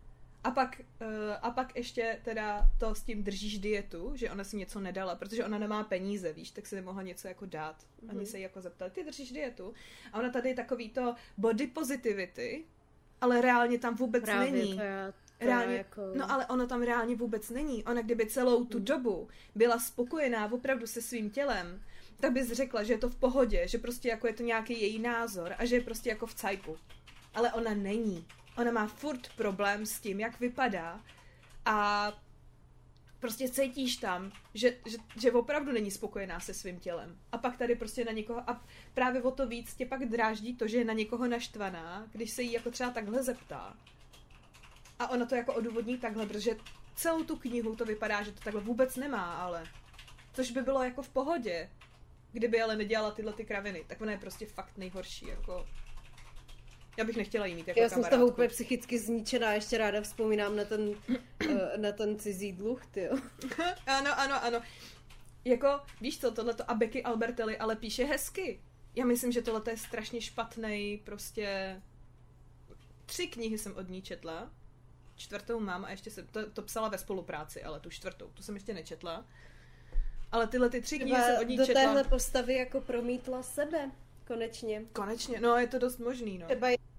A pak ještě teda to s tím držíš dietu, že ona si něco nedala, protože ona nemá peníze, víš, tak si nemohla něco jako dát. Ani se jí jako zeptali, ty držíš dietu? A ona tady je takový to body positivity, ale reálně tam vůbec právě není. Reálně, jako... No ale ono tam reálně vůbec není. Ona kdyby celou tu dobu byla spokojená opravdu se svým tělem, tak bys řekla, že je to v pohodě, že prostě jako je to nějaký její názor a že je prostě jako v cajku. Ale ona není. Ona má furt problém s tím, jak vypadá a prostě cítíš tam, že opravdu není spokojená se svým tělem. A pak tady prostě na někoho, a právě o to víc tě pak dráždí to, že je na někoho naštvaná, když se jí jako třeba takhle zeptá. A ona to jako odůvodní takhle, protože celou tu knihu to vypadá, že to takhle vůbec nemá, ale což by bylo jako v pohodě, kdyby ale nedělala tyhle ty kraviny. Tak ona je prostě fakt nejhorší, jako... Já bych nechtěla jí mít jako kamarádku. Já jsem z toho úplně psychicky zničená, ještě ráda vzpomínám na ten cizí dluh, tyjo. Ano. Jako, víš co, tohleto a Becky Albertelli ale píše hezky. Já myslím, že tohleto je strašně špatnej, prostě... 3 knihy jsem od ní četla. 4. mám a ještě jsem, to psala ve spolupráci, ale tu 4. tu jsem ještě nečetla. Ale tyhle ty 3 knihy jsem od ní četla. Do téhle postavy jako promítla sebe, konečně. Konečně, no je to dost možný, no. Třeba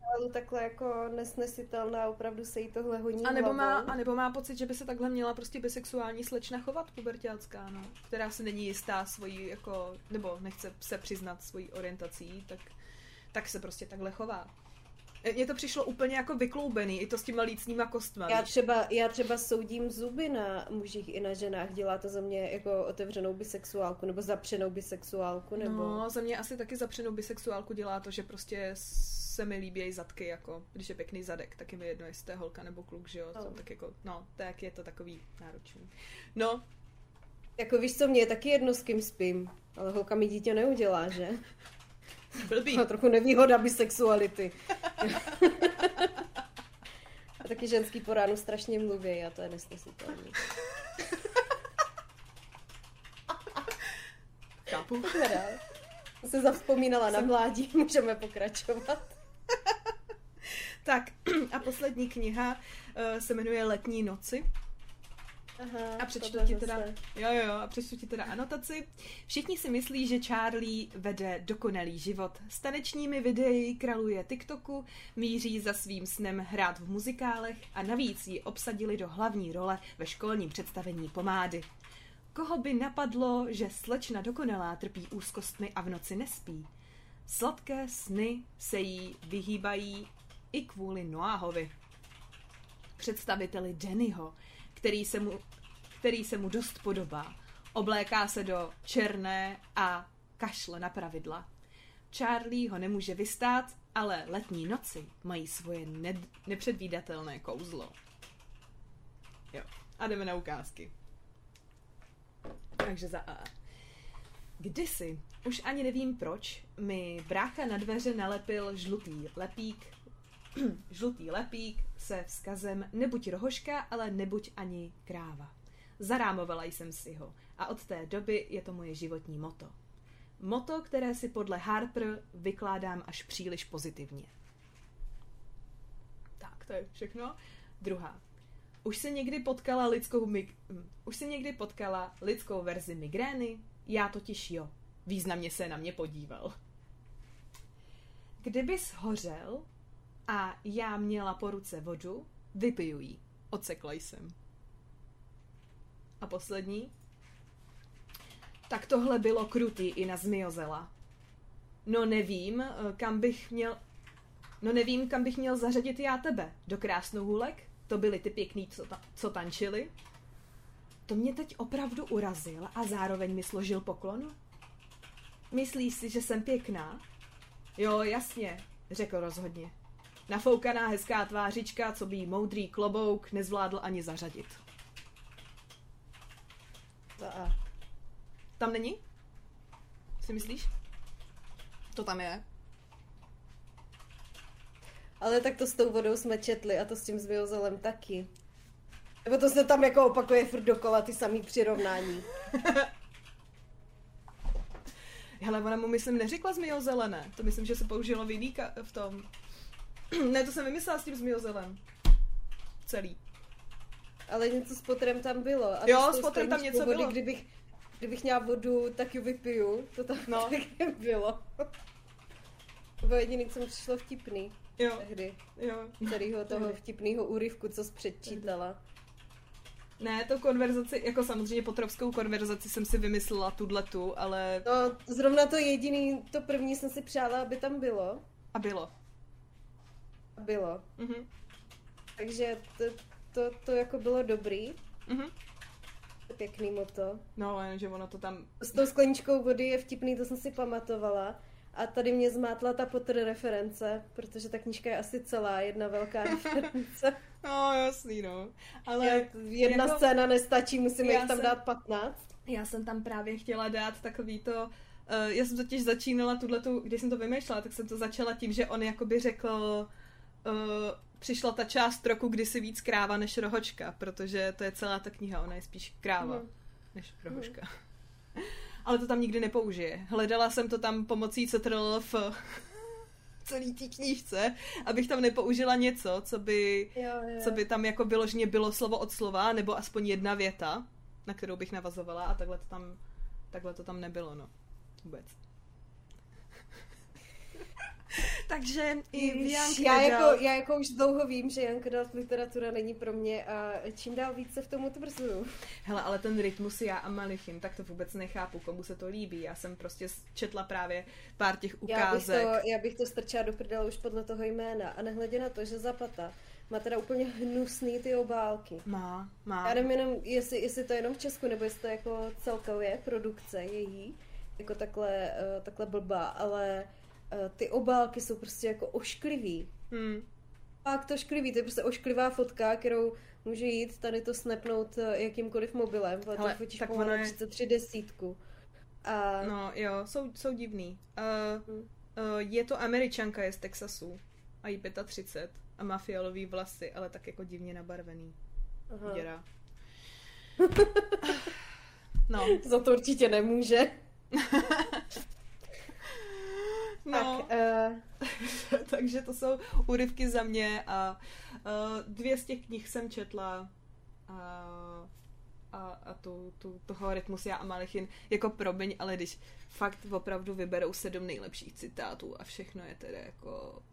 takhle jako nesnesitelná, opravdu se jí tohle honí a nebo má pocit, že by se takhle měla prostě bisexuální slečna chovat, puberťácká, no, která se není jistá svojí, jako, nebo nechce se přiznat svojí orientací, tak se prostě takhle chová. Mně to přišlo úplně jako vykloubený, i to s těma lícnýma kostma. Já třeba soudím zuby na mužích i na ženách, dělá to za mě jako otevřenou bisexuálku, nebo zapřenou bisexuálku, nebo... No, za mě asi taky zapřenou bisexuálku dělá to, že prostě se mi líbí zadky, jako, když je pěkný zadek, tak je mi jedno, jestli to je holka nebo kluk, že jo, tak jako, no, tak je to takový náročný. No. Jako víš co, mě je taky jedno, s kým spím, ale holka mi dítě neudělá, že? Blbý. No, trochu nevýhoda bisexuality. A taky ženský po ránu strašně mluví a to je nesnesitelné. Chápu. Se zavzpomínala na mládí, můžeme pokračovat. Tak a poslední kniha se jmenuje Letní noci. Aha, a přečtu ti teda anotaci. Všichni si myslí, že Charlie vede dokonalý život. S tanečními videi kraluje TikToku, míří za svým snem hrát v muzikálech a navíc ji obsadili do hlavní role ve školním představení Pomády. Koho by napadlo, že slečna dokonalá trpí úzkostmi a v noci nespí? Sladké sny se jí vyhýbají i kvůli Noahovi, představiteli Dannyho, který se mu dost podobá. Obléká se do černé a kašle na pravidla. Charlie ho nemůže vystát, ale letní noci mají svoje nepředvídatelné kouzlo. Jo, a jdeme na ukázky. Takže za A. Kdysi, už ani nevím proč, mi brácha na dveře nalepil žlutý lepík se vzkazem nebuď rohoška, ale nebuď ani kráva. Zarámovala jsem si ho a od té doby je to moje životní motto. Motto, které si podle Harper vykládám až příliš pozitivně. Tak, to je všechno. Druhá. Už jsi někdy potkala lidskou verzi migrény? Já totiž jo. Významně se na mě podíval. Kdybys hořel a já měla po ruce vodu, vypiju ji. Odsekla jsem. A poslední. Tak tohle bylo krutý i na Zmiozela. No nevím, kam bych měl zařadit já tebe. Do Krásnohůlek? To byli ty pěkný, co tančili? To mě teď opravdu urazil a zároveň mi složil poklonu? Myslíš si, že jsem pěkná? Jo, jasně, řekl rozhodně. Nafoukaná hezká tvářička, co by jí moudrý klobouk nezvládl ani zařadit. Tam není? Si myslíš? To tam je. Ale tak to s tou vodou jsme četli a to s tím Zmiozelem taky. Nebo to se tam jako opakuje furt dokola ty samý přirovnání. Hele, ona mu myslím neřekla Zmiozele, ne? To myslím, že se použilo v tom. Ne, to jsem vymyslela s tím Zmiozelem. Celý. Ale něco s Potterem tam bylo. A jo, s Potterem tam něco vody, bylo. Kdybych měla vodu, tak ji vypiju. To tam taky bylo. To bylo jediný, co mi přišlo vtipný. Jo. Tehdy. Jo. Celýho toho vtipného úryvku, co jsi předčítala. Ne, to konverzaci, jako samozřejmě potrovskou konverzaci jsem si vymyslela tudletu, ale... No, zrovna to jediný, to první jsem si přála, aby tam bylo. A bylo. Bylo. Mhm. Takže to jako bylo dobrý. Mhm. Pěkný motto. No, že ono to tam... S tou skleničkou vody je vtipný, to jsem si pamatovala. A tady mě zmátla ta Potter reference, protože ta knížka je asi celá jedna velká reference. No, jasný, no. Ale jedna jako, scéna nestačí, musíme jich tam dát 15. Já jsem tam právě chtěla dát takový to... já jsem totiž začínala když jsem to vymýšlela, tak jsem to začala tím, že on jakoby řekl... přišla ta část roku, kdy si víc kráva než rohočka, protože to je celá ta kniha, ona je spíš kráva než rohočka. Ale to tam nikdy nepoužije. Hledala jsem to tam pomocí CTRL-F celý té knížce, abych tam nepoužila něco, co by tam jako vyloženě bylo slovo od slova, nebo aspoň jedna věta, na kterou bych navazovala a takhle to tam nebylo, no. Vůbec. Takže i Young já jako už dlouho vím, že young adult literatura není pro mě a čím dál víc se v tom utvrzuju. Hele, ale ten Rytmus já a Malichin, tak to vůbec nechápu, komu se to líbí. Já jsem prostě četla právě pár těch ukázek. Já bych to strčila do prdele už podle toho jména a nehledě na to, že Zapata má teda úplně hnusný ty obálky. Má. Já nevím jenom, jestli to je jenom v Česku, nebo jestli to jako celkově produkce její, jako takhle blbá, ale ty obálky jsou prostě jako ošklivý. Fakt ošklivý, to je prostě ošklivá fotka, kterou může jít tady to snapnout jakýmkoliv mobilem, ale to fotíš pomalu 3310. A... No jo, jsou divný. Je to Američanka, je z Texasu a jí 35 a má fialový vlasy, ale tak jako divně nabarvený. Děra. No. Za to určitě nemůže. No, takže to jsou úryvky za mě a 2 z těch knih jsem četla a toho Rytmus já a Malichin jako promiň, ale když fakt opravdu vyberou 7 nejlepších citátů a všechno je tedy jako...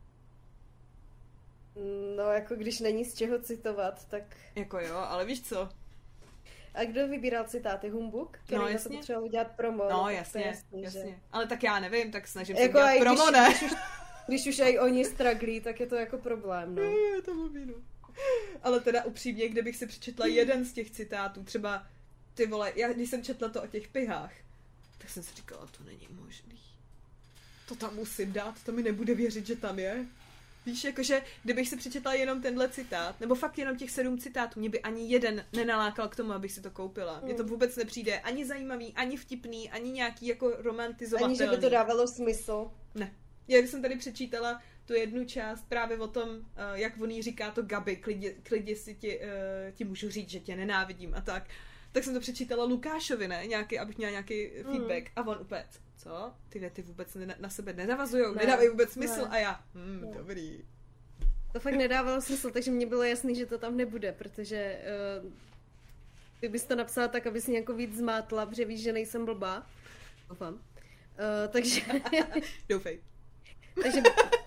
No, jako když není z čeho citovat, tak... Jako jo, ale víš co? A kdo vybíral citáty? Humbug? Který na to potřeboval udělat promo. No, jasně. Že... Ale tak já nevím, tak snažím se dělat promo, ne? Když už aj oni straglí, tak je to jako problém, no. Je to blbý, no. Ale teda upřímně, kdybych si přečetla jeden z těch citátů, třeba, ty vole, když jsem četla to o těch pihách, tak jsem si říkala, to není možný. To tam musím dát, to mi nebude věřit, že tam je. Víš, jakože, kdybych si přečetla jenom tenhle citát, nebo fakt jenom těch 7 citátů, mě by ani jeden nenalákal k tomu, abych si to koupila. Mně to vůbec nepřijde ani zajímavý, ani vtipný, ani nějaký jako romantizovatelný. Ani, že by to dávalo smysl. Ne. Já jsem tady přečítala tu jednu část právě o tom, jak on jí říká to Gabi, klidně si ti můžu říct, že tě nenávidím a tak. Tak jsem to přečítala Lukášovi, ne? Abych měla nějaký feedback. A on úplně, co? Ty věty vůbec na sebe nenavazujou, nedávají vůbec smysl. A já, dobrý. To fakt nedávalo smysl, takže mně bylo jasný, že to tam nebude, protože ty bys to napsala tak, aby si nějakou víc zmátla, protože víš, že nejsem blbá. Doufám. Takže... Doufej. Takže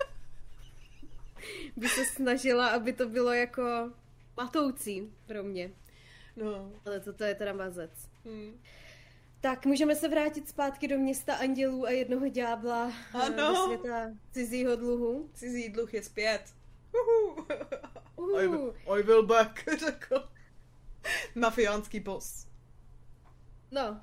by se snažila, aby to bylo jako matoucí pro mě. No. Ale toto je teda mazec. Tak, můžeme se vrátit zpátky do města andělů a jednoho ďábla do světa cizího dluhu. Cizí dluh je zpět. I will back, řekl. Mafiánský boss. No.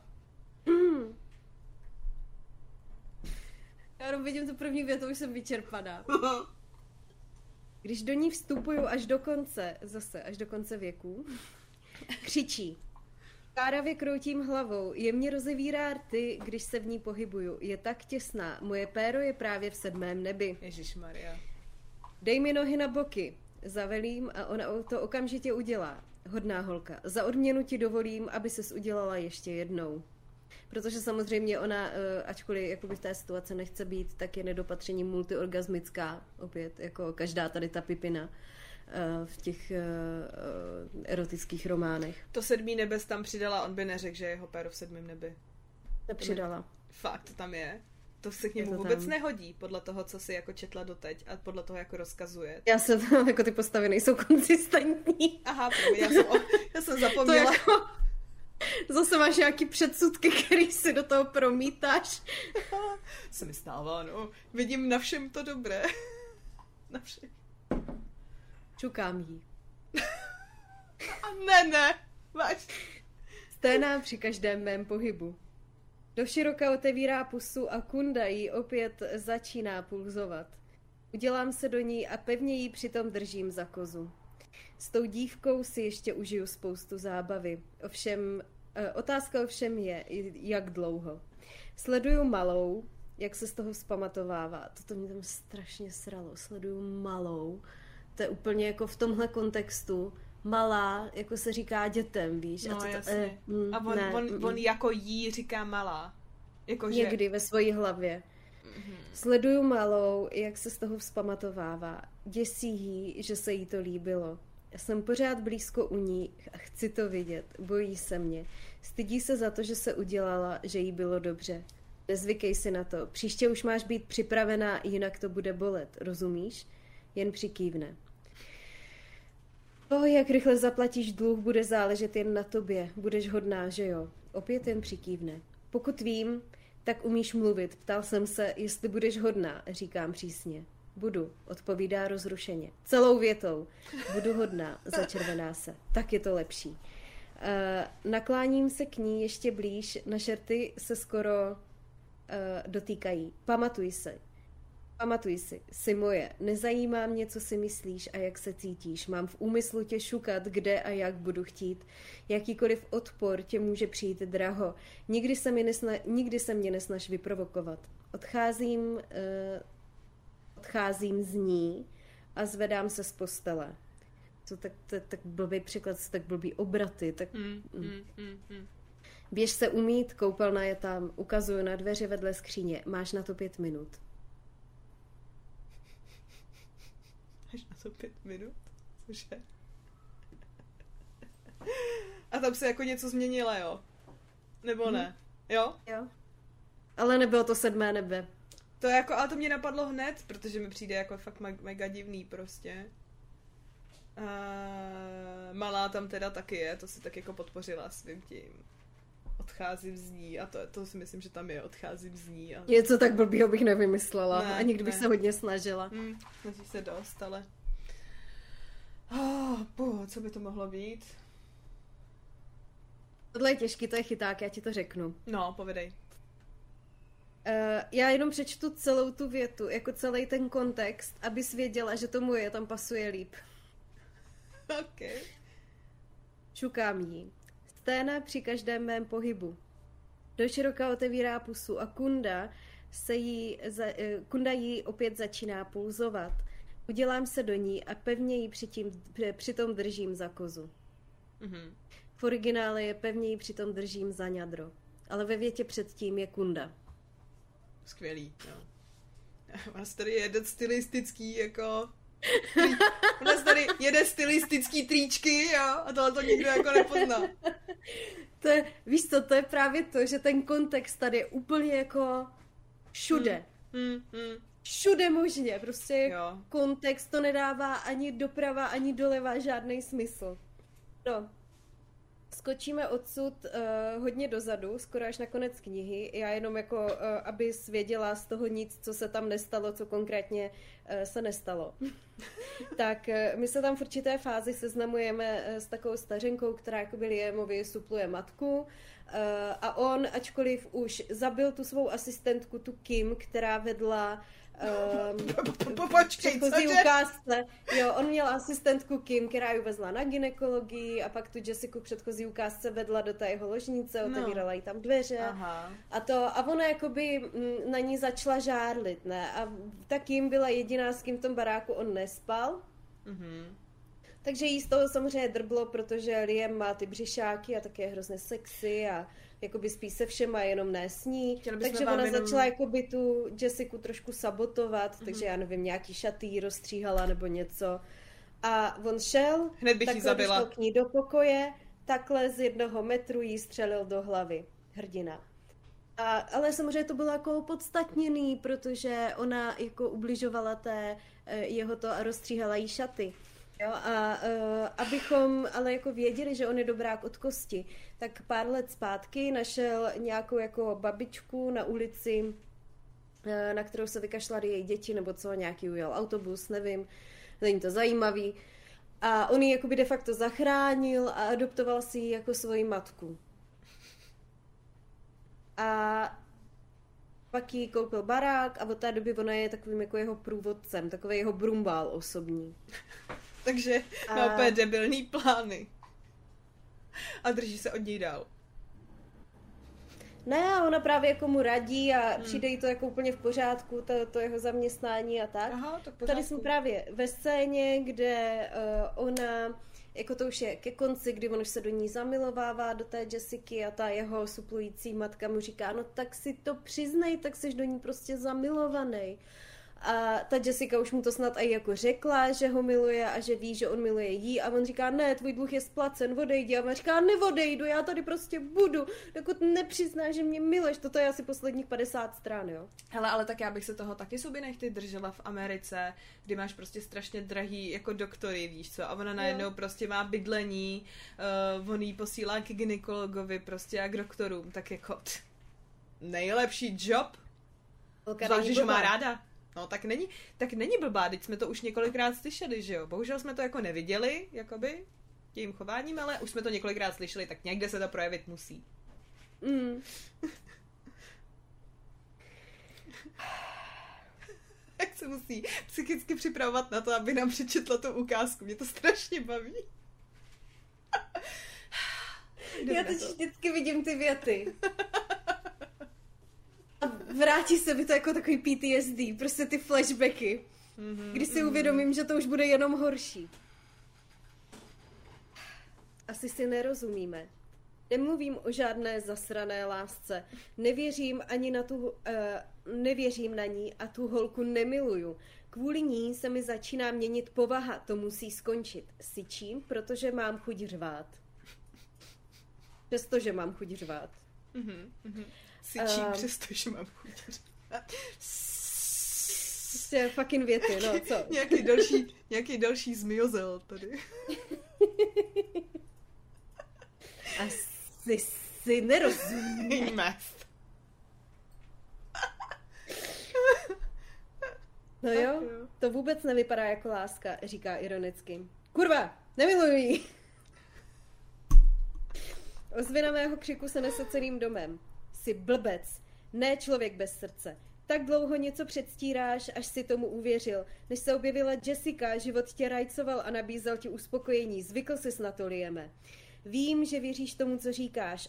Já jenom vidím tu první větu, už jsem vyčerpaná. Když do ní vstupuju až do konce věku, křičí. Káravě kroutím hlavou, jemně rozevírá rty, když se v ní pohybuju. Je tak těsná, moje péro je právě v 7. nebi. Ježišmarja. Dej mi nohy na boky, zavelím a ona to okamžitě udělá. Hodná holka, za odměnu ti dovolím, aby ses udělala ještě jednou. Protože samozřejmě ona, ačkoliv jakoby v té situaci nechce být, tak je nedopatření multiorgasmická, opět, jako každá tady ta pipina v těch erotických románech. To 7. nebes tam přidala, on by neřekl, že je jeho péro v 7. nebi. Nepřidala. Fakt, to tam je. To se k němu vůbec nehodí, podle toho, co si jako četla doteď a podle toho, jako rozkazuje. Já se to, jako ty postavy nejsou konzistentní. Aha, já jsem zapomněla. Jako, zase máš nějaký předsudky, který si do toho promítáš. Se mi stává, no. Vidím na všem to dobré. Na všem. Čukám jí. A ne, váž. Sténá při každém mém pohybu. Doširoka otevírá pusu a kunda jí opět začíná pulzovat. Udělám se do ní a pevně jí přitom držím za kozu. S tou dívkou si ještě užiju spoustu zábavy. Otázka ovšem je, jak dlouho. Sleduju malou, jak se z toho vzpamatovává. Toto mě tam strašně sralo. Sleduju malou. To je úplně jako v tomhle kontextu. Malá, jako se říká dětem, víš? No, a jasně. A on jako jí říká malá. Jako někdy ve svojí hlavě. Sleduju malou, jak se z toho vzpamatovává. Děsí jí, že se jí to líbilo. Já jsem pořád blízko u ní a chci to vidět. Bojí se mě. Stydí se za to, že se udělala, že jí bylo dobře. Nezvykej si na to. Příště už máš být připravená, jinak to bude bolet. Rozumíš? Jen přikývne. To, jak rychle zaplatíš dluh, bude záležet jen na tobě. Budeš hodná, že jo? Opět jen přikývne. Pokud vím, tak umíš mluvit. Ptal jsem se, jestli budeš hodná, říkám přísně. Budu, odpovídá rozrušeně. Celou větou. Budu hodná, začervená se. Tak je to lepší. Nakláním se k ní ještě blíž, naše rty se skoro dotýkají. Pamatuj si, jsi moje. Nezajímá mě, co si myslíš a jak se cítíš. Mám v úmyslu tě šukat, kde a jak budu chtít. Jakýkoliv odpor tě může přijít draho. Nikdy se mě nesnaž vyprovokovat. Odcházím z ní a zvedám se z postele. Tak blbý překlad, tak blbý obraty. Tak... Běž se umýt, koupelna je tam, ukazuju na dveře vedle skříně. Máš na to 5 minut. Máš na to 5 minut? Cože? A tam se jako něco změnila, jo? Nebo ne? Jo? Jo. Ale nebylo to 7. nebe. To jako, ale to mě napadlo hned, protože mi přijde jako fakt mega divný prostě. Malá tam teda taky je, to si tak jako podpořila svým tím. Odcházím z ní a to si myslím, že tam je, odcházím z ní. A... Něco tak blbýho bych nevymyslela a nikdy bych se hodně snažila. Snaží se dost, ale... co by to mohlo být? Tohle je těžký, to je chyták, já ti to řeknu. No, povědej. Já jenom přečtu celou tu větu, jako celý ten kontext, abys věděla, že to moje tam pasuje líp. Okay. Šukám jí. Sténa při každém mém pohybu. Doširoka otevírá pusu a Kunda jí opět začíná pulzovat. Udělám se do ní a pevně ji přitom držím za kozu. Mm-hmm. V originále je pevně ji přitom držím za ňadro. Ale ve větě předtím je Kunda. Skvělý, jo. Vás tady jeden stylistický, jako... U nás tady jede stylistický tričky, jo, a tohle to nikdo jako nepozná. Víš co, to je právě to, že ten kontext tady je úplně jako všude. Všude možně, prostě jo. Kontext to nedává ani doprava, ani doleva žádný smysl. No, skočíme odsud hodně dozadu, skoro až na konec knihy. Já jenom jako, abys věděla z toho nic, co se tam nestalo, co konkrétně se nestalo. Tak my se tam v určité fázi seznamujeme s takovou stařenkou, která jakoby Liemovi supluje matku. A on, ačkoliv už zabil tu svou asistentku, tu Kim, která vedla předchozí ukázce. Jo, on měl asistentku Kim, která ji vezla na gynekologii a pak tu Jessiku předchozí ukázce vedla do té jeho ložnice, otevírala jí tam dveře. Aha. A ona jakoby na ní začala žárlit, ne? A ta Kim byla jediná, s kým v tom baráku on nespal. Mhm. Takže jí z toho samozřejmě drblo, protože Liam má ty břišáky a také je hrozně sexy a jakoby spí se všema, jenom ne s ní. Takže ona začala jakoby tu Jessiku trošku sabotovat, takže já nevím, nějaký šaty jí rozstříhala nebo něco. A on šel, takhle došel k ní do pokoje, takhle z 1 metru jí střelil do hlavy. Hrdina. Ale samozřejmě to bylo jako opodstatněný, protože ona jako ubližovala jeho to a rozstříhala jí šaty. Jo, abychom ale jako věděli, že on je dobrák od kosti, tak pár let zpátky našel nějakou jako babičku na ulici, na kterou se vykašlali její děti, nebo co, nějaký ujel autobus, nevím, není to zajímavý. A on ji jakoby de facto zachránil a adoptoval si ji jako svoji matku. A pak jí koupil barák a od té doby ona je takovým jako jeho průvodcem, takový jeho brumbál osobní. Takže má úplně debilní plány. A drží se od něj dál. Ne, ona právě jako mu radí a přijde jí to jako úplně v pořádku, to jeho zaměstnání a tak. Aha, tak tady jsme právě ve scéně, kde ona, jako to už je ke konci, kdy on už se do ní zamilovává, do té Jessiky a ta jeho suplující matka mu říká, no tak si to přiznej, tak jsi do ní prostě zamilovaný. A ta Jessica už mu to snad i jako řekla, že ho miluje a že ví, že on miluje jí a on říká, ne, tvůj dluh je splacen, odejdi. A on říká, neodejdu, já tady prostě budu, dokud nepřiznáš, že mě miluješ. Toto je asi posledních 50 stran, jo. Hele, ale tak já bych se toho taky sobě nechty držela v Americe, kdy máš prostě strašně drahý jako doktory, víš co, a ona najednou prostě má bydlení, on jí posílá k gynekologovi prostě a k doktorům, tak jako nejlepší job, zvlášť, že má ráda. No, tak není blbá, teď jsme to už několikrát slyšeli, že jo. Bohužel jsme to jako neviděli, jakoby, tím chováním, ale už jsme to několikrát slyšeli, tak někde se to projevit musí. Jak se musí psychicky připravovat na to, aby nám přečetla tu ukázku. Mě to strašně baví. Já teď vždycky vidím ty věty. A vrátí se mi to jako takový PTSD, prostě ty flashbacky, kdy si uvědomím, že to už bude jenom horší. Asi si nerozumíme. Nemluvím o žádné zasrané lásce. Nevěřím na ní a tu holku nemiluju. Kvůli ní se mi začíná měnit povaha. To musí skončit. Syčím, protože mám chuť řvát. Přestože mám chuť řvát. Syčím, přestože mám chuť řvát. Prostě fucking věty, no co? nějaký další zmiozel tady. Asi si nerozumíme. No jo, to vůbec nevypadá jako láska, říká ironicky. Kurva, nemiluji ji. Ozvěna mého křiku se nese celým domem. Jsi blbec, ne člověk bez srdce. Tak dlouho něco předstíráš, až si tomu uvěřil. Než se objevila Jessica, život tě rajcoval a nabízel ti uspokojení. Zvykl sis na to, Liame. Vím, že věříš tomu, co říkáš,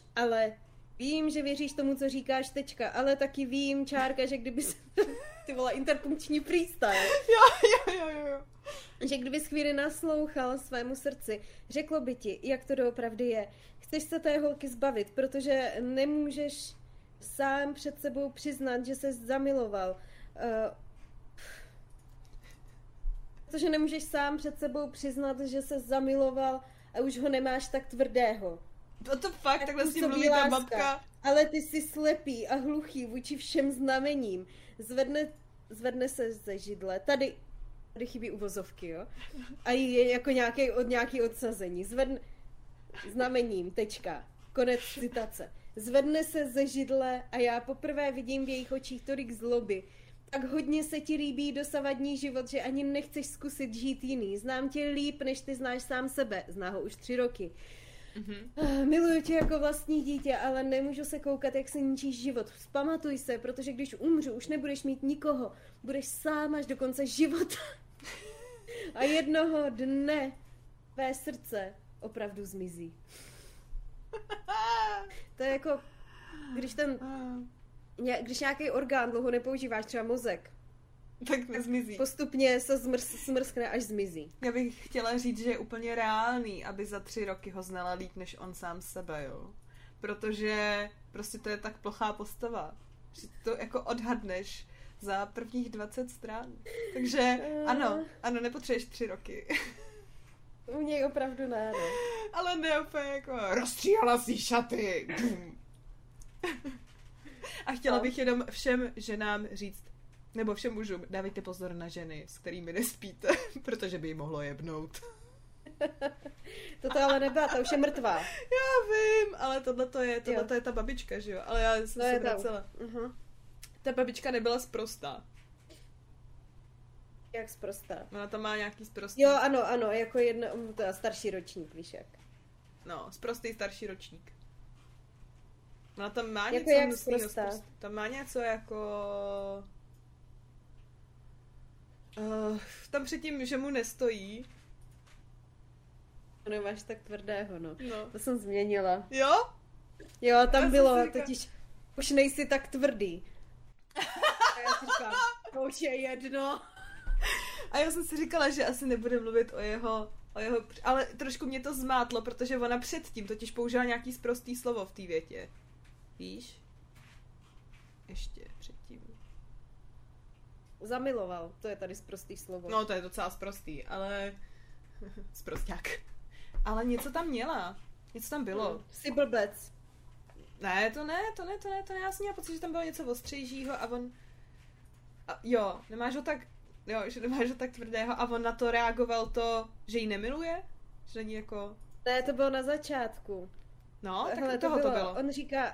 tečka, ale taky vím, čárka, že kdyby se... Ty vole, interpunkční freestyle. Jo. Že kdybys chvíli naslouchal svému srdci, řeklo by ti, jak to doopravdy je. Chceš se té holky zbavit, protože nemůžeš sám před sebou přiznat, že ses zamiloval. Protože nemůžeš sám před sebou přiznat, že ses zamiloval a už ho nemáš tak tvrdého. To fakt, takhle s tím mluví ta babka. Ale ty jsi slepý a hluchý vůči všem znamením. Zvedne se ze židle. Tady chybí uvozovky, jo? A je jako nějaký odsazení. Znamením, tečka. Konec citace. Zvedne se ze židle a já poprvé vidím v jejich očích tolik zloby. Tak hodně se ti líbí dosavadní život, že ani nechceš zkusit žít jiný. Znám tě líp, než ty znáš sám sebe. Zná ho už 3 roky. Miluju tě jako vlastní dítě, ale nemůžu se koukat, jak se ničíš život. Vzpamatuj se, protože když umřu, už nebudeš mít nikoho. Budeš sám až do konce života. A jednoho dne tvé srdce opravdu zmizí. To je jako, když nějaký orgán dlouho nepoužíváš, třeba mozek, tak nezmizí. Postupně se smrskne, až zmizí. Já bych chtěla říct, že je úplně reálný, aby za 3 roky ho znala líp než on sám sebe, jo. Protože prostě to je tak plochá postava, že to jako odhadneš za prvních 20 stran. Takže ano, nepotřebuješ 3 roky. U něj opravdu ne, no. Ale ne úplně jako rozstříhala si šaty. A chtěla bych jenom všem ženám říct, nebo všem mužům, dávejte pozor na ženy, s kterými nespíte, protože by jí mohlo jebnout. Toto ale nebyla, ta už je mrtvá. Já vím, ale tohle je ta babička, že jo? Ale já jsem se vracela. Ta babička nebyla sprostá. Jak sprostá? Ona tam má nějaký sprostý. Jo, ano, jako to je starší ročník, víš jak. No, sprostý starší ročník. Ona tam má jako něco hnusného. Tam má něco jako... tam předtím, že mu nestojí. To nemáš tak tvrdého, no. To jsem změnila. Jo? Jo, tam bylo, totiž už nejsi tak tvrdý. A já si říkám, to už je jedno. A já jsem si říkala, že asi nebude mluvit o jeho, ale trošku mě to zmátlo, protože ona předtím totiž použila nějaký sprostý slovo v té větě. Víš? Ještě předtím. zamiloval. To je tady sprostý slovo. No, to je docela sprostý, ale... Sprosták. Ale něco tam měla. Něco tam bylo. Jsi blbec. Ne, to ne, já jsem měla pocit, že tam bylo něco ostřejšího a on... Jo, nemáš ho tak tvrdého a on na to reagoval to, že ji nemiluje? Že není jako... Ne, to bylo na začátku. No, tak hele, toho to bylo.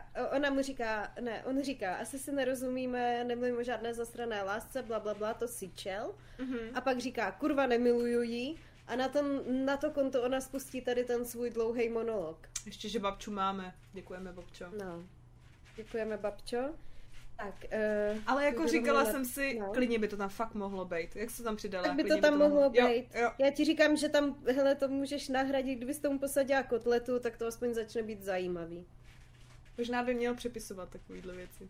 On říká, asi si nerozumíme, nemluvím o žádné zasrané lásce, blablabla, to si čel. Mm-hmm. A pak říká, kurva, nemiluju jí. A na to konto ona spustí tady ten svůj dlouhý monolog. Ještě, že babču máme. Děkujeme, babčo. No. Děkujeme, babčo. Tak, ale jako říkala jsem si, klidně by to tam fakt mohlo být. Jak jsi to tam přidala? Tak by to tam mohlo být. Jo. Já ti říkám, že tam, hele, to můžeš nahradit, kdybys tomu posadila kotletu, tak to aspoň začne být zajímavý. Možná by měl přepisovat takovýhle věci.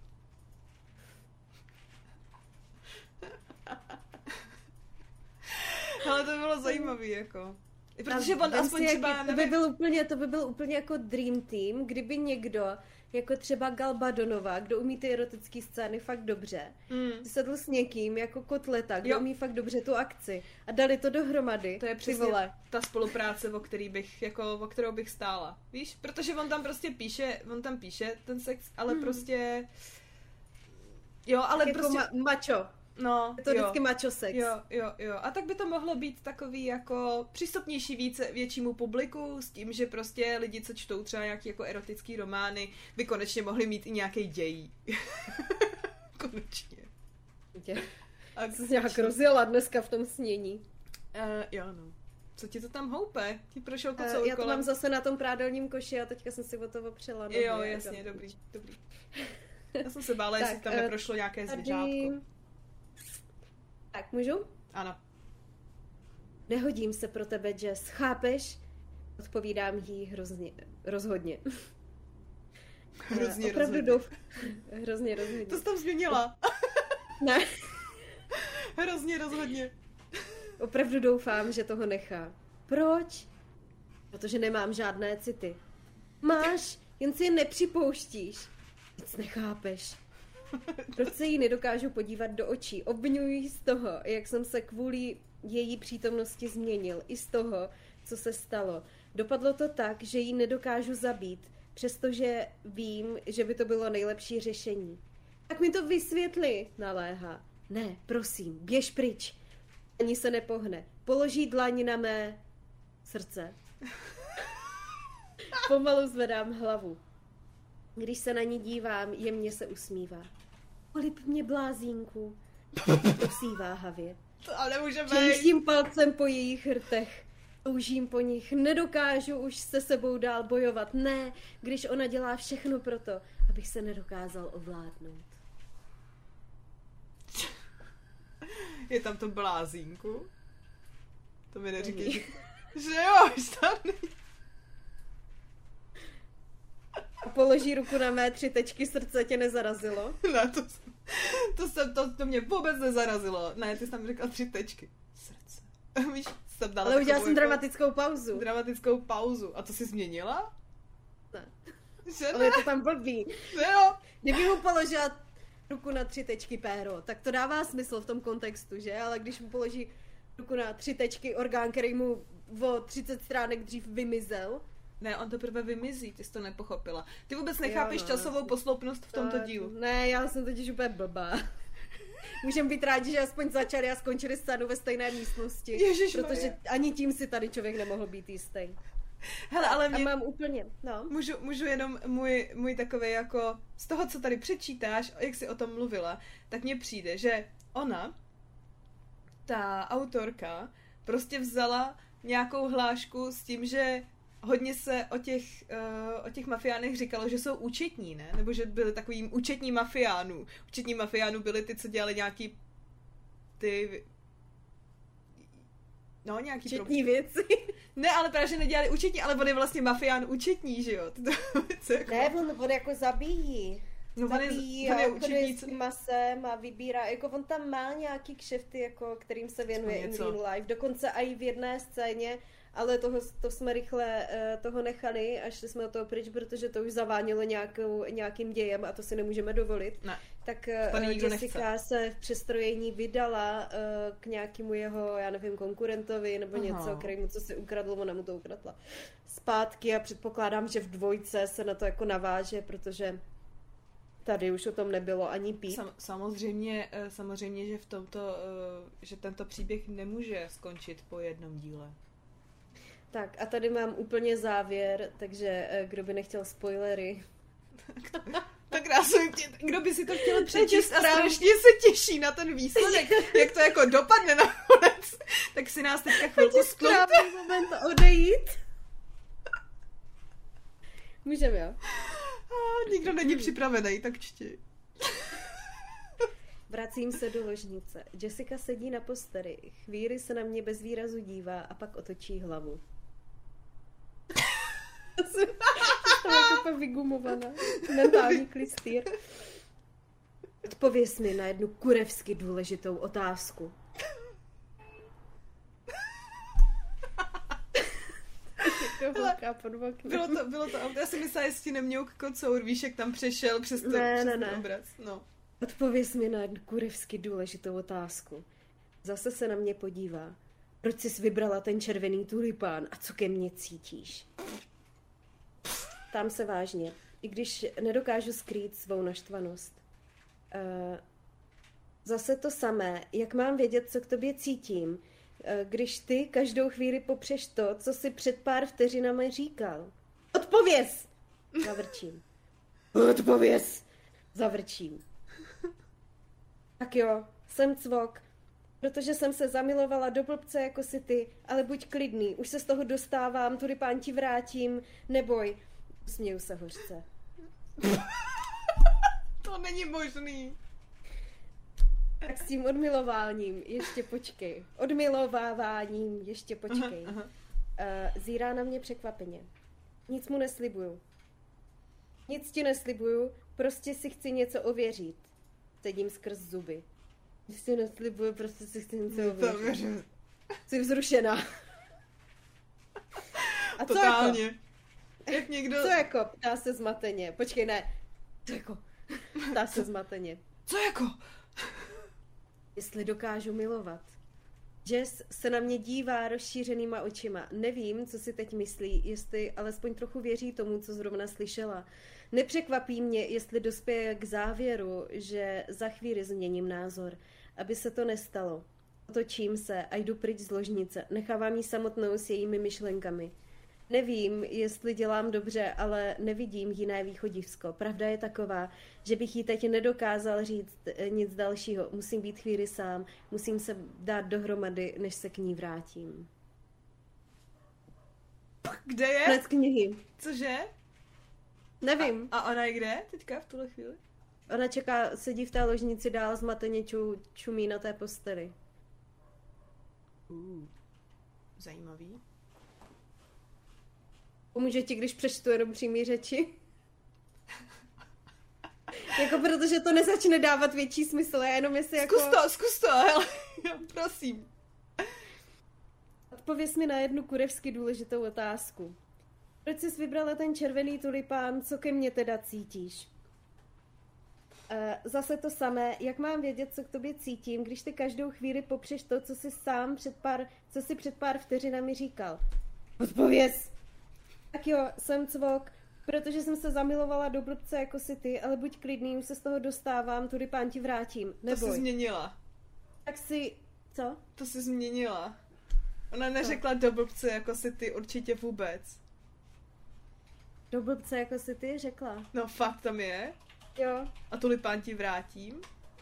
Ale to bylo zajímavý, jako. Protože on aspoň třeba... To by byl úplně jako dream team, kdyby někdo, jako třeba Gal Badonová, kdo umí ty erotické scény fakt dobře, sedl s někým jako Kotleta, kdo umí fakt dobře tu akci a dali to dohromady. To je přesně ta spolupráce, o kterou bych stála. Víš? Protože on tam prostě píše ten sex, ale prostě... Jo, ale tak prostě... Jako macho. No, je to vždycky macho sex. Jo. A tak by to mohlo být takový jako přístupnější většímu publiku s tím, že prostě lidi, co čtou třeba nějaký jako erotický romány, by konečně mohli mít i nějaký děj. Konečně. A jsi nějak rozjela dneska v tom snění. Jo, no. Co ti to tam houpe? Ti prošel to celou Já to mám zase na tom prádelním koši a teďka jsem si o to opřela. Jo, jasně, dobrý. Já jsem se bála, jestli tam neprošlo nějaké zvěřátko. Tak, můžu? Ano. Nehodím se pro tebe, Jess, chápeš? Odpovídám jí rozhodně. Hrozně rozhodně. To jsi tam změnila. Ne. Hrozně rozhodně. Opravdu doufám, že toho nechá. Proč? Protože nemám žádné city. Máš, jen si je nepřipouštíš. Nic nechápeš. Proč se jí nedokážu podívat do očí? Obviňuji z toho, jak jsem se kvůli její přítomnosti změnil. I z toho, co se stalo. Dopadlo to tak, že ji nedokážu zabít, přestože vím, že by to bylo nejlepší řešení. Tak mi to vysvětli, naléhá. Ne, prosím, běž pryč. Ani se nepohne. Položí dlaň na mé srdce. Pomalu zvedám hlavu. Když se na ní dívám, jemně se usmívá. Polib mě, blázínku. Prosí váhavě. To ale nemůže být. Češtím palcem po jejich rtech. Toužím po nich. Nedokážu už se sebou dál bojovat. Ne, když ona dělá všechno pro to, abych se nedokázal ovládnout. Je tam to blázínku? To mi neříkej, že jo, už tam není. Položí ruku na mé 3 tečky, srdce tě nezarazilo? Ne, to mě vůbec nezarazilo. Ne, ty jsi tam řekla 3 tečky. Srdce. Víš, jsem dala ale udělala jsem dramatickou pauzu. Dramatickou pauzu. A to jsi změnila? Ne. Že ale je to tam blbý. Že jo? Kdyby mu položila ruku na 3 tečky péro, tak to dává smysl v tom kontextu, že? Ale když mu položí ruku na 3 tečky orgán, který mu o 30 stránek dřív vymizel. Ne, on teprve vymizí, ty jsi to nepochopila. Ty vůbec nechápeš časovou posloupnost v tomto dílu. Ne, já jsem totiž úplně blbá. Můžeme být rádi, že aspoň začali a skončili scénu ve stejné místnosti. Ježišmarja. Protože ani tím si tady člověk nemohl být jistý. Hele, ale a mám úplně, no. Můžu jenom můj takovej jako, z toho, co tady přečítáš, jak jsi o tom mluvila, tak mně přijde, že ona, ta autorka, prostě vzala nějakou hlášku s tím, že hodně se o těch mafiánech říkalo, že jsou účetní, ne? Nebo že byli takovým účetní mafiánů. Účetní mafiánů byli ty, co dělali nějaký nějaký účetní věci. Ne, ale právě, že nedělali účetní, ale on je vlastně mafián účetní, že jo? Ne, on jako zabíjí. No, zabíjí a obchoduje s tím masem a vybírá, jako on tam má nějaký kšefty, jako kterým se věnuje in real life, dokonce i v jedné scéně, ale to jsme rychle toho nechali a šli jsme od toho pryč, protože to už zavánilo nějakým dějem a to si nemůžeme dovolit. Ne, tak Jessica se v přestrojení vydala k nějakému jeho, já nevím, konkurentovi nebo něco, kterému co si ukradl, ona mu to ukradla zpátky a předpokládám, že v 2 se na to jako naváže, protože tady už o tom nebylo ani pít. Samozřejmě, že v tomto, že tento příběh nemůže skončit po jednom díle. Tak a tady mám úplně závěr, takže kdo by nechtěl spoilery. Tak kdo by si to chtěl přečíst a strašně se těší na ten výsledek, jak to jako dopadne nakonec, tak si nás teďka chvilku skloupte. Moment odejít. Můžeme, jo? Nikdo není připravený, tak čti. Vracím se do ložnice. Jessica sedí na posteli. Chvíli se na mě bez výrazu dívá a pak otočí hlavu. Jsem jako vygumovaná. Mentální klistýr. Odpověz mi na jednu kurevsky důležitou otázku. Bylo to, já si myslela, jestli nemňouk kocour, víš, jak tam přešel přes ten obraz. No. Odpověz mi na jednu kurevsky důležitou otázku. Zase se na mě podívá. Proč jsi vybrala ten červený tulipán a co ke mně cítíš? Ptám se vážně, i když nedokážu skrýt svou naštvanost. Zase to samé, jak mám vědět, co k tobě cítím, když ty každou chvíli popřeš to, co si před pár vteřinami říkal. Odpověz! Zavrčím. Odpověz! Zavrčím. Tak jo, jsem cvok, protože jsem se zamilovala do blbce jako si ty, ale buď klidný, už se z toho dostávám, tulipán ti vrátím, neboj. Směju se hořce. To není možný. Tak s tím odmilováním ještě počkej. Odmilováváním ještě počkej. Aha. Zírá na mě překvapeně. Nic mu neslibuju. Nic ti neslibuju, prostě si chci něco ověřit. Sedím skrz zuby. Nic ti neslibuju, prostě si chci něco ověřit. Jsi vzrušená. A co totálně. Jako? Jak někdo... Co jako? Ptá se zmateně. Počkej, ne. Co jako? Ptá se zmateně. Co jako? Jestli dokážu milovat. Jess se na mě dívá rozšířenýma očima. Nevím, co si teď myslí, jestli alespoň trochu věří tomu, co zrovna slyšela. Nepřekvapí mě, jestli dospěje k závěru, že za chvíli změním názor. Aby se to nestalo. Otočím se a jdu pryč z ložnice. Nechávám ji samotnou s jejími myšlenkami. Nevím, jestli dělám dobře, ale nevidím jiné východisko. Pravda je taková, že bych jí teď nedokázal říct nic dalšího. Musím být chvíli sám, musím se dát dohromady, než se k ní vrátím. Kde je? Konec knihy. Cože? Nevím. A ona je kde teďka v tuhle chvíli? Ona čeká, sedí v té ložnici dál zmateně čumí na té posteli. Zajímavý. Pomůže ti, když přečtu jenom přímý řeči? Jako protože to nezačne dávat větší smysl, já jenom jestli jako... Zkus to, hele, prosím. Odpověz mi na jednu kurevsky důležitou otázku. Proč jsi vybrala ten červený tulipán, co ke mně teda cítíš? Zase to samé, jak mám vědět, co k tobě cítím, když ty každou chvíli popřeš to, co jsi před pár vteřinami říkal. Odpověz! Tak jo, jsem cvok, protože jsem se zamilovala do blbce jako si ty, ale buď klidný, už se z toho dostávám, tulipán ti vrátím. Neboj. To jsi změnila. Tak si... Co? To jsi změnila. Ona neřekla do blbce jako si ty určitě vůbec. Do blbce jako si ty řekla. No fakt tam je. Jo. A tulipán ti vrátím.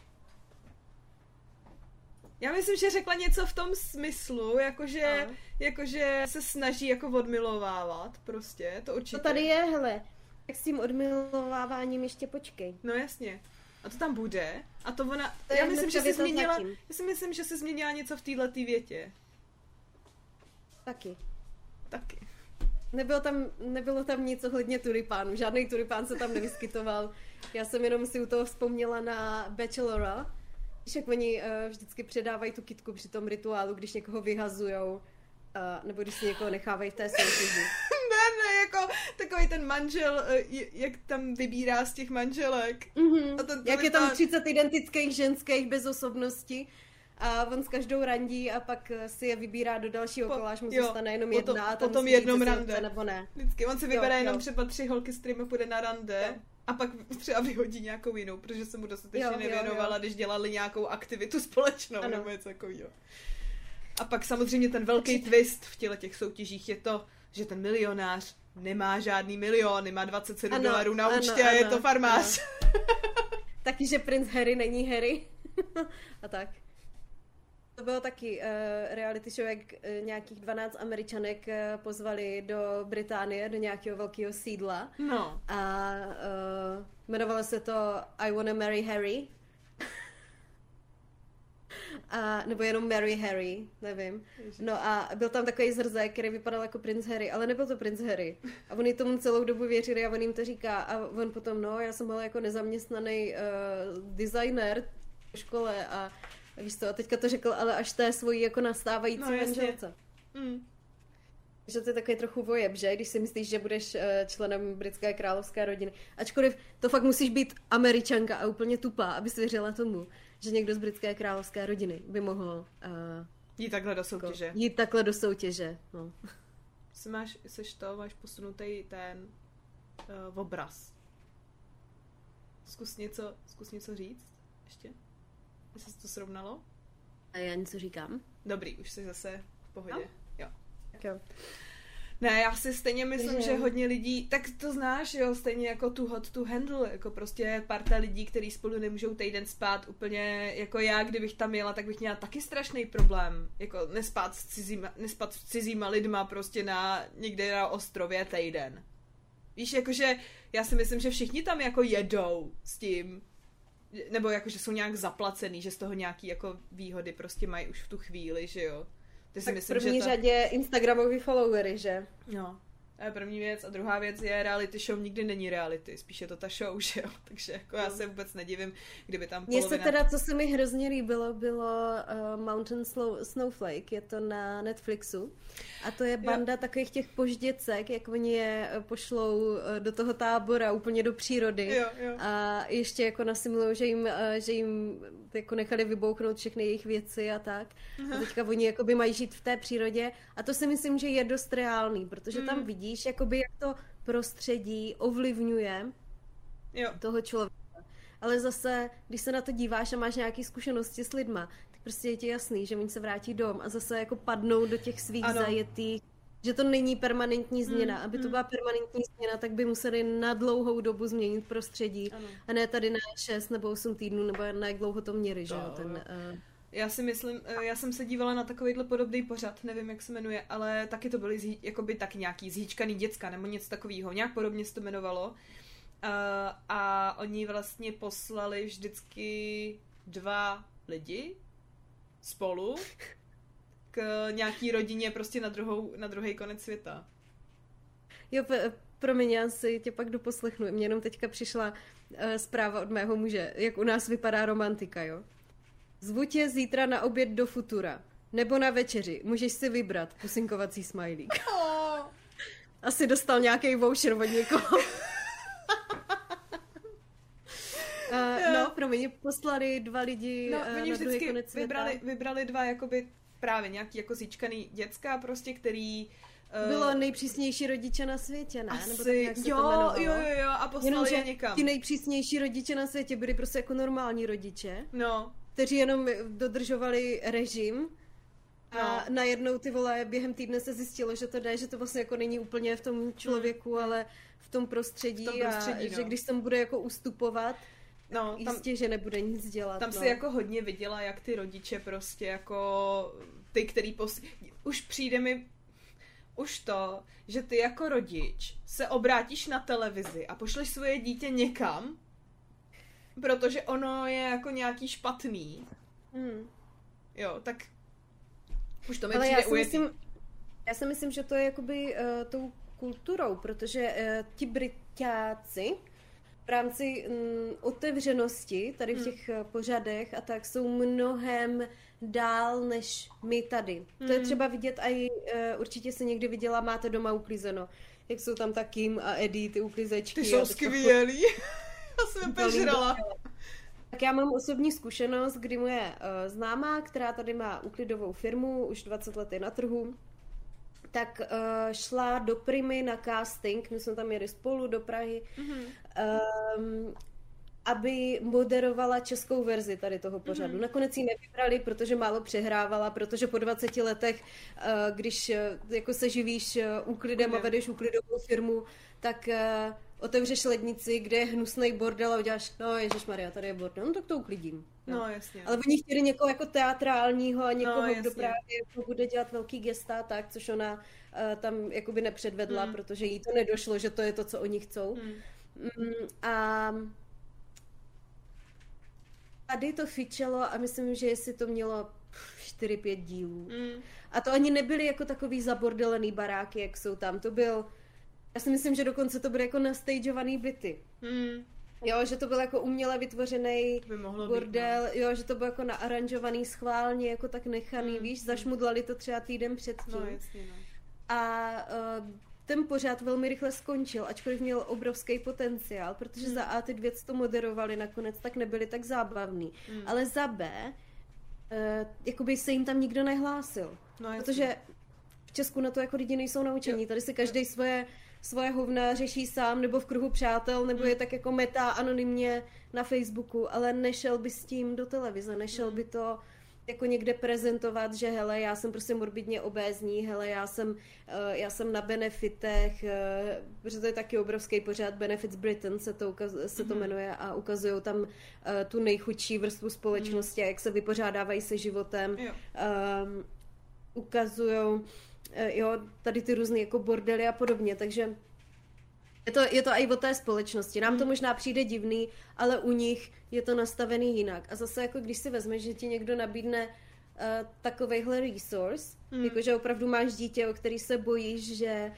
Já myslím, že řekla něco v tom smyslu, jakože se snaží jako odmilovávat prostě, to určitě. To tady je, hele, tak s tím odmilováváním ještě počkej. No jasně. A to tam bude. A to ona, já myslím, že si změnila něco v této větě. Taky. Nebylo tam nic ohledně tulipánu, žádný tulipán se tam nevyskytoval. Já jsem jenom si u toho vzpomněla na Bachelora, však oni vždycky předávají tu kytku při tom rituálu, když někoho vyhazujou, nebo když si někoho nechávají v té soutěži. Ne, jako takový ten manžel, jak tam vybírá z těch manželek. Mm-hmm. Jak je tam 30 identických ženských bez osobnosti a on s každou randí a pak si je vybírá do dalšího kola, až mu zůstane jenom jedna a tam potom jednom rande. Nebo ne. Vždycky on si vybere jenom třeba 3 holky, s kterými půjde na rande. Jo. A pak třeba vyhodí nějakou jinou, protože se mu dostatečně nevěnovala, když dělali nějakou aktivitu společnou nebo něco takového. A pak samozřejmě ten velký twist v těch soutěžích je to, že ten milionář nemá žádný milion, má $27 na účtě a je to farmář. Taky, že princ Harry není Harry. A tak. To bylo taky reality show, jak nějakých 12 Američanek pozvali do Británie, do nějakého velkého sídla. No. A jmenovalo se to I Wanna Marry Harry. Nebo jenom Marry Harry, nevím. No a byl tam takový zrzek, který vypadal jako princ Harry, ale nebyl to princ Harry. A oni tomu celou dobu věřili a on jim to říká. A on potom, já jsem byl jako nezaměstnaný designer v škole a víš co, a teďka to řekl, ale až té svojí jako nastávající manželce. Že to je takový trochu vojeb, že? Když si myslíš, že budeš členem britské královské rodiny. Ačkoliv to fakt musíš být Američanka a úplně tupá, aby si věřila tomu, že někdo z britské královské rodiny by mohl jít takhle do soutěže. No. Máš posunutý ten obraz. Zkus něco říct ještě? Jestli se to srovnalo? A já něco říkám? Dobrý, už jsi zase v pohodě. No? Jo. Ne, já si stejně myslím, že hodně lidí, tak to znáš, jo, stejně jako too hot to handle, jako prostě parta lidí, kteří spolu nemůžou týden spát, úplně jako já, kdybych tam jela, tak bych měla taky strašný problém, jako nespat s cizíma lidma prostě někde na ostrově týden. Víš, jakože já si myslím, že všichni tam jako jedou s tím, nebo jakože jsou nějak zaplacený, že z toho nějaký jako výhody prostě mají už v tu chvíli, že jo. Tak myslím, v první řadě Instagramový followery, že? No, to je první věc. A druhá věc je, reality show nikdy není reality, spíš je to ta show, že jo. Takže jako já se vůbec nedivím, kdyby tam polovina... Mně se teda, co se mi hrozně líbilo, bylo Mountain Snowflake, je to na Netflixu. A to je banda takových těch požděcek, jak oni je pošlou do toho tábora, úplně do přírody. Jo. A ještě jako nasimulují, že jim jako nechali vybouchnout všechny jejich věci a tak. A teďka oni jakoby mají žít v té přírodě. A to si myslím, že je dost reálný, protože tam vidíš, jakoby jak to prostředí ovlivňuje toho člověka. Ale zase, když se na to díváš a máš nějaké zkušenosti s lidma, tak prostě je ti jasný, že oni se vrátí dom a zase jako padnou do těch svých zajetých, že to není permanentní změna. Aby to byla permanentní změna, tak by museli na dlouhou dobu změnit prostředí. A ne tady na 6 nebo 8 týdnů, nebo na jak dlouho to měli, že jo? Já si myslím, já jsem se dívala na takovýhle podobný pořad, nevím, jak se jmenuje, ale taky to byly jakoby taky nějaký zhýčkaný děcka nebo něco takového, nějak podobně se to jmenovalo. A oni vlastně poslali vždycky 2 lidi spolu k nějaký rodině prostě na druhý konec světa. Jo, promiň, já si tě pak doposlechnu. Mně jenom teďka přišla zpráva od mého muže, jak u nás vypadá romantika, jo? Zvu tě zítra na oběd do Futura. Nebo na večeři. Můžeš si vybrat. Pusinkovací smajlík. Asi dostal nějaký voucher od někoho. Promiň, poslali 2 lidi na druhý konec světa. Vybrali 2 jakoby právě nějaký jako zíčkaný děcka prostě, který... Bylo nejpřísnější rodiče na světě, ne? Asi, nebo tak, jak se jo, a poslali je někam. Ti nejpřísnější rodiče na světě byli prostě jako normální rodiče. No. Kteří jenom dodržovali režim a najednou ty vole během týdne se zjistilo, že to jde, že to vlastně jako není úplně v tom člověku, ale v tom prostředí, že když se mu bude jako ustupovat, jistě, že nebude nic dělat. Tam si jako hodně viděla, jak ty rodiče prostě jako ty, který už přijde mi už to, že ty jako rodič se obrátíš na televizi a pošleš svoje dítě někam, protože ono je jako nějaký špatný. Jo, tak už to mi přijde ujetý. Já si myslím, že to je jakoby tou kulturou, protože ti Briťáci v rámci otevřenosti tady v těch pořadech a tak jsou mnohem dál než my tady. To je třeba vidět i, určitě se někdy viděla, máte doma uklízeno, jak jsou tam ta Kim a Eddie, ty uklízečky. Ty jsou skvělý. Já jsem je pežrala. Tak já mám osobní zkušenost, kdy moje známá, která tady má úklidovou firmu, už 20 let je na trhu, tak šla do Primy na casting, my jsme tam jeli spolu do Prahy, aby moderovala českou verzi tady toho pořadu. Nakonec ji nevybrali, protože málo přehrávala, protože po 20 letech, když jako se živíš úklidem a vedeš úklidovou firmu, tak otevřeš lednici, kde je hnusnej bordel a uděláš, no ježišmarja, tady je bordel, no tak to uklidím. No jasně. Ale oni chtěli někoho jako teatrálního a někoho, kdo právě jako bude dělat velký gesta, tak, což ona tam jakoby nepředvedla, protože jí to nedošlo, že to je to, co oni chcou. A tady to fičelo a myslím, že jestli to mělo 4-5 dílů. A to ani nebyly jako takový zabordelený baráky, jak jsou tam. To byl, já si myslím, že dokonce to byly jako nastageovaný byty. Jo, že to byl jako uměle vytvořený bordel, být, no. Jo, že to bylo jako naaranžovaný schválně, jako tak nechaný, víš, zašmudlali to třeba týden předtím. No, jasně, no. A ten pořád velmi rychle skončil, ačkoliv měl obrovský potenciál, protože za A ty dvě, co to moderovali nakonec, tak nebyly tak zábavný. Ale za B, jakoby se jim tam nikdo nehlásil. No, protože v Česku na to jako lidi nejsou naučení. Tady si každý svoje hovna řeší sám, nebo v kruhu přátel, nebo je tak jako metá anonymně na Facebooku, ale nešel by s tím do televize, nešel by to jako někde prezentovat, že hele, já jsem prostě morbidně obézní, hele, já jsem na benefitech, protože to je taky obrovský pořád, Benefits Britain se to jmenuje a ukazují tam tu nejchudší vrstvu společnosti a jak se vypořádávají se životem. Ukazujou tady ty různé jako bordely a podobně, takže je to i o té společnosti. Nám to možná přijde divný, ale u nich je to nastavený jinak. A zase jako když si vezmeš, že ti někdo nabídne takovejhle resource, jakože opravdu máš dítě, o který se bojíš, že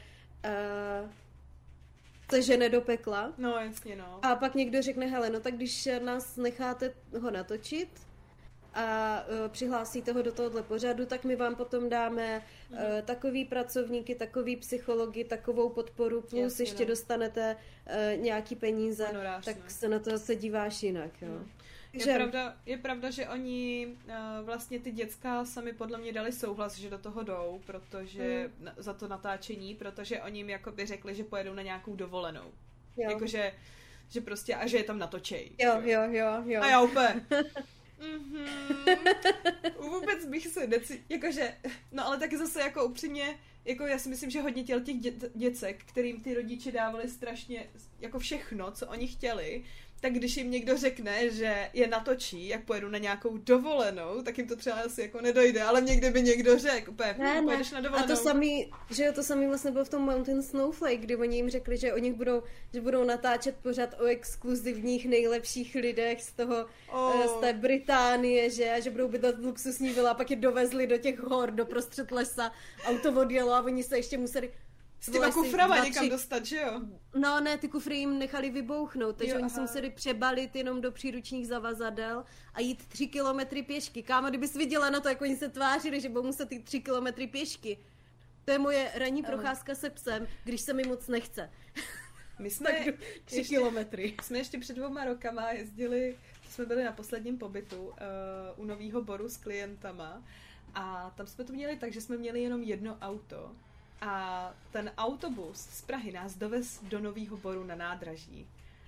se žene do pekla. No, jasně, no. A pak někdo řekne, hele, no tak když nás necháte ho natočit a přihlásíte ho do tohohle pořadu, tak my vám potom dáme takový pracovníky, takový psychologi, takovou podporu, plus jasně, ještě dostanete nějaký peníze, tak se na to zase díváš jinak. Jo. Je pravda, že oni vlastně ty děcka sami podle mě dali souhlas, že do toho jdou, protože za to natáčení, protože oni jim jakoby řekli, že pojedou na nějakou dovolenou. Jakože že prostě a že je tam natočej. Jo. A já úplně vůbec bych se jakože, no ale taky zase jako upřímně, jako já si myslím, že hodně těch děcek, kterým ty rodiče dávali strašně jako všechno, co oni chtěli, tak když jim někdo řekne, že je natočí, jak pojedu na nějakou dovolenou, tak jim to třeba asi jako nedojde, ale někdy by někdo řekl, pojedeš na dovolenou. A to samý vlastně bylo v tom Mountain Snowflake, kdy oni jim řekli, že oni budou natáčet pořád o exkluzivních nejlepších lidech z té Británie, že budou bydlet v luxusní vila, pak je dovezli do těch hor, do prostřed lesa, auto odjelo a oni se ještě museli s těma kuframa někam dostat, že jo? No ne, ty kufry jim nechali vybouchnout, takže oni se museli přebalit jenom do příručních zavazadel a jít 3 kilometry pěšky. Kámo, kdybys viděla na to, jak oni se tvářili, že budou muset jít 3 kilometry pěšky. To je moje ranní procházka se psem, když se mi moc nechce. My jsme 3 kilometry. Jsme ještě před 2 rokama jezdili, jsme byli na posledním pobytu u Novýho Boru s klientama a tam jsme to měli tak, že jsme měli jenom jedno auto. A ten autobus z Prahy nás dovez do Novýho Boru na nádraží.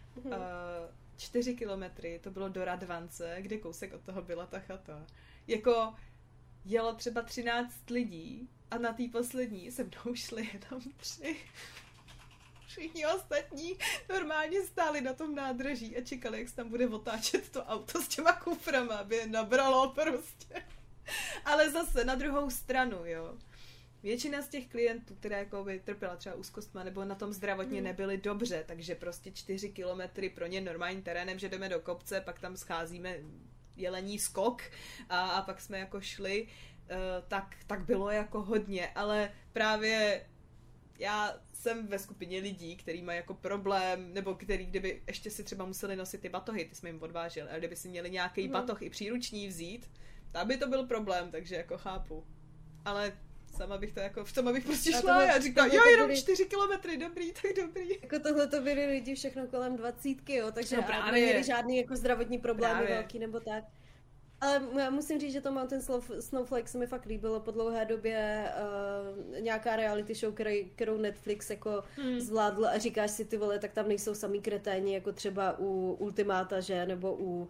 4 kilometry, to bylo do Radvance, kde kousek od toho byla ta chata. Jako jelo třeba 13 lidí a na té poslední se mnou šli jenom 3. Všichni ostatní normálně stáli na tom nádraží a čekali, jak se tam bude otáčet to auto s těma kuframa, aby je nabralo prostě. Ale zase na druhou stranu, jo. Většina z těch klientů, které jako by trpěla třeba úzkostma nebo na tom zdravotně nebyli dobře, takže prostě 4 kilometry pro ně normálním terénem, že jdeme do kopce, pak tam scházíme jelení skok a pak jsme jako šli, tak bylo jako hodně, ale právě já jsem ve skupině lidí, který mají jako problém, nebo který kdyby ještě si třeba museli nosit ty batohy, ty jsme jim odváželi, ale kdyby si měli nějaký batoh i příruční vzít, tak by to byl problém, takže jako chápu. Ale sama bych to jako, v tom abych prostě šla a říkala, jo, jenom 4 kilometry, dobrý, tak dobrý. Jako tohle to byli lidi všechno kolem 20, jo, takže no právě neměli žádný jako zdravotní problémy právě velký nebo tak. Ale já musím říct, že to Mountain Snowflake se mi fakt líbilo po dlouhé době, nějaká reality show, kterou Netflix jako zvládl a říkáš si, ty vole, tak tam nejsou samý kreténi, jako třeba u Ultimáta, že, nebo u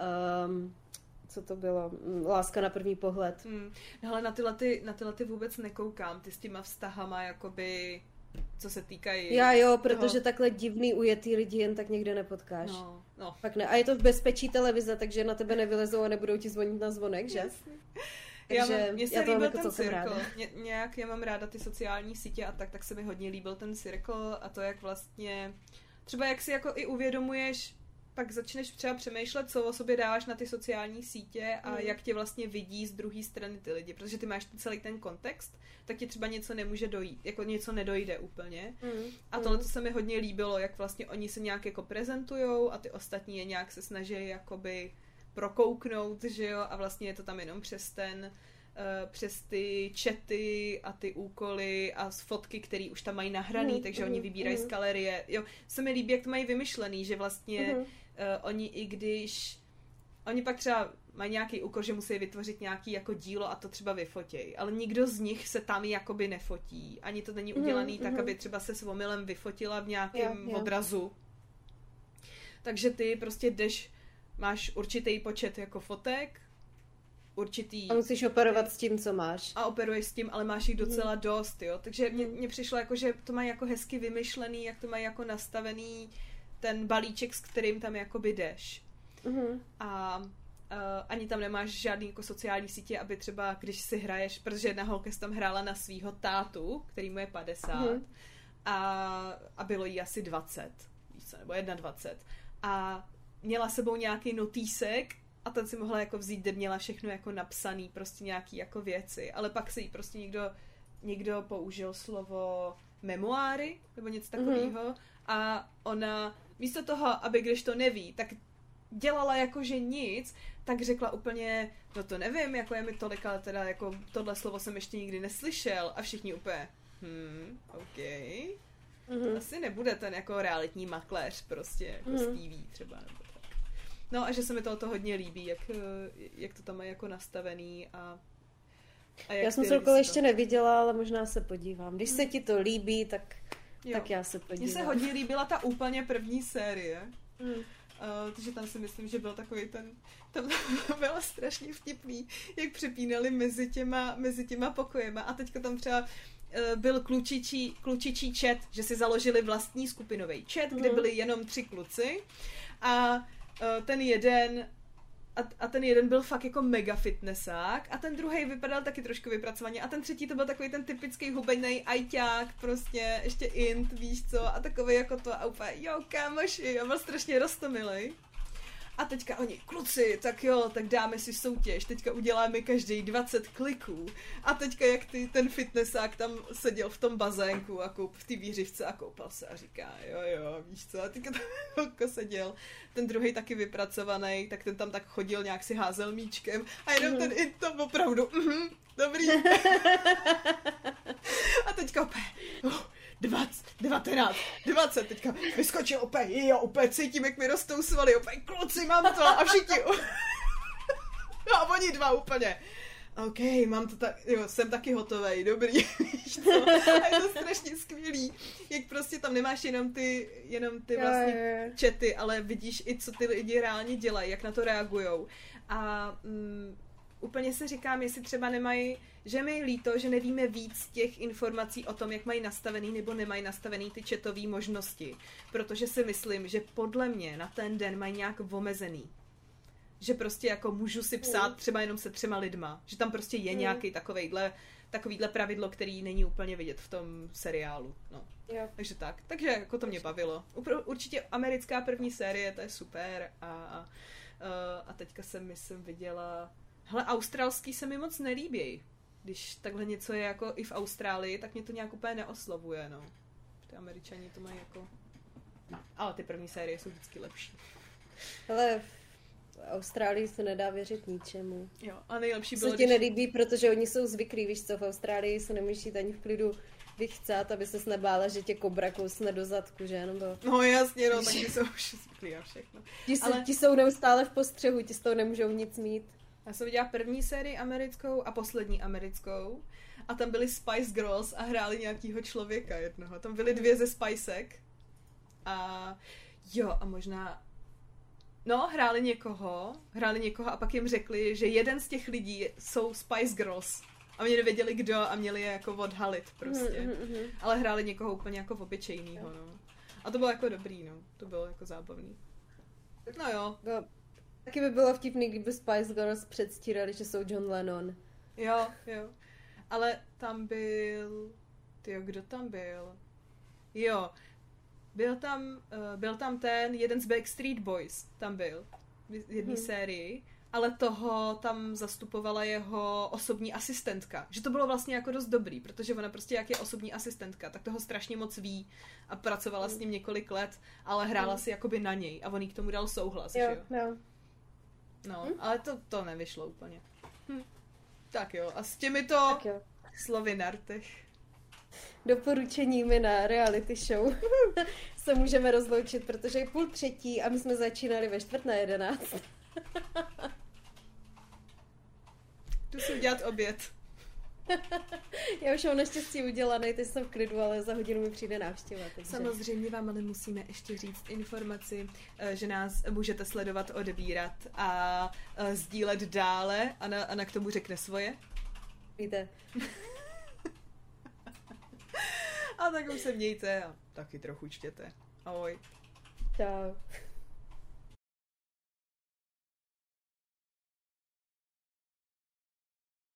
co to bylo? Láska na první pohled. Hele, na tyhle ty vůbec nekoukám, ty s těma vztahama, jakoby, co se týkají... Já jo, protože takhle divný, ujetý lidi jen tak někde nepotkáš. No. Fakt ne. A je to v bezpečí televize, takže na tebe nevylezou a nebudou ti zvonit na zvonek, že? Jasně. Mně se líbil jako ten Circle. Nějak já mám ráda ty sociální sítě a tak se mi hodně líbil ten Circle a to, jak vlastně... Třeba jak si jako i uvědomuješ, pak začneš třeba přemýšlet, co o sobě dáváš na ty sociální sítě a jak tě vlastně vidí z druhé strany ty lidi, protože ty máš celý ten kontext, tak ti třeba něco nemůže dojít, jako něco nedojde úplně. A tohle to se mi hodně líbilo, jak vlastně oni se nějak jako prezentujou a ty ostatní je nějak se snaží jakoby prokouknout, že jo, a vlastně je to tam jenom přes ty chaty a ty úkoly a fotky, které už tam mají nahraný, takže oni vybírají z galerie. Jo, se mi líbí, jak to mají vymyšlený, že vlastně oni i když... Oni pak třeba mají nějaký úkol, že musí vytvořit nějaký jako dílo a to třeba vyfotěj, ale nikdo z nich se tam jakoby nefotí. Ani to není udělaný tak, aby třeba se s omylem vyfotila v nějakém obrazu. Takže ty prostě máš určitý počet jako fotek, určitý... A musíš operovat s tím, co máš. A operuješ s tím, ale máš jich docela dost, jo. Takže mně přišlo jako, že to mají jako hezky vymyšlený, jak to mají jako nastavený ten balíček, s kterým tam jakoby jdeš. A ani tam nemáš žádný jako sociální sítě, aby třeba, když si hraješ, protože jedna holka si tam hrála na svýho tátu, který mu je 50 a bylo jí asi 20, víš co, nebo 21. A měla sebou nějaký notýsek a ten si mohla jako vzít, kde měla všechno jako napsaný, prostě nějaký jako věci, ale pak se jí prostě někdo použil slovo memoáry, nebo něco takového a ona místo toho, aby když to neví, tak dělala jako, že nic, tak řekla úplně, no to nevím, jako je mi tolik, ale teda jako tohle slovo jsem ještě nikdy neslyšel a všichni úplně, OK. Asi nebude ten jako realitní makléř prostě, jako Stevie třeba, nebo tak. No a že se mi to hodně líbí, jak to tam mají jako nastavený a já jsem Circle ještě neviděla, ale možná se podívám. Když se ti to líbí, tak já se podívám. Mně se hodně líbila ta úplně první série. Takže tam si myslím, že byl takový tam bylo strašně vtipný, jak přepínali mezi těma pokojema a teďka tam třeba byl klučičí chat, že si založili vlastní skupinový chat, kde byli jenom 3 kluci a ten jeden byl fakt jako mega fitnessák a ten druhej vypadal taky trošku vypracovaně a ten třetí to byl takový ten typický hubenej ajťák, prostě ještě int, víš co, a takový jako to a úplně, jo kámoši, já byl strašně roztomilej. A teďka oni, kluci, tak jo, tak dáme si soutěž, teďka uděláme každý 20 kliků. A teďka jak ten fitnessák tam seděl v tom bazénku a v té výřivce a koupal se a říká, jo, víš co, a teďka tam seděl. Ten druhý taky vypracovaný, tak ten tam tak chodil, nějak si házel míčkem a jenom ten i to opravdu, dobrý. A teďka opět, 19, 20, teďka vyskočil opět, opět cítím, jak mi rostou svaly, opět kluci, mám to a všichni. No a oni dva úplně. OK, mám to tak, jo, jsem taky hotovej, dobrý, víš co? A je to strašně skvělý, jak prostě tam nemáš jenom ty vlastně chaty, ale vidíš i, co ty lidi reálně dělají, jak na to regujou. A úplně si říkám, jestli třeba nemají, že mi je líto, že nevíme víc těch informací o tom, jak mají nastavený nebo nemají nastavený ty chatové možnosti. Protože si myslím, že podle mě na ten den mají nějak omezený. Že prostě jako můžu si psát třeba jenom se 3 lidma. Že tam prostě je nějaký takovýhle pravidlo, který není úplně vidět v tom seriálu. No. Jo. Takže tak. Takže jako to mě bavilo. Určitě americká první série, to je super. A teďka jsem, myslím, viděla... Hele, australský se mi moc nelíbí. když takhle něco je jako i v Austrálii, tak mě to nějak úplně neoslovuje, no. Ty Američani to mají jako... No, ale ty první série jsou vždycky lepší. Ale v Austrálii se nedá věřit ničemu. Jo, a nejlepší bylo, Co ti nelíbí, protože oni jsou zvyklí, víš co, v Austrálii se nemůžeš jít ani v klidu vychcát, aby ses nebála, že tě kobra kousne do zadku, že? Nebo... No jasně, no, tak ty jsou už zvyklí a všechno. Ti jsou neustále v postřehu, ti z toho nemůžou nic mít. Já jsem viděla první sérii americkou a poslední americkou a tam byly Spice Girls a hráli nějakýho člověka jednoho. Tam byly 2 ze Spicek a jo, a možná hráli někoho a pak jim řekli, že jeden z těch lidí jsou Spice Girls. A oni nevěděli kdo a měli je jako odhalit prostě. Ale hráli někoho úplně jako obyčejnýho, no. A to bylo jako dobrý, no. To bylo jako zábavný. No jo. Taky by bylo vtipný, kdyby Spice Girls předstírali, že jsou John Lennon. Jo. Ale tam byl... Tyjo, kdo tam byl? Jo. Byl tam ten jeden z Backstreet Boys. Tam byl. V jedné sérii. Ale toho tam zastupovala jeho osobní asistentka. Že to bylo vlastně jako dost dobrý, protože ona prostě jak je osobní asistentka, tak toho strašně moc ví a pracovala s ním několik let, ale hrála si jakoby na něj a on jí k tomu dal souhlas, jo, že jo? No, ale to nevyšlo úplně. Tak jo, a s těmito slovy na rtech. Doporučeními na reality show se můžeme rozloučit, protože je 2:30 a my jsme začínali ve 11:45. Jdu si udělat oběd. Já už mám naštěstí udělaný, teď jsem v klidu, ale za hodinu mi přijde návštěva. Takže... Samozřejmě vám ale musíme ještě říct informaci, že nás můžete sledovat, odebírat a sdílet dále. Anna k tomu řekne svoje. Víte. A tak už se mějte a taky trochu čtěte. Ahoj. Čau.